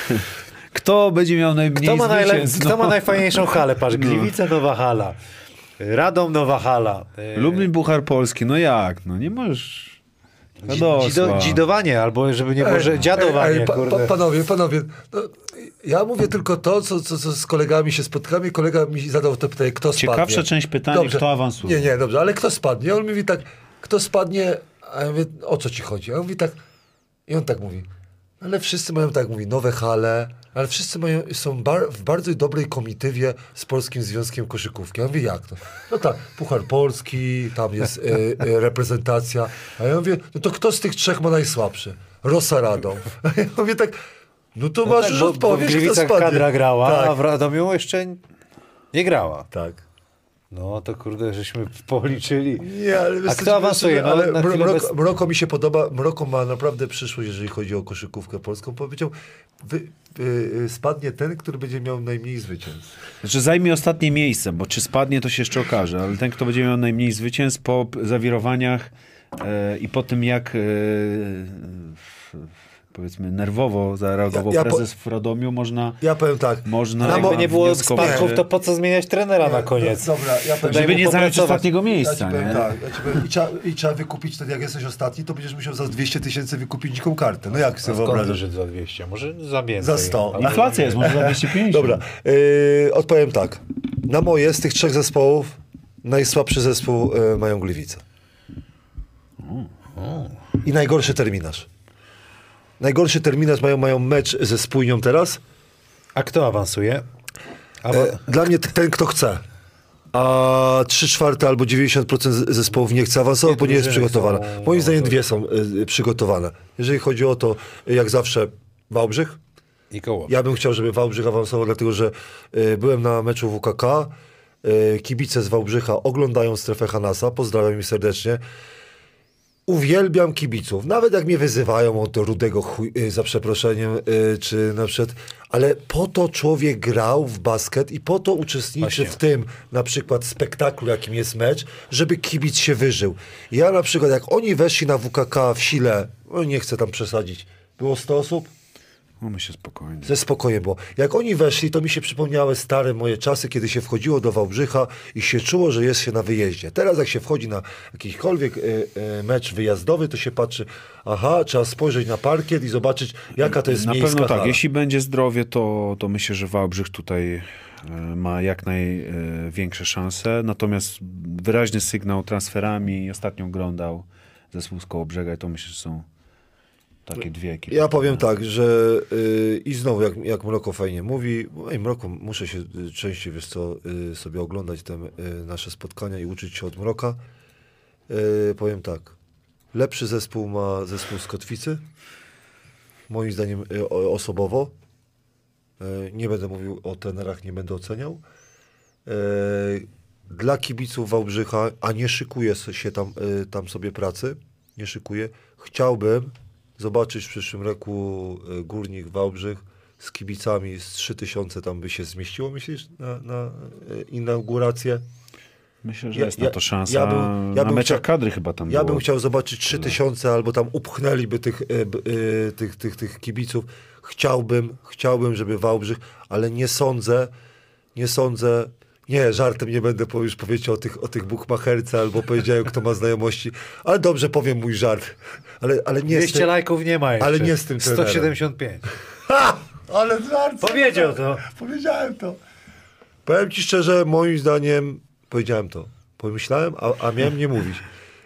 Kto będzie miał najmniej zwycięstw? Kto ma najfajniejszą halę? Patrz, Gliwice, nowa hala. Radom, Nowa Hala. Lublin, Puchar Polski, no jak? No nie możesz... Dzidowanie, albo żeby nie było, że dziadowanie, kurde. Panowie, no, ja mówię tylko to, co z kolegami się spotkamy. Kolega mi zadał to pytanie, kto spadnie. Ciekawsza część pytania, dobrze. Kto awansuje. Nie, dobrze, ale kto spadnie? On mówi tak, kto spadnie, a ja mówię, o co ci chodzi? A on mówi tak, i on tak mówi, ale wszyscy mają, tak mówi, nowe hale, ale wszyscy są w bardzo dobrej komitywie z Polskim Związkiem Koszykówki. Ja mówię, jak to? No tak, Puchar Polski, tam jest reprezentacja. A ja mówię, no to kto z tych trzech ma najsłabszy? Rosa Radom. A ja mówię tak, no to masz już odpowiedź, w Gliwicach kadra grała, tak. A w Radomiu jeszcze nie grała. Tak. No to kurde, żeśmy policzyli. Nie, ale a kto awansuje? No, ale bez... Mroko mi się podoba. Mroko ma naprawdę przyszłość, jeżeli chodzi o koszykówkę polską. Powiedział, spadnie ten, który będzie miał najmniej zwycięstw. Znaczy zajmie ostatnie miejsce, bo czy spadnie, to się jeszcze okaże, ale ten, kto będzie miał najmniej zwycięstw po zawirowaniach i po tym, jak powiedzmy nerwowo zareagował prezes w Radomiu, można... Ja powiem tak. Można jakby nie było spadków, to po co zmieniać trenera na koniec? Dobra, ja powiem, żeby nie zająć ostatniego miejsca. I trzeba wykupić wtedy, jak jesteś ostatni, to będziesz musiał za 200 000 wykupić dziką kartę. No jak sobie wyobrażasz? Że za 200, może za więcej. Za 100. Inflacja jest, może za 250. Dobra, odpowiem tak. Na moje, z tych trzech zespołów, najsłabszy zespół mają Gliwice. I najgorszy terminarz. Najgorszy terminarz mają mecz ze Spójnią teraz. A kto awansuje? Dla mnie ten, kto chce. A 3/4 albo 90% zespołów nie chce awansować, bo nie jest przygotowane. Moim zdaniem dwie są przygotowane. Jeżeli chodzi o to, jak zawsze, Wałbrzych. I Koło. Ja bym chciał, żeby Wałbrzych awansował, dlatego że byłem na meczu WKK. Kibice z Wałbrzycha oglądają strefę Hanasa. Pozdrawiam ich serdecznie. Uwielbiam kibiców, nawet jak mnie wyzywają od rudego za przeproszeniem, czy na przykład, ale po to człowiek grał w basket i po to uczestniczy w tym, na przykład spektaklu, jakim jest mecz, żeby kibic się wyżył. Ja na przykład, jak oni weszli na WKK w Sile, no nie chcę tam przesadzić, było 100 osób? Myślę spokojnie. Ze spokojem było. Jak oni weszli, to mi się przypomniały stare moje czasy, kiedy się wchodziło do Wałbrzycha i się czuło, że jest się na wyjeździe. Teraz jak się wchodzi na jakikolwiek mecz wyjazdowy, to się patrzy, aha, trzeba spojrzeć na parkiet i zobaczyć, jaka to jest miejska miejska hala. hala. Jeśli będzie zdrowie, to myślę, że Wałbrzych tutaj ma jak największe szanse. Natomiast wyraźny sygnał transferami ostatnio oglądał zespół z Kołobrzega i to myślę, że są takie dwie ekipy. Ja powiem tak, że i znowu jak Mroko fajnie mówi, Mroko, muszę się częściej, wiesz co, sobie oglądać te nasze spotkania i uczyć się od Mroka. Powiem tak, lepszy zespół ma zespół z Kotwicy, moim zdaniem osobowo. Nie będę mówił o trenerach, nie będę oceniał. Dla kibiców Wałbrzycha, a nie szykuje się tam sobie pracy, nie szykuje, chciałbym zobaczyć w przyszłym roku Górnik Wałbrzych z kibicami, z 3000 tam by się zmieściło, myślisz, na inaugurację? Myślę, że jest na to szansa. Na meczach kadry chyba tam było. Ja bym chciał zobaczyć 3000 albo tam upchnęliby tych kibiców. Chciałbym, żeby Wałbrzych, ale nie sądzę, nie, żartem nie będę już powiedział o tych bukmacherce, albo powiedziałem, kto ma znajomości, ale dobrze powiem mój żart. Ale nie 200 lajków nie ma jeszcze. Ale nie z tym trenerem. 175. Ha! Ale żart! Powiedział to. Powiedziałem to. Powiem ci szczerze, moim zdaniem, powiedziałem to. Pomyślałem, a miałem nie mówić.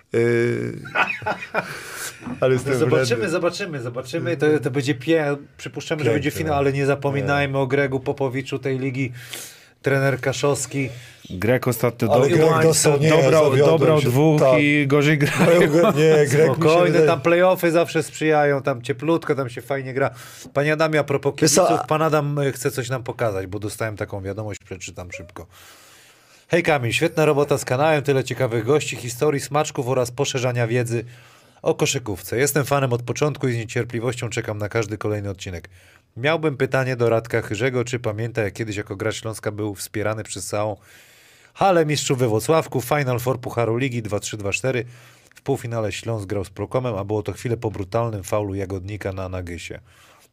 Ale Zobaczymy. To będzie przypuszczamy, że będzie finał, ale nie zapominajmy o Gregu Popowiczu tej ligi. Trener Kaszowski. Grek ostatnio dobrał dwóch i gorzej grał. Nie, Grek spokojne, tam play-offy zawsze sprzyjają, tam cieplutko, tam się fajnie gra. Panie Adamie, a propos kibiców, pan Adam chce coś nam pokazać, bo dostałem taką wiadomość, przeczytam szybko. Hej Kamil, świetna robota z kanałem, tyle ciekawych gości, historii, smaczków oraz poszerzania wiedzy o koszykówce. Jestem fanem od początku i z niecierpliwością czekam na każdy kolejny odcinek. Miałbym pytanie do Radka Chyrzego, czy pamięta, jak kiedyś jako gracz Śląska był wspierany przez całą halę mistrzów we Włocławku, Final Four Pucharu Ligi 2-3-2-4. W półfinale Śląsk grał z Prokomem, a było to chwilę po brutalnym faulu Jagodnika na Nagysie.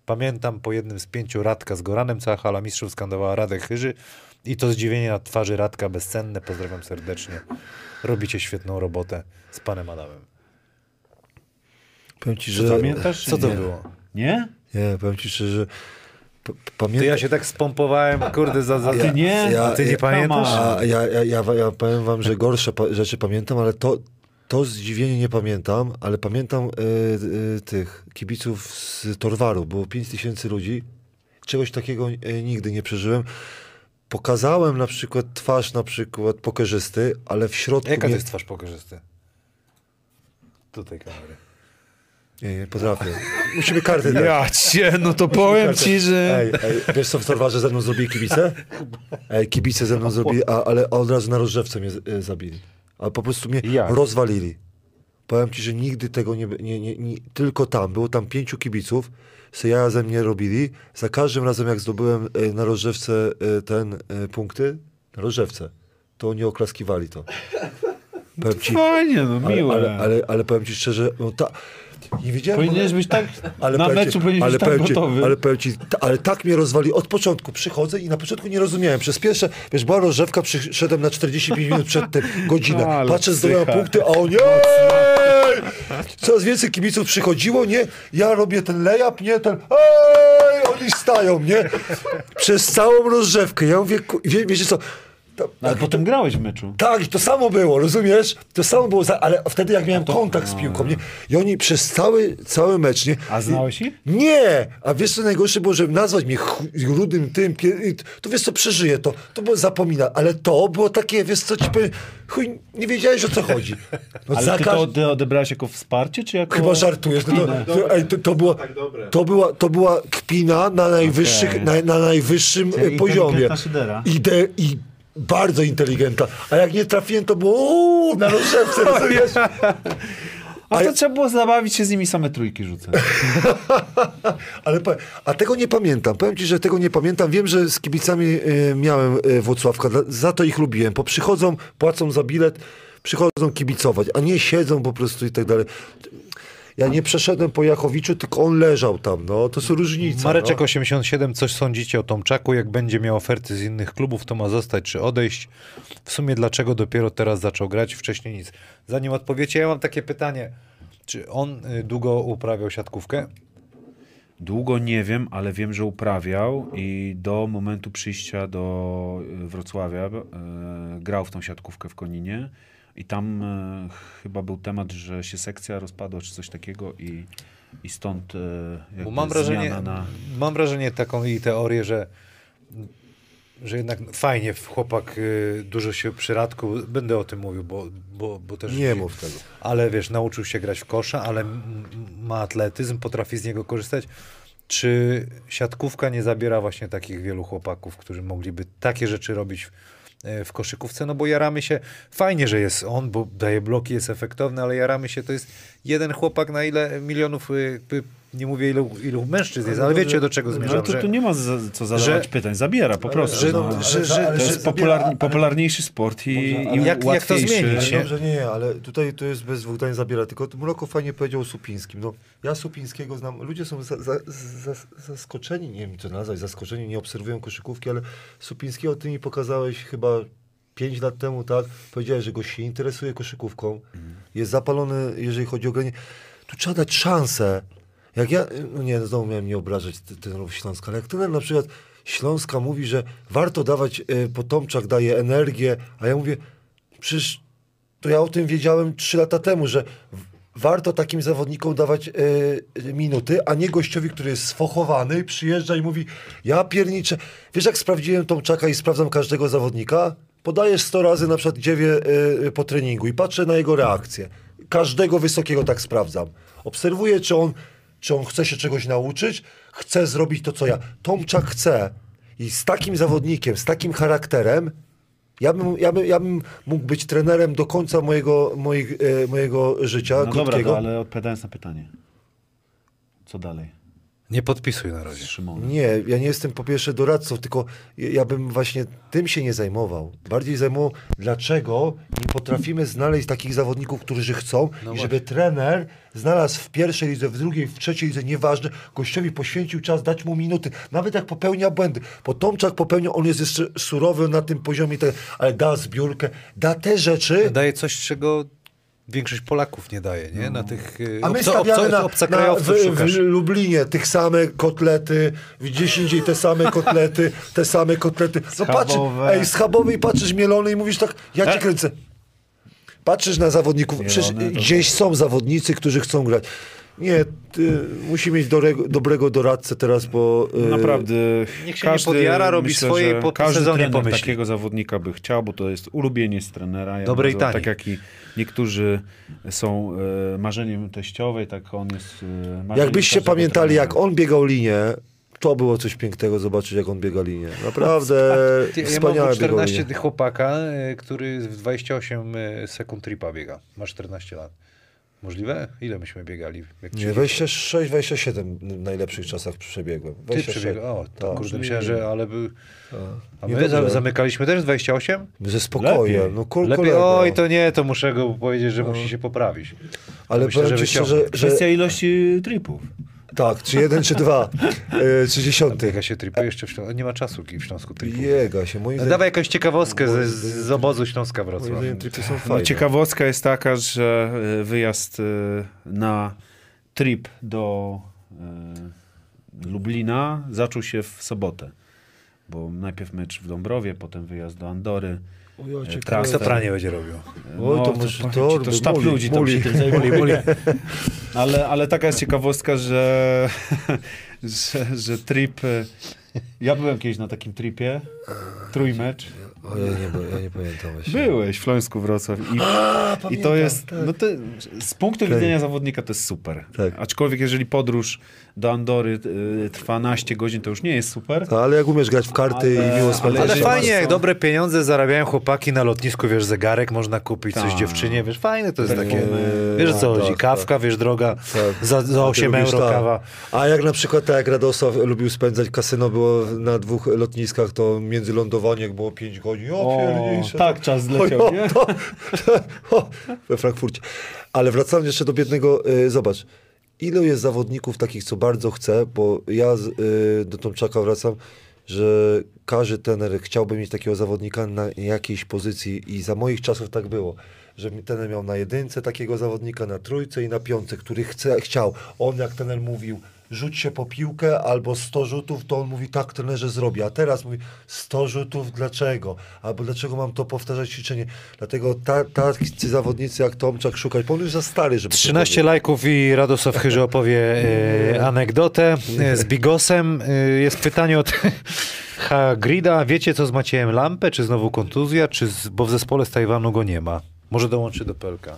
Pamiętam po jednym z 5 Radka z Goranem, cała hala mistrzów skandowała Radek Chyży i to zdziwienie na twarzy Radka bezcenne. Pozdrawiam serdecznie. Robicie świetną robotę z panem Adamem. Powiem ci, że... Pamiętasz? Co to było? Nie? Nie, powiem ci szczerze, że To ja się tak spompowałem, kurde, Ty nie? A ty nie pamiętasz? Ja powiem wam, że gorsze rzeczy pamiętam, ale to zdziwienie nie pamiętam, ale pamiętam tych kibiców z Torwaru. Było 5000 ludzi. Czegoś takiego nigdy nie przeżyłem. Pokazałem na przykład twarz pokerzysty, ale w środku... Jaka to jest twarz pokerzysty? Tutaj kamery. Nie potrafię. Musimy karty dać. Ja cię, no to powiem ci, że... Wiesz co w Torwarze ze mną zrobili kibice? Kibice ze mną zrobili, ale od razu na rozgrzewce mnie zabili. Ale po prostu mnie rozwalili. Powiem ci, że nigdy tego nie tylko tam. Było tam 5 kibiców, se jaja ze mnie robili. Za każdym razem, jak zdobyłem na rozgrzewce punkty, na rozgrzewce, to oni oklaskiwali to. Powiem ci, fajnie, no miłe. ale powiem ci szczerze, no nie wiedziałem. Powinieneś być tak, na meczu powinieneś być tak gotowy. Ale tak mnie rozwali. Od początku przychodzę i na początku nie rozumiałem. Przez pierwsze, wiesz, była rozgrzewka, przyszedłem na 45 minut przed tym, godzinę. Patrzę, zdobyłem punkty, a oni coraz więcej kibiców przychodziło, nie? Ja robię ten layup, nie? Oni stają, nie? Przez całą rozgrzewkę. Ja mówię, wiecie co? Ale potem grałeś w meczu. Tak, i to samo było, rozumiesz? To samo było, ale wtedy jak miałem kontakt z piłką, nie? I oni przez cały mecz, nie? A znałeś ich? Nie! A wiesz co najgorsze było, żeby nazwać mnie rudym tym, to wiesz co, przeżyję to. To było zapomina, ale to było takie, wiesz co, ci powiem, chuj, nie wiedziałeś o co chodzi. No, ale ty to odebrałeś jako wsparcie, czy jako... Chyba żartujesz. To była kpina na najwyższym poziomie. I bardzo inteligentna. A jak nie trafiłem, to było na rozgrzewce, rozumiesz? A to trzeba było zabawić się z nimi, same trójki rzucać. A tego nie pamiętam. Powiem ci, że tego nie pamiętam. Wiem, że z kibicami miałem Włocławka. Za to ich lubiłem. Bo przychodzą, płacą za bilet, przychodzą kibicować, a nie siedzą po prostu i tak dalej. Ja nie przeszedłem po Jachowiczu, tylko on leżał tam, no. To są różnice. Mareczek 87, coś sądzicie o Tomczaku? Jak będzie miał oferty z innych klubów, to ma zostać czy odejść? W sumie dlaczego dopiero teraz zaczął grać? Wcześniej nic. Zanim odpowiecie, ja mam takie pytanie. Czy on długo uprawiał siatkówkę? Długo nie wiem, ale wiem, że uprawiał i do momentu przyjścia do Wrocławia grał w tą siatkówkę w Koninie. I tam chyba był temat, że się sekcja rozpadła, czy coś takiego i stąd bo mam wrażenie taką i teorię, że jednak fajnie chłopak dużo się przy Radku, będę o tym mówił, bo też... Nie mów tego. Ale wiesz, nauczył się grać w kosza, ale ma atletyzm, potrafi z niego korzystać. Czy siatkówka nie zabiera właśnie takich wielu chłopaków, którzy mogliby takie rzeczy robić w koszykówce, no bo jaramy się, fajnie, że jest on, bo daje bloki, jest efektowny, ale jaramy się, to jest jeden chłopak na ile milionów, nie mówię ilu mężczyzn jest, ale wiecie do czego zmierzam. Ale to tu nie ma co zadawać pytań, zabiera po prostu. To jest popularniejszy sport i jak to zmienić? Nie, ale tutaj to jest bez dwóch zdań zabiera, tylko Mroko fajnie powiedział o Supińskim. No, ja Supińskiego znam, ludzie są zaskoczeni, nie wiem co nazwać, zaskoczeni, nie obserwują koszykówki, ale Supińskiego ty mi pokazałeś chyba 5 lat temu, tak? Powiedziałeś, że go się interesuje koszykówką, jest zapalony, jeżeli chodzi o granie. Tu trzeba dać szansę. Jak ja, znowu miałem nie obrażać trenerów Śląska, ale jak trener na przykład Śląska mówi, że warto dawać, Tomczak daje energię, a ja mówię, przecież to ja o tym wiedziałem 3 lata temu, że warto takim zawodnikom dawać minuty, a nie gościowi, który jest sfochowany, przyjeżdża i mówi, ja pierniczę. Wiesz, jak sprawdziłem Tomczaka i sprawdzam każdego zawodnika? Podajesz 100 razy na przykład dziewię po treningu i patrzę na jego reakcję. Każdego wysokiego tak sprawdzam. Obserwuję, czy on chce się czegoś nauczyć, chce zrobić to, co ja. Tomczak chce. I z takim zawodnikiem, z takim charakterem, ja bym mógł być trenerem do końca mojego życia no krótkiego. Dobra, ale odpowiadając na pytanie. Co dalej? Nie podpisuj na razie. Nie, ja nie jestem po pierwsze doradcą, tylko ja bym właśnie tym się nie zajmował. Bardziej zajmował, dlaczego nie potrafimy znaleźć takich zawodników, którzy chcą i żeby trener znalazł w pierwszej lidze, w drugiej, w trzeciej lidze, nieważne, gościowi poświęcił czas, dać mu minuty, nawet jak popełnia błędy. Bo Tomczak popełnia, on jest jeszcze surowy na tym poziomie, ale da zbiórkę, da te rzeczy. Daje coś, czego większość Polaków nie daje, nie? Na tych A my stawiamy w Lublinie tych same kotlety, gdzieś indziej te same kotlety. No patrz, schabowy i patrzysz mielony i mówisz tak, ja cię kręcę. Patrzysz na zawodników, przecież gdzieś są zawodnicy, którzy chcą grać. Nie, musi mieć dobrego doradcę teraz, bo... Naprawdę, niech się nie podjara, robi swoje i po sezonie pomyśli. Takiego zawodnika by chciał, bo to jest ulubieniec trenera. Dobry i tani. Tak jak i niektórzy są marzeniem teściowej, tak on jest marzeniem. Jakbyście pamiętali, jak on biegał linię, to było coś pięknego zobaczyć, jak on biega linię. Naprawdę wspaniałe. Ja mam 14 chłopaka, który w 28 sekund tripa biega. Ma 14 lat. Możliwe? Ile myśmy biegali? Nie, 26, 27 w najlepszych czasach przebiegłem. 26. Ty przebiegł? O, to kurde, myślałem, że ale by... A my dobrze. Zamykaliśmy też 28? Ze spokojem. Lepiej. Oj, to nie, to muszę go powiedzieć, że musi się poprawić. Ale myślę, powiem ci szczerze, że... Kwestia ilości tripów. Tak, czy 1, czy 2, czy 10. Biega się tripuje jeszcze w Śląsku. Nie ma czasu w Śląsku tripu. Biega się. Dawaj jakąś ciekawostkę z obozu Śląska Wrocław. Tripy są fajne. Ciekawostka jest taka, że wyjazd na trip do Lublina zaczął się w sobotę. Bo najpierw mecz w Dąbrowie, potem wyjazd do Andory. Co pranie będzie robił? Oj, to może to sztab ludzi tam się tym zajmuje. Ale taka jest ciekawostka, że trip... Ja byłem kiedyś na takim tripie, trójmecz. O, ja nie pamiętam właśnie. Byłeś w Śląsku Wrocław i to jest, tak. no to, z punktu widzenia zawodnika to jest super. Tak. Aczkolwiek jeżeli podróż do Andory trwa 12 godzin, to już nie jest super. No, ale jak umiesz grać w karty i miło spędzać. Ale fajnie, jak dobre pieniądze zarabiają chłopaki na lotnisku, wiesz, zegarek można kupić, coś dziewczynie, wiesz, fajne to jest takie, wiesz o co chodzi, kawka, wiesz, droga, za 8 euro kawa. A jak na przykład, tak jak Radosław lubił spędzać, kasyno było na 2 lotniskach, to międzylądowanie, jak było 5 godzin, tak, czas zleciał, nie? We Frankfurcie. Ale wracając jeszcze do biednego, zobacz, ilu jest zawodników takich, co bardzo chce, bo ja do Tomczaka wracam, że każdy trener chciałby mieć takiego zawodnika na jakiejś pozycji i za moich czasów tak było, że trener miał na 1 takiego zawodnika, na 3 i na 5, który chciał. On, jak trener mówił, rzuć się po piłkę albo 100 rzutów, to on mówi, tak, trenerze, zrobię. A teraz mówi, 100 rzutów, dlaczego? Albo dlaczego mam to powtarzać ćwiczenie? Dlatego tacy zawodnicy jak Tomczak szukać, bo on już za stary, żeby... 13 lajków i Radosław Chyży opowie anegdotę z Bigosem. Jest pytanie od Hagrida. Wiecie, co z Maciejem Lampę? Czy znowu kontuzja? Bo w zespole z Tajwanu go nie ma. Może dołączy do PLK.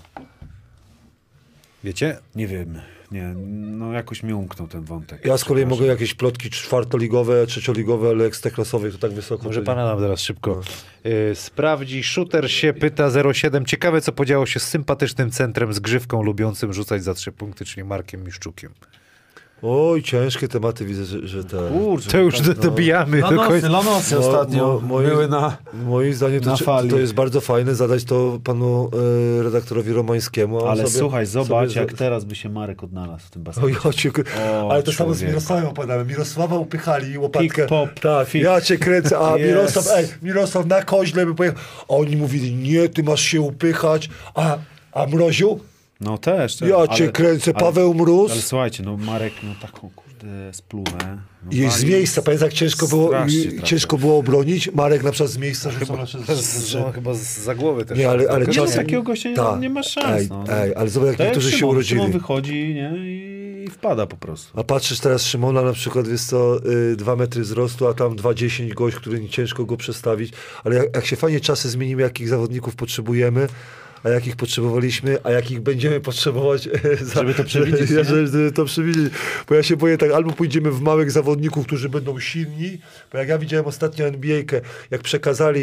Wiecie? Nie wiem. Nie, no jakoś mi umknął ten wątek. Ja z kolei mogę jakieś plotki czwartoligowe, trzecioligowe, ale ekstraklasowe to tak wysoko. Może pana nam teraz szybko sprawdzi. Shooter się pyta 07. Ciekawe, co podziało się z sympatycznym centrem, z grzywką lubiącym rzucać za 3 punkty, czyli Markiem Miszczukiem. Oj, ciężkie tematy widzę, że te... Kurczę, to już dobijamy do końca. Lanosy ostatnio były moim zdaniem to jest bardzo fajne zadać to panu redaktorowi Romańskiemu. Ale słuchaj, zobacz, jak teraz by się Marek odnalazł w tym basenie. Ale to samo z Mirosławem opowiadałem. Mirosława upychali łopatkę. Pick, pop, tak, ja cię kręcę, a Mirosław na koźle by pojechał. A oni mówili, nie, ty masz się upychać, a Mroziu? No też. Ja cię kręcę, Paweł Mróz. Ale słuchajcie, no Marek, no taką kurde spluwę. No i z miejsca, pamiętasz jak ciężko było obronić? Marek na przykład z miejsca rzucał chyba za głowę też. Nie, ale czasem takiego gościa nie ma szans. Ale zobacz, jak niektórzy się urodzili. Szymon wychodzi, nie? I wpada po prostu. A patrzysz teraz Szymona na przykład, wiesz co, 2 metry wzrostu, a tam 2,10 gość, który ciężko go przestawić. Ale jak się fajnie czasy zmienimy, jakich zawodników potrzebujemy, a jakich potrzebowaliśmy, a jakich będziemy potrzebować, żeby to przewidzieć. Żeby to przewidzieć. Bo ja się boję tak, albo pójdziemy w małych zawodników, którzy będą silni, bo jak ja widziałem ostatnio NBA-kę, jak przekazali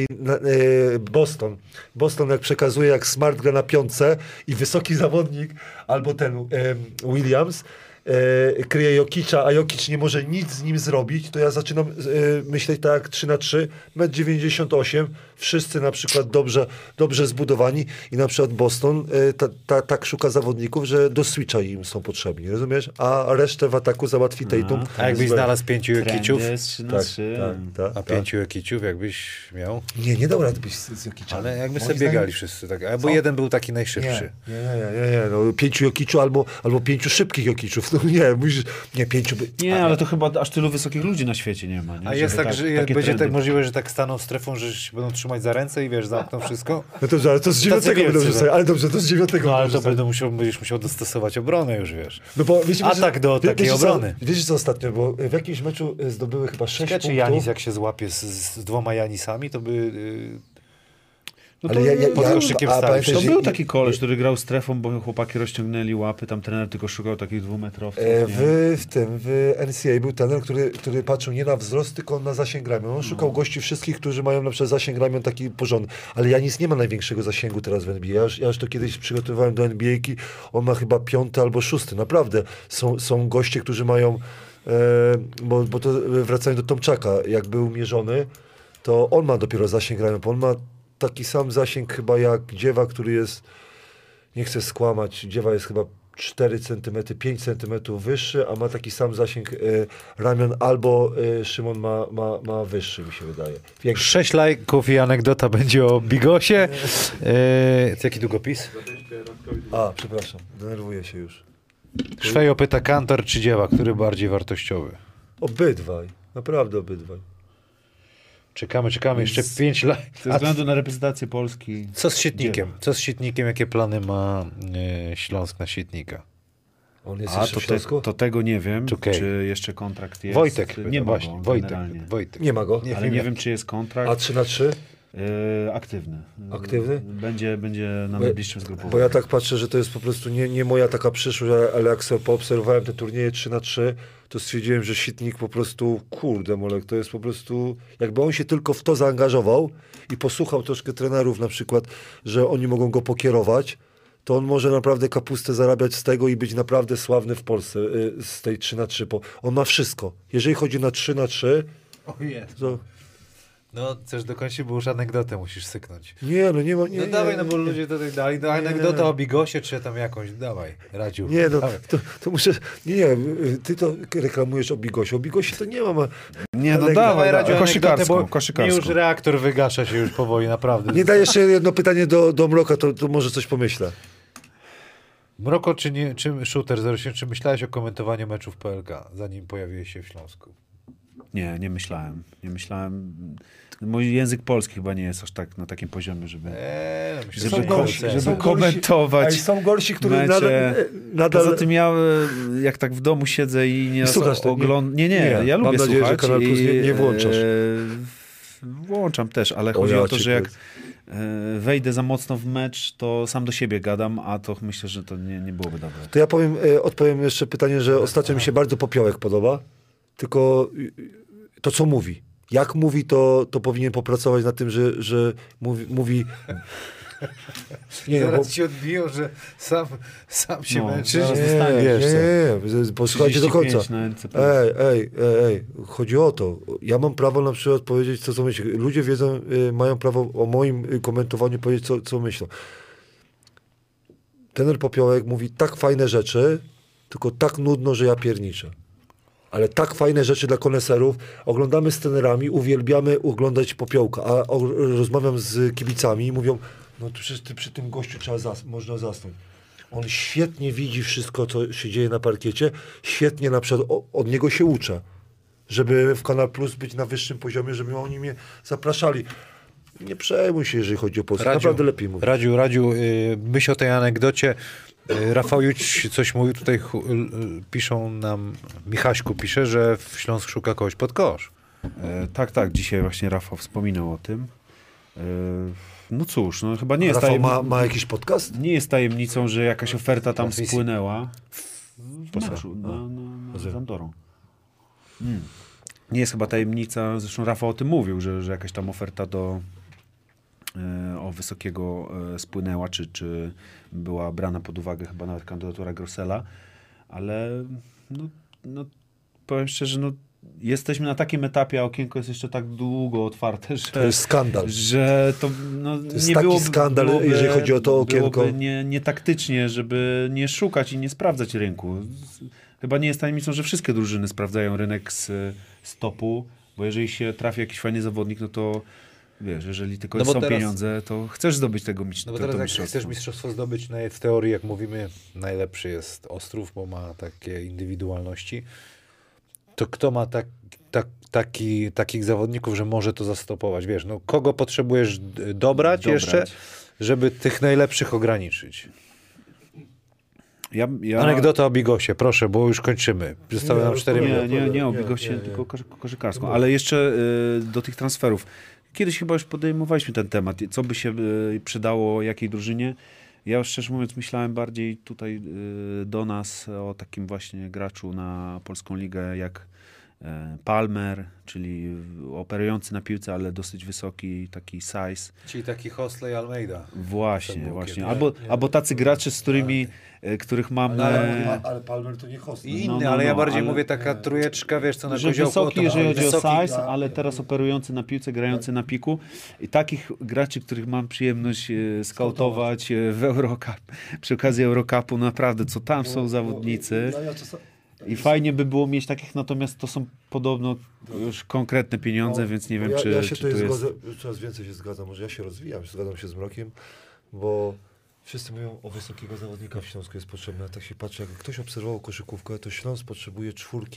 Boston jak przekazuje, jak Smart gra na 5 i wysoki zawodnik, albo ten Williams, kryje Jokicza, a Jokic nie może nic z nim zrobić, to ja zaczynam myśleć tak 3-3, 1,98 m, wszyscy na przykład dobrze zbudowani i na przykład Boston tak szuka zawodników, że do switcha im są potrzebni, rozumiesz? A resztę w ataku załatwi Tatum. A jakbyś znalazł 5 Jokiciów? Tak. A 5 Jokiciów jakbyś miał? Nie dał rady być z Jokiczem. Ale jakby sobie biegali wszyscy, tak. Albo jeden był taki najszybszy. Nie. No, 5 Jokiczu albo 5 szybkich Jokiczów. No nie, musisz... Nie, 5... Nie, ale to chyba aż tylu wysokich ludzi na świecie nie ma. Nie? A jest tak, że będzie tak możliwe, że tak staną strefą, że się będą trzymać za ręce i wiesz, zamkną wszystko? No to, ale to z 9 będą rzucać. Ale dobrze, to z 9 No ale to będziesz musiał dostosować obronę już, wiesz. No bo atak do takiej obrony. Wiesz co ostatnio, bo w jakimś meczu zdobyły chyba 6 punktów. Czy Janis jak się złapie z 2 Janisami, to by... No ale to pod koszykiem stałeś. To był taki koleś, który grał strefą, bo chłopaki rozciągnęli łapy, tam trener tylko szukał takich 2-metrowców. W NCAA był trener, który patrzył nie na wzrost, tylko na zasięg ramion. On szukał gości wszystkich, którzy mają na przykład zasięg ramion taki porządny. Ale Janis nie ma największego zasięgu teraz w NBA. Ja już to kiedyś przygotowywałem do NBA-ki. On ma chyba 5. albo 6. Naprawdę. Są goście, którzy mają... bo to wracając do Tomczaka, jak był mierzony, to on ma dopiero zasięg ramion. On ma taki sam zasięg chyba jak Dziewa, który jest, nie chcę skłamać, Dziewa jest chyba 4 cm, 5 cm wyższy, a ma taki sam zasięg ramion, albo Szymon ma wyższy, mi się wydaje. 6 lajków i anegdota będzie o Bigosie. Jaki długopis? A, przepraszam, denerwuję się już. Szwejo pyta Kantor czy Dziewa, który bardziej wartościowy? Obydwaj, naprawdę obydwaj. Czekamy, jeszcze 5 lat. Ze względu na reprezentację Polski. Co z Sietnikiem? Co z Sietnikiem? Jakie plany ma Śląsk na Sietnika? On jest jeszcze w Śląsku? To tego nie wiem, okay. Czy jeszcze kontrakt jest. Wojtek. Nie ma właśnie, go, Wojtek. Nie ma go. Ale nie wiem, czy jest kontrakt. A 3-3? Aktywny. Aktywny? Będzie na najbliższym zgrupowaniu. Bo ja tak patrzę, że to jest po prostu nie moja taka przyszłość, ale jak sobie poobserwowałem te turnieje 3-3, to stwierdziłem, że Sitnik po prostu, kurde Molek, to jest po prostu, jakby on się tylko w to zaangażował i posłuchał troszkę trenerów na przykład, że oni mogą go pokierować, to on może naprawdę kapustę zarabiać z tego i być naprawdę sławny w Polsce z tej 3-3. On ma wszystko. Jeżeli chodzi na 3-3, to... No, chcesz dokończyć, bo już anegdotę musisz syknąć. Nie, no nie ma... Nie, no dawaj, no bo ludzie tutaj dali anegdotę o Bigosie, czy tam jakąś, dawaj, Radziu. Nie, no, to muszę... Nie, ty to reklamujesz o Bigosie. O Bigosie to nie ma... Nie, no dawaj, Radziu, koszykarską. Koszykarską. Już reaktor wygasza się już powoli, naprawdę. Nie daj jeszcze jedno pytanie do Mroka, to może coś pomyślę. Mroko, czy Shooter 07, czy myślałeś o komentowaniu meczów PLK, zanim pojawiłeś się w Śląsku? Nie myślałem. Mój język polski chyba nie jest aż tak na takim poziomie, żeby komentować. Są gorsi, którzy nadal... Poza tym ja, jak tak w domu siedzę i nie oglądam... Nie, ja lubię nadzieję, słuchać. Że Kanal Plus nie włączasz. Włączam też, ale chodzi o to, że jak wejdę za mocno w mecz, to sam do siebie gadam, a to myślę, że to nie byłoby dobre. To ja odpowiem jeszcze pytanie, że ostatnio mi się bardzo Popiołek podoba, tylko to, co mówi. Jak mówi, to powinien popracować nad tym, że mówi... Nie, zaraz ci odbiją, że sam się męczysz. Nie, posłuchajcie do końca. Ej, chodzi o to. Ja mam prawo na przykład powiedzieć, co myślę. Ludzie wiedzą, mają prawo o moim komentowaniu powiedzieć, co myślą. Trener Popiołek mówi tak fajne rzeczy, tylko tak nudno, że ja pierniczę. Ale tak fajne rzeczy dla koneserów. Oglądamy z trenerami, uwielbiamy oglądać Popiołka, a rozmawiam z kibicami i mówią, no to przecież przy tym gościu można zasnąć. On świetnie widzi wszystko, co się dzieje na parkiecie. Świetnie na przykład od niego się uczę. Żeby w Kanal Plus być na wyższym poziomie, żeby oni mnie zapraszali. Nie przejmuj się, jeżeli chodzi o Polskę. Naprawdę lepiej mówię. Radziu, myśl o tej anegdocie. Rafał Juć coś mówił, tutaj piszą nam, Michaśku pisze, że w Śląsk szuka kogoś pod kosz. Tak, dzisiaj właśnie Rafał wspominał o tym. No cóż, no chyba nie jest Rafał ma jakiś podcast? Nie jest tajemnicą, że jakaś oferta tam spłynęła w meczu z Andorą. Nie jest chyba tajemnica, zresztą Rafał o tym mówił, że jakaś tam oferta o Wysokiego spłynęła, czy była brana pod uwagę chyba nawet kandydatura Grossela, ale No, powiem szczerze, no jesteśmy na takim etapie, a okienko jest jeszcze tak długo otwarte, że... To jest skandal. Że to, no, To jest taki skandal, jeżeli chodzi o to okienko. Byłoby nie taktycznie, żeby nie szukać i nie sprawdzać rynku. Chyba nie jest tajemnicą, że wszystkie drużyny sprawdzają rynek z topu, bo jeżeli się trafi jakiś fajny zawodnik, no to wiesz, jeżeli tylko są pieniądze, to chcesz zdobyć tego No bo teraz jak chcesz mistrzostwo zdobyć, no w teorii, jak mówimy, najlepszy jest Ostrów, bo ma takie indywidualności. To kto ma takich zawodników, że może to zastopować? Wiesz, no kogo potrzebujesz dobrać jeszcze, żeby tych najlepszych ograniczyć? Anegdota o Bigosie, proszę, bo już kończymy. Zostały nam 4 minuty. Nie o Bigosie, tylko koszykarską. Ale jeszcze do tych transferów. Kiedyś chyba już podejmowaliśmy ten temat. Co by się przydało jakiej drużynie? Ja szczerze mówiąc myślałem bardziej tutaj do nas o takim właśnie graczu na Polską Ligę jak Palmer, czyli operujący na piłce, ale dosyć wysoki, taki size. Czyli taki Hosley Almeida. Właśnie. Albo tacy gracze, z którymi, których mamy... Ale Palmer to nie Hosley. I inny, ale ja bardziej mówię taka trójeczka, wiesz co, na że koziołku. Wysoki, jeżeli chodzi o size, ale teraz operujący na piłce, grający na piku. I takich graczy, których mam przyjemność skautować w Eurocup, przy okazji Eurocupu, naprawdę, co tam są zawodnicy. I fajnie by było mieć takich, natomiast to są podobno już konkretne pieniądze, więc nie wiem, czy ja się czy to zgodzę, coraz więcej się zgadzam, może ja się rozwijam, zgadzam się z Mrokiem, bo wszyscy mówią o wysokiego zawodnika w Śląsku jest potrzebny, a tak się patrzy, jak ktoś obserwował koszykówkę, to Śląsk potrzebuje 4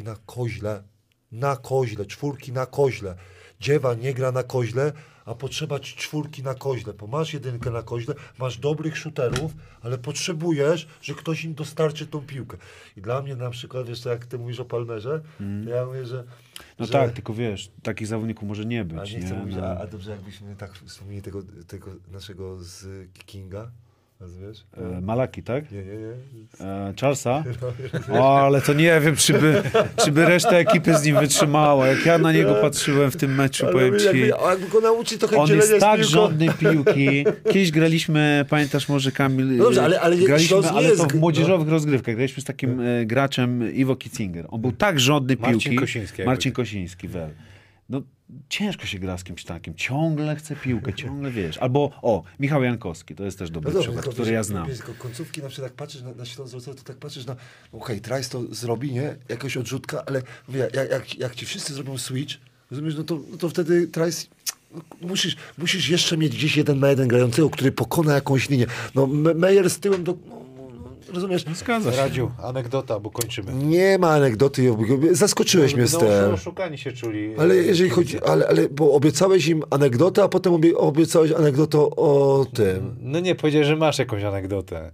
na koźle, 4 na koźle. Dziewa nie gra na koźle, a potrzeba 4 na koźle, bo masz 1 na koźle, masz dobrych shooterów, ale potrzebujesz, że ktoś im dostarczy tą piłkę. I dla mnie na przykład, wiesz co, jak ty mówisz o Palmerze, to ja mówię, że... No że... tak, tylko wiesz, takich zawodników może nie być. A nie chcę mówić, a dobrze jakbyśmy tak wspomnieli tego naszego z Kinga, rozumiesz? Malaki, tak? Nie. Charlesa? O, ale to nie wiem, czy by reszta ekipy z nim wytrzymała. Jak ja na niego patrzyłem w tym meczu, powiem ci... Jakby go nauczyć trochę on jest tak rządny piłki. Kiedyś graliśmy, pamiętasz może Kamil? No dobrze, ale graliśmy, ale to w młodzieżowych rozgrywkach. Graliśmy z takim graczem Iwo Kitzinger. On był tak rządny piłki. Marcin Kosiński. No ciężko się gra z kimś takim. Ciągle chce piłkę, ciągle wiesz. Albo, Michał Jankowski, to jest też dobry przykład, który ja znam. Końcówki na przykład, jak patrzysz na Śląsk Wrocław, to tak patrzysz na, Trice to zrobi, nie? Jakaś odrzutka, ale mówię, jak ci wszyscy zrobią switch, rozumiesz, no to wtedy Trice... Musisz jeszcze mieć gdzieś 1 na 1 grającego, który pokona jakąś linię. No Meyer z tyłem do... Rozumiesz? Zgadza się. Radziu, anegdota, bo kończymy. Nie ma anegdoty. Zaskoczyłeś mnie z tym. Oszukani się czuli. Ale jeżeli chodzi, ale bo obiecałeś im anegdotę, a potem obiecałeś anegdotę o tym. No nie, powiedziałeś, że masz jakąś anegdotę.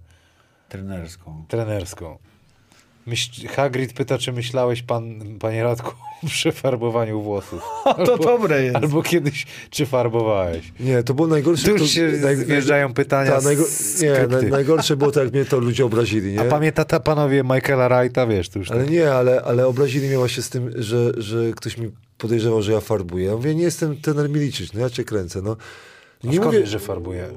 Trenerską. Hagrid pyta, czy myślałeś, panie Radku, o przefarbowaniu włosów. To dobre jest. Albo kiedyś, czy farbowałeś. Nie, to było najgorsze. Tu już się wjeżdżają pytania. Najgorsze było to, jak mnie to ludzie obrazili. Nie? A pamiętacie panowie Michaela Wrighta, wiesz, to już ale tak. nie, ale obrazili mnie właśnie z tym, że ktoś mi podejrzewał, że ja farbuję. Ja mówię, nie jestem trener Milicic, no ja cię kręcę. No. Nie skąd wiesz, że farbuje?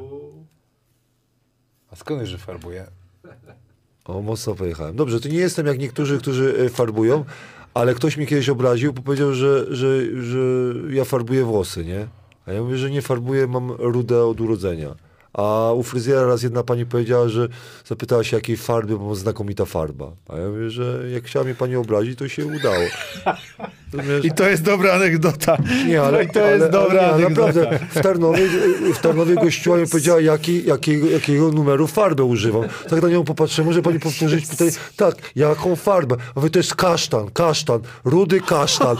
A skąd wiesz, że farbuje? O, mocno pojechałem. Dobrze, to nie jestem jak niektórzy, którzy farbują, ale ktoś mi kiedyś obraził, bo powiedział, że ja farbuję włosy, nie? A ja mówię, że nie farbuję, mam rudę od urodzenia. A u fryzjera raz jedna pani powiedziała, że zapytała się, jakiej farby, bo mam znakomita farba. A ja mówię, że jak chciała mnie pani obrazić, to się udało. I to jest dobra anegdota. Nie, ale to jest dobra anegdota. Naprawdę, w Tarnowie gościła mi powiedziała, jakiego numeru farbę używam. Tak na nią popatrzyłem, może pani powtórzyć pytanie, tak, jaką farbę? A mówię, to jest kasztan, rudy kasztan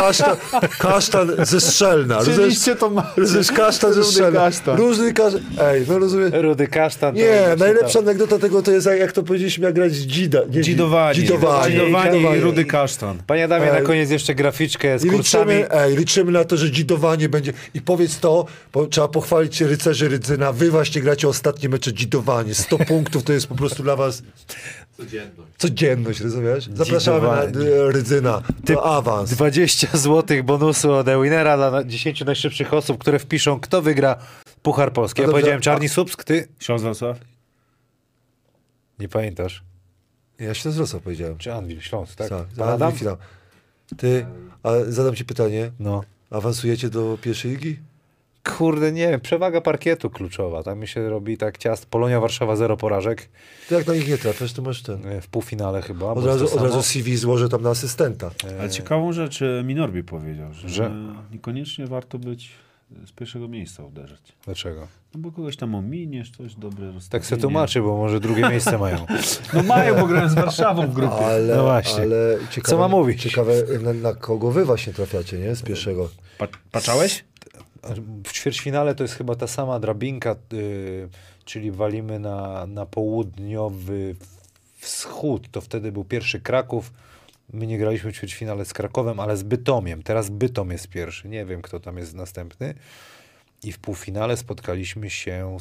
ze Strzelna. Oczywiście to ma. Rozumiesz, kasztan ze Strzelna. Różny kasztan. Ej, no rozumiem. Rudy kasztan. Nie, najlepsza anegdota tego to jest, jak to powiedzieliśmy, jak grać Dzidowanie i rudy kasztan. Panie Adamie, na koniec jeszcze graficzkę z kursami. Liczymy na to, że dzidowanie będzie. I powiedz to, bo trzeba pochwalić się rycerzy Rydzyna. Wy właśnie gracie ostatnie mecze dzidowanie. 100 punktów to jest po prostu dla was... Codzienność, rozumiesz? Zapraszamy na Rydzyna. To awans. 20 zł bonusu od Ewinera dla 10 najszybszych osób, które wpiszą, kto wygra Puchar Polski. Ja powiedziałem Czarni Słupsk, ty? Śląsk Wrocław? Nie pamiętasz? Ja się Wrocław powiedziałem. Czy Anwil, Śląsk, tak? Tak, Pan Adam? finał. Ty, a zadam ci pytanie. No. Awansujecie do pierwszej ligi? Kurde, nie wiem, przewaga parkietu kluczowa. Tam mi się robi tak ciast. Polonia Warszawa 0 porażek. Ty jak na nich nie trafiasz, to masz ten. W półfinale chyba. Od razu CV złożę tam na asystenta. Ale ciekawą rzecz Minorbi powiedział, że Że? niekoniecznie warto być z pierwszego miejsca uderzać. Dlaczego? No bo kogoś tam ominiesz, coś dobre rozstawienie. Tak se tłumaczy, bo może drugie miejsce mają. No mają, bo grają z Warszawą w grupie. Ale, No właśnie. ale ciekawe, Co ma mówić? Ciekawe, na kogo wy właśnie trafiacie, nie? Z pierwszego. Patrzałeś? W ćwierćfinale to jest chyba ta sama drabinka, czyli walimy na południowy wschód. To wtedy był pierwszy Kraków. My nie graliśmy w ćwierćfinale z Krakowem, ale z Bytomiem. Teraz Bytom jest pierwszy. Nie wiem, kto tam jest następny. I w półfinale spotkaliśmy się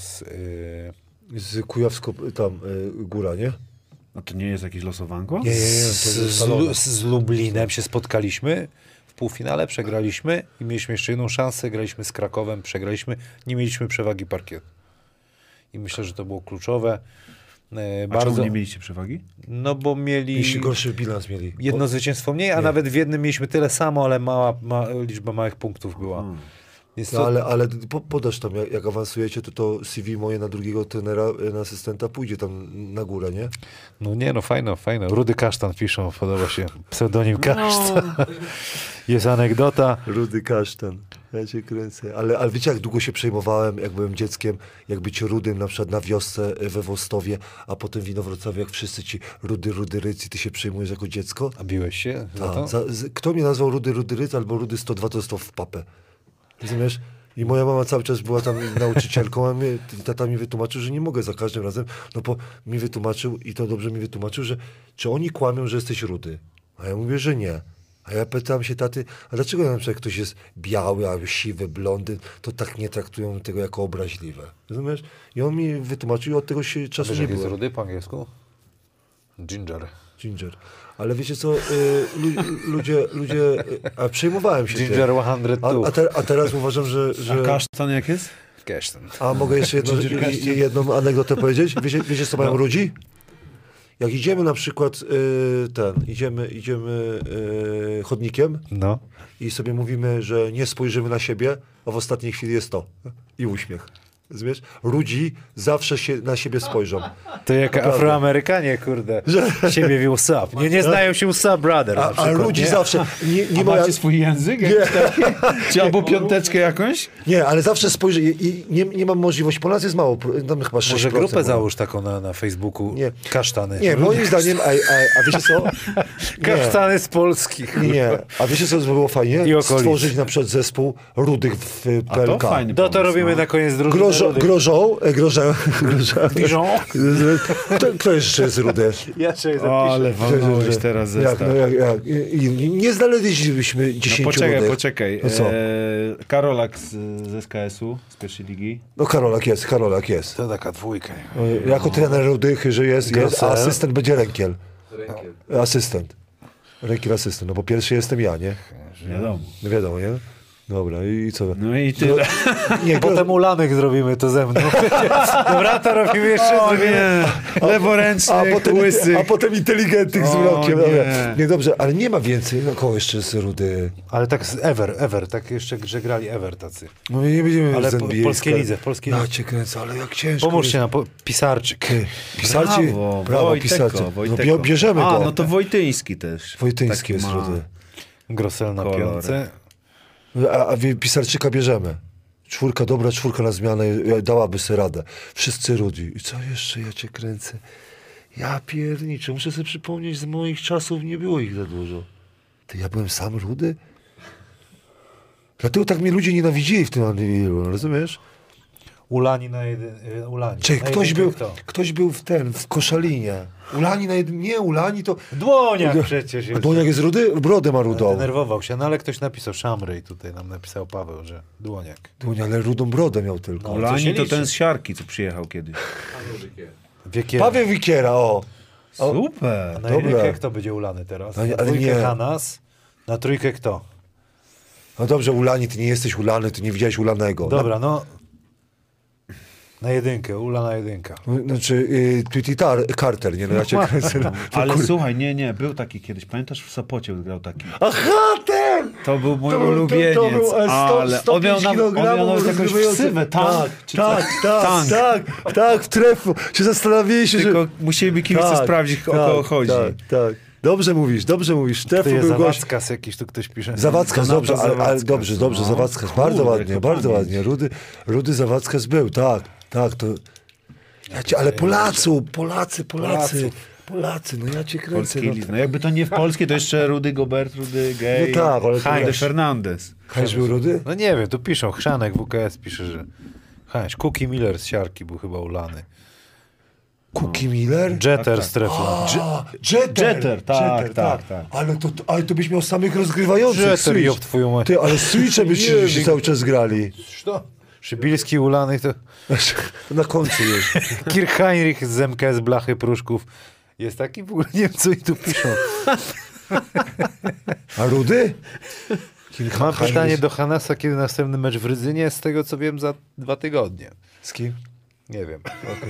Z Kujawsko, tam góra, nie? No to nie jest jakieś losowanko? Nie, to jest Salona. z Lublinem się spotkaliśmy. W półfinale przegraliśmy i mieliśmy jeszcze jedną szansę. Graliśmy z Krakowem, przegraliśmy. Nie mieliśmy przewagi parkietu. I myślę, że to było kluczozowe. A czemu nie mieliście przewagi? No bo Jeśli gorszy bilans mieli. jedno zwycięstwo mniej, a nawet w jednym mieliśmy tyle samo, ale liczba małych punktów była. Więc No, ale podasz tam, jak awansujecie, to CV moje na drugiego trenera, na asystenta pójdzie tam na górę, nie? No nie, no fajno. Rudy Kasztan piszą, podoba się. Pseudonim Kasztan. Jest anegdota. Rudy Kasztan. Ja cię kręcę. Ale wiecie, jak długo się przejmowałem, jak byłem dzieckiem, jak być rudym na przykład na wiosce we Włostowie, a potem w Inowrocławiu, jak wszyscy ci rudy rycy, ty się przejmujesz jako dziecko? A biłeś się za to? Kto mnie nazwał rudy ryc albo rudy 102, to dostał w papę. Rozumiesz? I moja mama cały czas była tam nauczycielką, a tata mi wytłumaczył, że nie mogę za każdym razem, no bo mi wytłumaczył, i to dobrze mi wytłumaczył, że czy oni kłamią, że jesteś rudy? A ja mówię, że nie. A ja pytałem się taty, a dlaczego na przykład ktoś jest biały, albo siwy, blondyn, to tak nie traktują tego jako obraźliwe. Rozumiesz? I on mi wytłumaczył i od tego się czasu Wiesz, nie jak jest było. rudy po angielsku? Ginger. Ale wiecie co, ludzie, a przejmowałem się Ginger tym. 102. A teraz uważam, że... A kasztan jak jest? Kasztan. A mogę jeszcze jedną anegdotę powiedzieć? Wiecie co mają ludzi? Jak idziemy na przykład idziemy chodnikiem No. i sobie mówimy, że nie spojrzymy na siebie, a w ostatniej chwili jest to. I uśmiech. Rozumiesz? Ludzi zawsze się na siebie spojrzą. To jak Afroamerykanie, kurde, siebie wie up. Nie znają się up, brother. Na A przykład, ludzi nie? zawsze... Nie Macie mają... swój język? Czy albo piąteczkę jakąś? Nie, ale zawsze spojrzę i nie mam możliwości. Po nas jest mało, tam chyba 6%. Może grupę załóż taką na Facebooku. Nie. Kasztany. Nie, moim zdaniem, a wiecie co? Kasztany z Polski. Nie, a wiecie co by było fajnie? I okolic. Stworzyć na przykład zespół rudych w PLK. fajny To pomysł, robimy no. na koniec drużyny. Grożą. Kto jeszcze jest rudy? Ja się O, ale walnąłeś teraz zestaw. Jak? I nie znaleźliśmy 10 rudych. Poczekaj. No co? Karolak z SKS-u, z pierwszej ligi. No Karolak jest. To taka dwójka. Jako trener rudych, że jest, a asystent będzie Rękiel. Rękiel. Asystent, no bo pierwszy jestem ja, nie? Wiadomo. No wiadomo, nie? Dobra, i co? No i tyle. Nie, Potem Ulanek zrobimy to ze mną. Dobra, to robimy jeszcze. O nie, leworęczny, łysy. A potem inteligentnych z O, mrokiem. nie. Dobra. Nie, dobrze, ale nie ma więcej. No koło jeszcze z rudy. Ale tak z Ever, tak jeszcze, że grali Ever tacy. No nie będziemy Ale z NBA. w polskiej lidze, w polskiej lidze. Ja cię kręcę, ale jak ciężko. Pomóżcie jest. nam, Pisarczyk. Pisarczy? Brawo, Pisarczy. No, bierzemy go. A, no to Wojtyński też. Wojtyński Taki jest ma rudy. Grosel na Kolory. piątce. A Pisarczyka bierzemy. Dobra czwórka na zmianę, dałaby sobie radę. Wszyscy rudzi. I co jeszcze, ja cię kręcę. Ja pierniczę, muszę sobie przypomnieć, z moich czasów nie było ich za dużo. Ty, ja byłem sam rudy? Dlatego tak mnie ludzie nienawidzili w tym Unrealu, rozumiesz? Ulani na jeden. Ulani. Czyli Na ktoś jeden był, ktoś był w Koszalinie. Ulani na jeden, nie Ulani to... Dłoniak przecież A jest. Dłoniak jest rudy? Brodę ma rudą. Denerwował się, no ale ktoś napisał Szamry i tutaj nam napisał Paweł, że Dłoniak. Dłoniak, ale rudą brodę miał tylko. No. Ulani się to liczy. ten z Siarki, co przyjechał kiedyś. Wiekiera. Paweł Wikiera, o. Super. Na Dobra. jedynkę kto będzie Ulany teraz? Ale- Na ale dwójkę nie. Hanas, na trójkę kto? No dobrze, Ulani, ty nie jesteś Ulany, ty nie widziałeś Ulanego. Dobra, no. Na jedynkę, Ula na jedynka. Znaczy, Tweety Carter, nie? No ja cię kręcę. No, Ale słuchaj, nie, był taki kiedyś. Pamiętasz, w Sopocie grał taki. Aha, ten! To był mój To ulubieniec, był, ale on miał nawet jakąś ksywę, tak, w trefu. Się zastanawialiśmy, Tylko musieliby kibice sprawdzić, o kogo chodzi. Tak. Dobrze mówisz. W trefu To jest był gość. Zawadzkas jakiś, tu ktoś pisze. Zawadzkas, dobrze, ale Zawadzkas. dobrze, Zawadzkas. Bardzo ładnie, bardzo ładnie. Rudy Zawadzkas był, tak, to... ale Polacy, no ja cię kręcę. Polski list. No jakby to nie w polskie, to jeszcze Rudy Gobert, Rudy Gay, No tak, ale to Heinz wiesz. Fernandez. Heinz był Rudy? No nie wiem, tu piszą, Chrzanek WKS pisze, że Heinz, Cookie Miller z Siarki był chyba ulany. Cookie Miller? Jeter z Trefla. Jeter, tak. Ale to byś miał samych rozgrywających. Jeter, job twoją mać. Ty, ale Switche byście się cały czas grali. Co? Szybilski ulany to... Na końcu już. Kirk Heinrich z MKS Blachy Pruszków. Jest taki? W ogóle nie wiem, co i tu piszą. A Rudy? Mam pytanie do Hanasa, kiedy następny mecz w Rydzynie? Z tego, co wiem, za 2 tygodnie. Z kim? Nie wiem.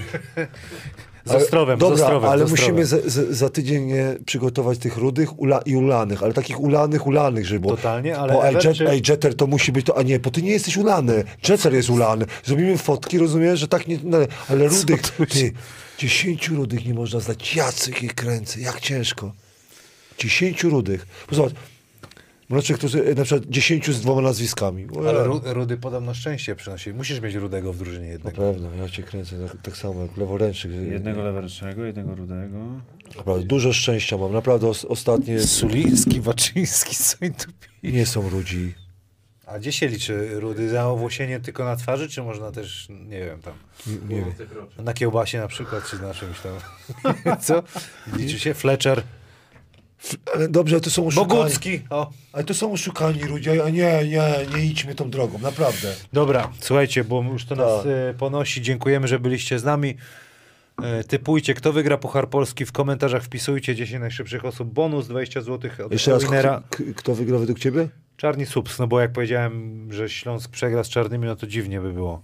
Z Ostrowem, Dobra, z Ostrowem. ale z Ostrowem. musimy za tydzień przygotować tych rudych i ulanych, ale takich ulanych, żeby było. Totalnie, ale Bo Ever, czy... Jeter to musi być to, a nie, bo ty nie jesteś ulany. Jeter jest ulany. Zrobimy fotki, rozumiesz, że tak nie, no, ale rudych, ty, 10 rudych nie można znać. Jacyk ich kręcę, jak ciężko. 10 rudych. Bo zobacz, Mroczek, którzy na przykład 10 z 2 nazwiskami. Ale Rudy podobno szczęście przynosi. Musisz mieć Rudego w drużynie Na jednego. pewno, ja cię kręcę tak samo jak leworęcznik. Jednego leworęcznego, jednego Rudego. Naprawdę, dużo szczęścia mam, naprawdę ostatnie... Suliński, Waczyński, co oni tu piszą? Nie są ludzi. A gdzie się liczy Rudy? Za owłosienie tylko na twarzy, czy można też, nie wiem, tam... Nie wiem. Na kiełbasie na przykład, czy na czymś tam. Co? Liczy się Fletcher. Ale dobrze, ale to są oszukani. Bogucki! O. Ale to są oszukani ludzie, a nie idźmy tą drogą, naprawdę. Dobra, słuchajcie, bo już to nas ponosi. Dziękujemy, że byliście z nami. Typujcie, kto wygra Puchar Polski. W komentarzach wpisujcie 10 najszybszych osób. Bonus 20 zł od Jeszcze raz, winera. kto wygra według ciebie? Czarni Subs, no bo jak powiedziałem, że Śląsk przegra z Czarnymi, no to dziwnie by było,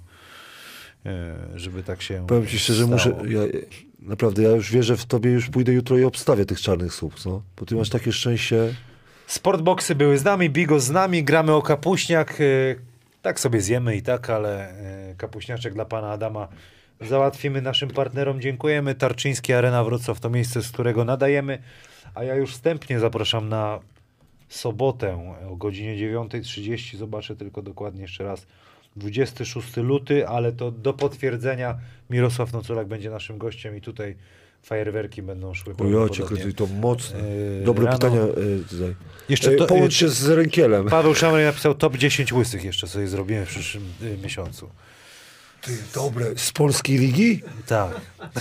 żeby tak się Powiem ci szczerze, stało. naprawdę, ja już wierzę w tobie, już pójdę jutro i obstawię tych czarnych subs, no. Bo ty masz takie szczęście. Sportboxy były z nami, Bigos z nami, gramy o kapuśniak. Tak sobie zjemy i tak, ale kapuśniaczek dla pana Adama załatwimy naszym partnerom. Dziękujemy. Tarczyński Arena Wrocław to miejsce, z którego nadajemy. A ja już wstępnie zapraszam na sobotę o godzinie 9:30. Zobaczę tylko dokładnie jeszcze raz. 26 luty, ale to do potwierdzenia Mirosław Noculak będzie naszym gościem i tutaj fajerwerki będą szły. Ojocie, to mocne. Dobre rano. pytania tutaj. Jeszcze połącz się z Rękielem. Paweł Szamrej napisał top 10 łysych jeszcze sobie zrobimy w przyszłym miesiącu. Ty, dobre. Z polskiej ligi? Tak.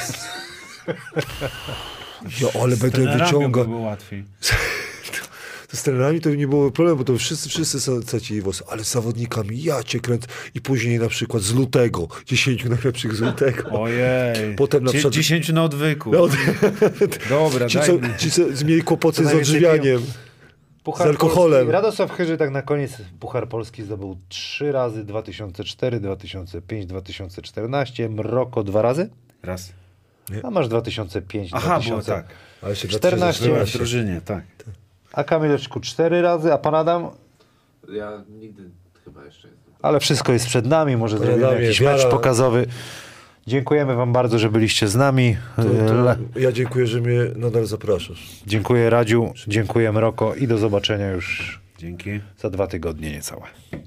Ale będę wyciągał. było łatwiej. Z trenerami to nie było problemu, bo to wszyscy są ceci włosy, ale z zawodnikami ja cię kręcę. I później na przykład z lutego, 10 najlepszych z lutego. Ojej. Potem na przykład 10 na odwyku. Dobra, ci, co mieli kłopoty z odżywianiem. Puchar z alkoholem. Polski. Radosław Chyży tak na koniec Puchar Polski zdobył 3 razy, 2004, 2005, 2014, Mroko 2 razy? Raz. A masz 2005, Aha, było tak. Ale się 14 Byłem w drużynie, tak. A Kamileczku 4 razy, a pan Adam? Ja nigdy chyba jeszcze nie. Ale wszystko jest przed nami, może zrobimy jakiś mecz pokazowy. Dziękujemy wam bardzo, że byliście z nami. Ja dziękuję, że mnie nadal zapraszasz. Dziękuję Radziu, dziękuję Mroko i do zobaczenia już Dzięki. za 2 tygodnie niecałe.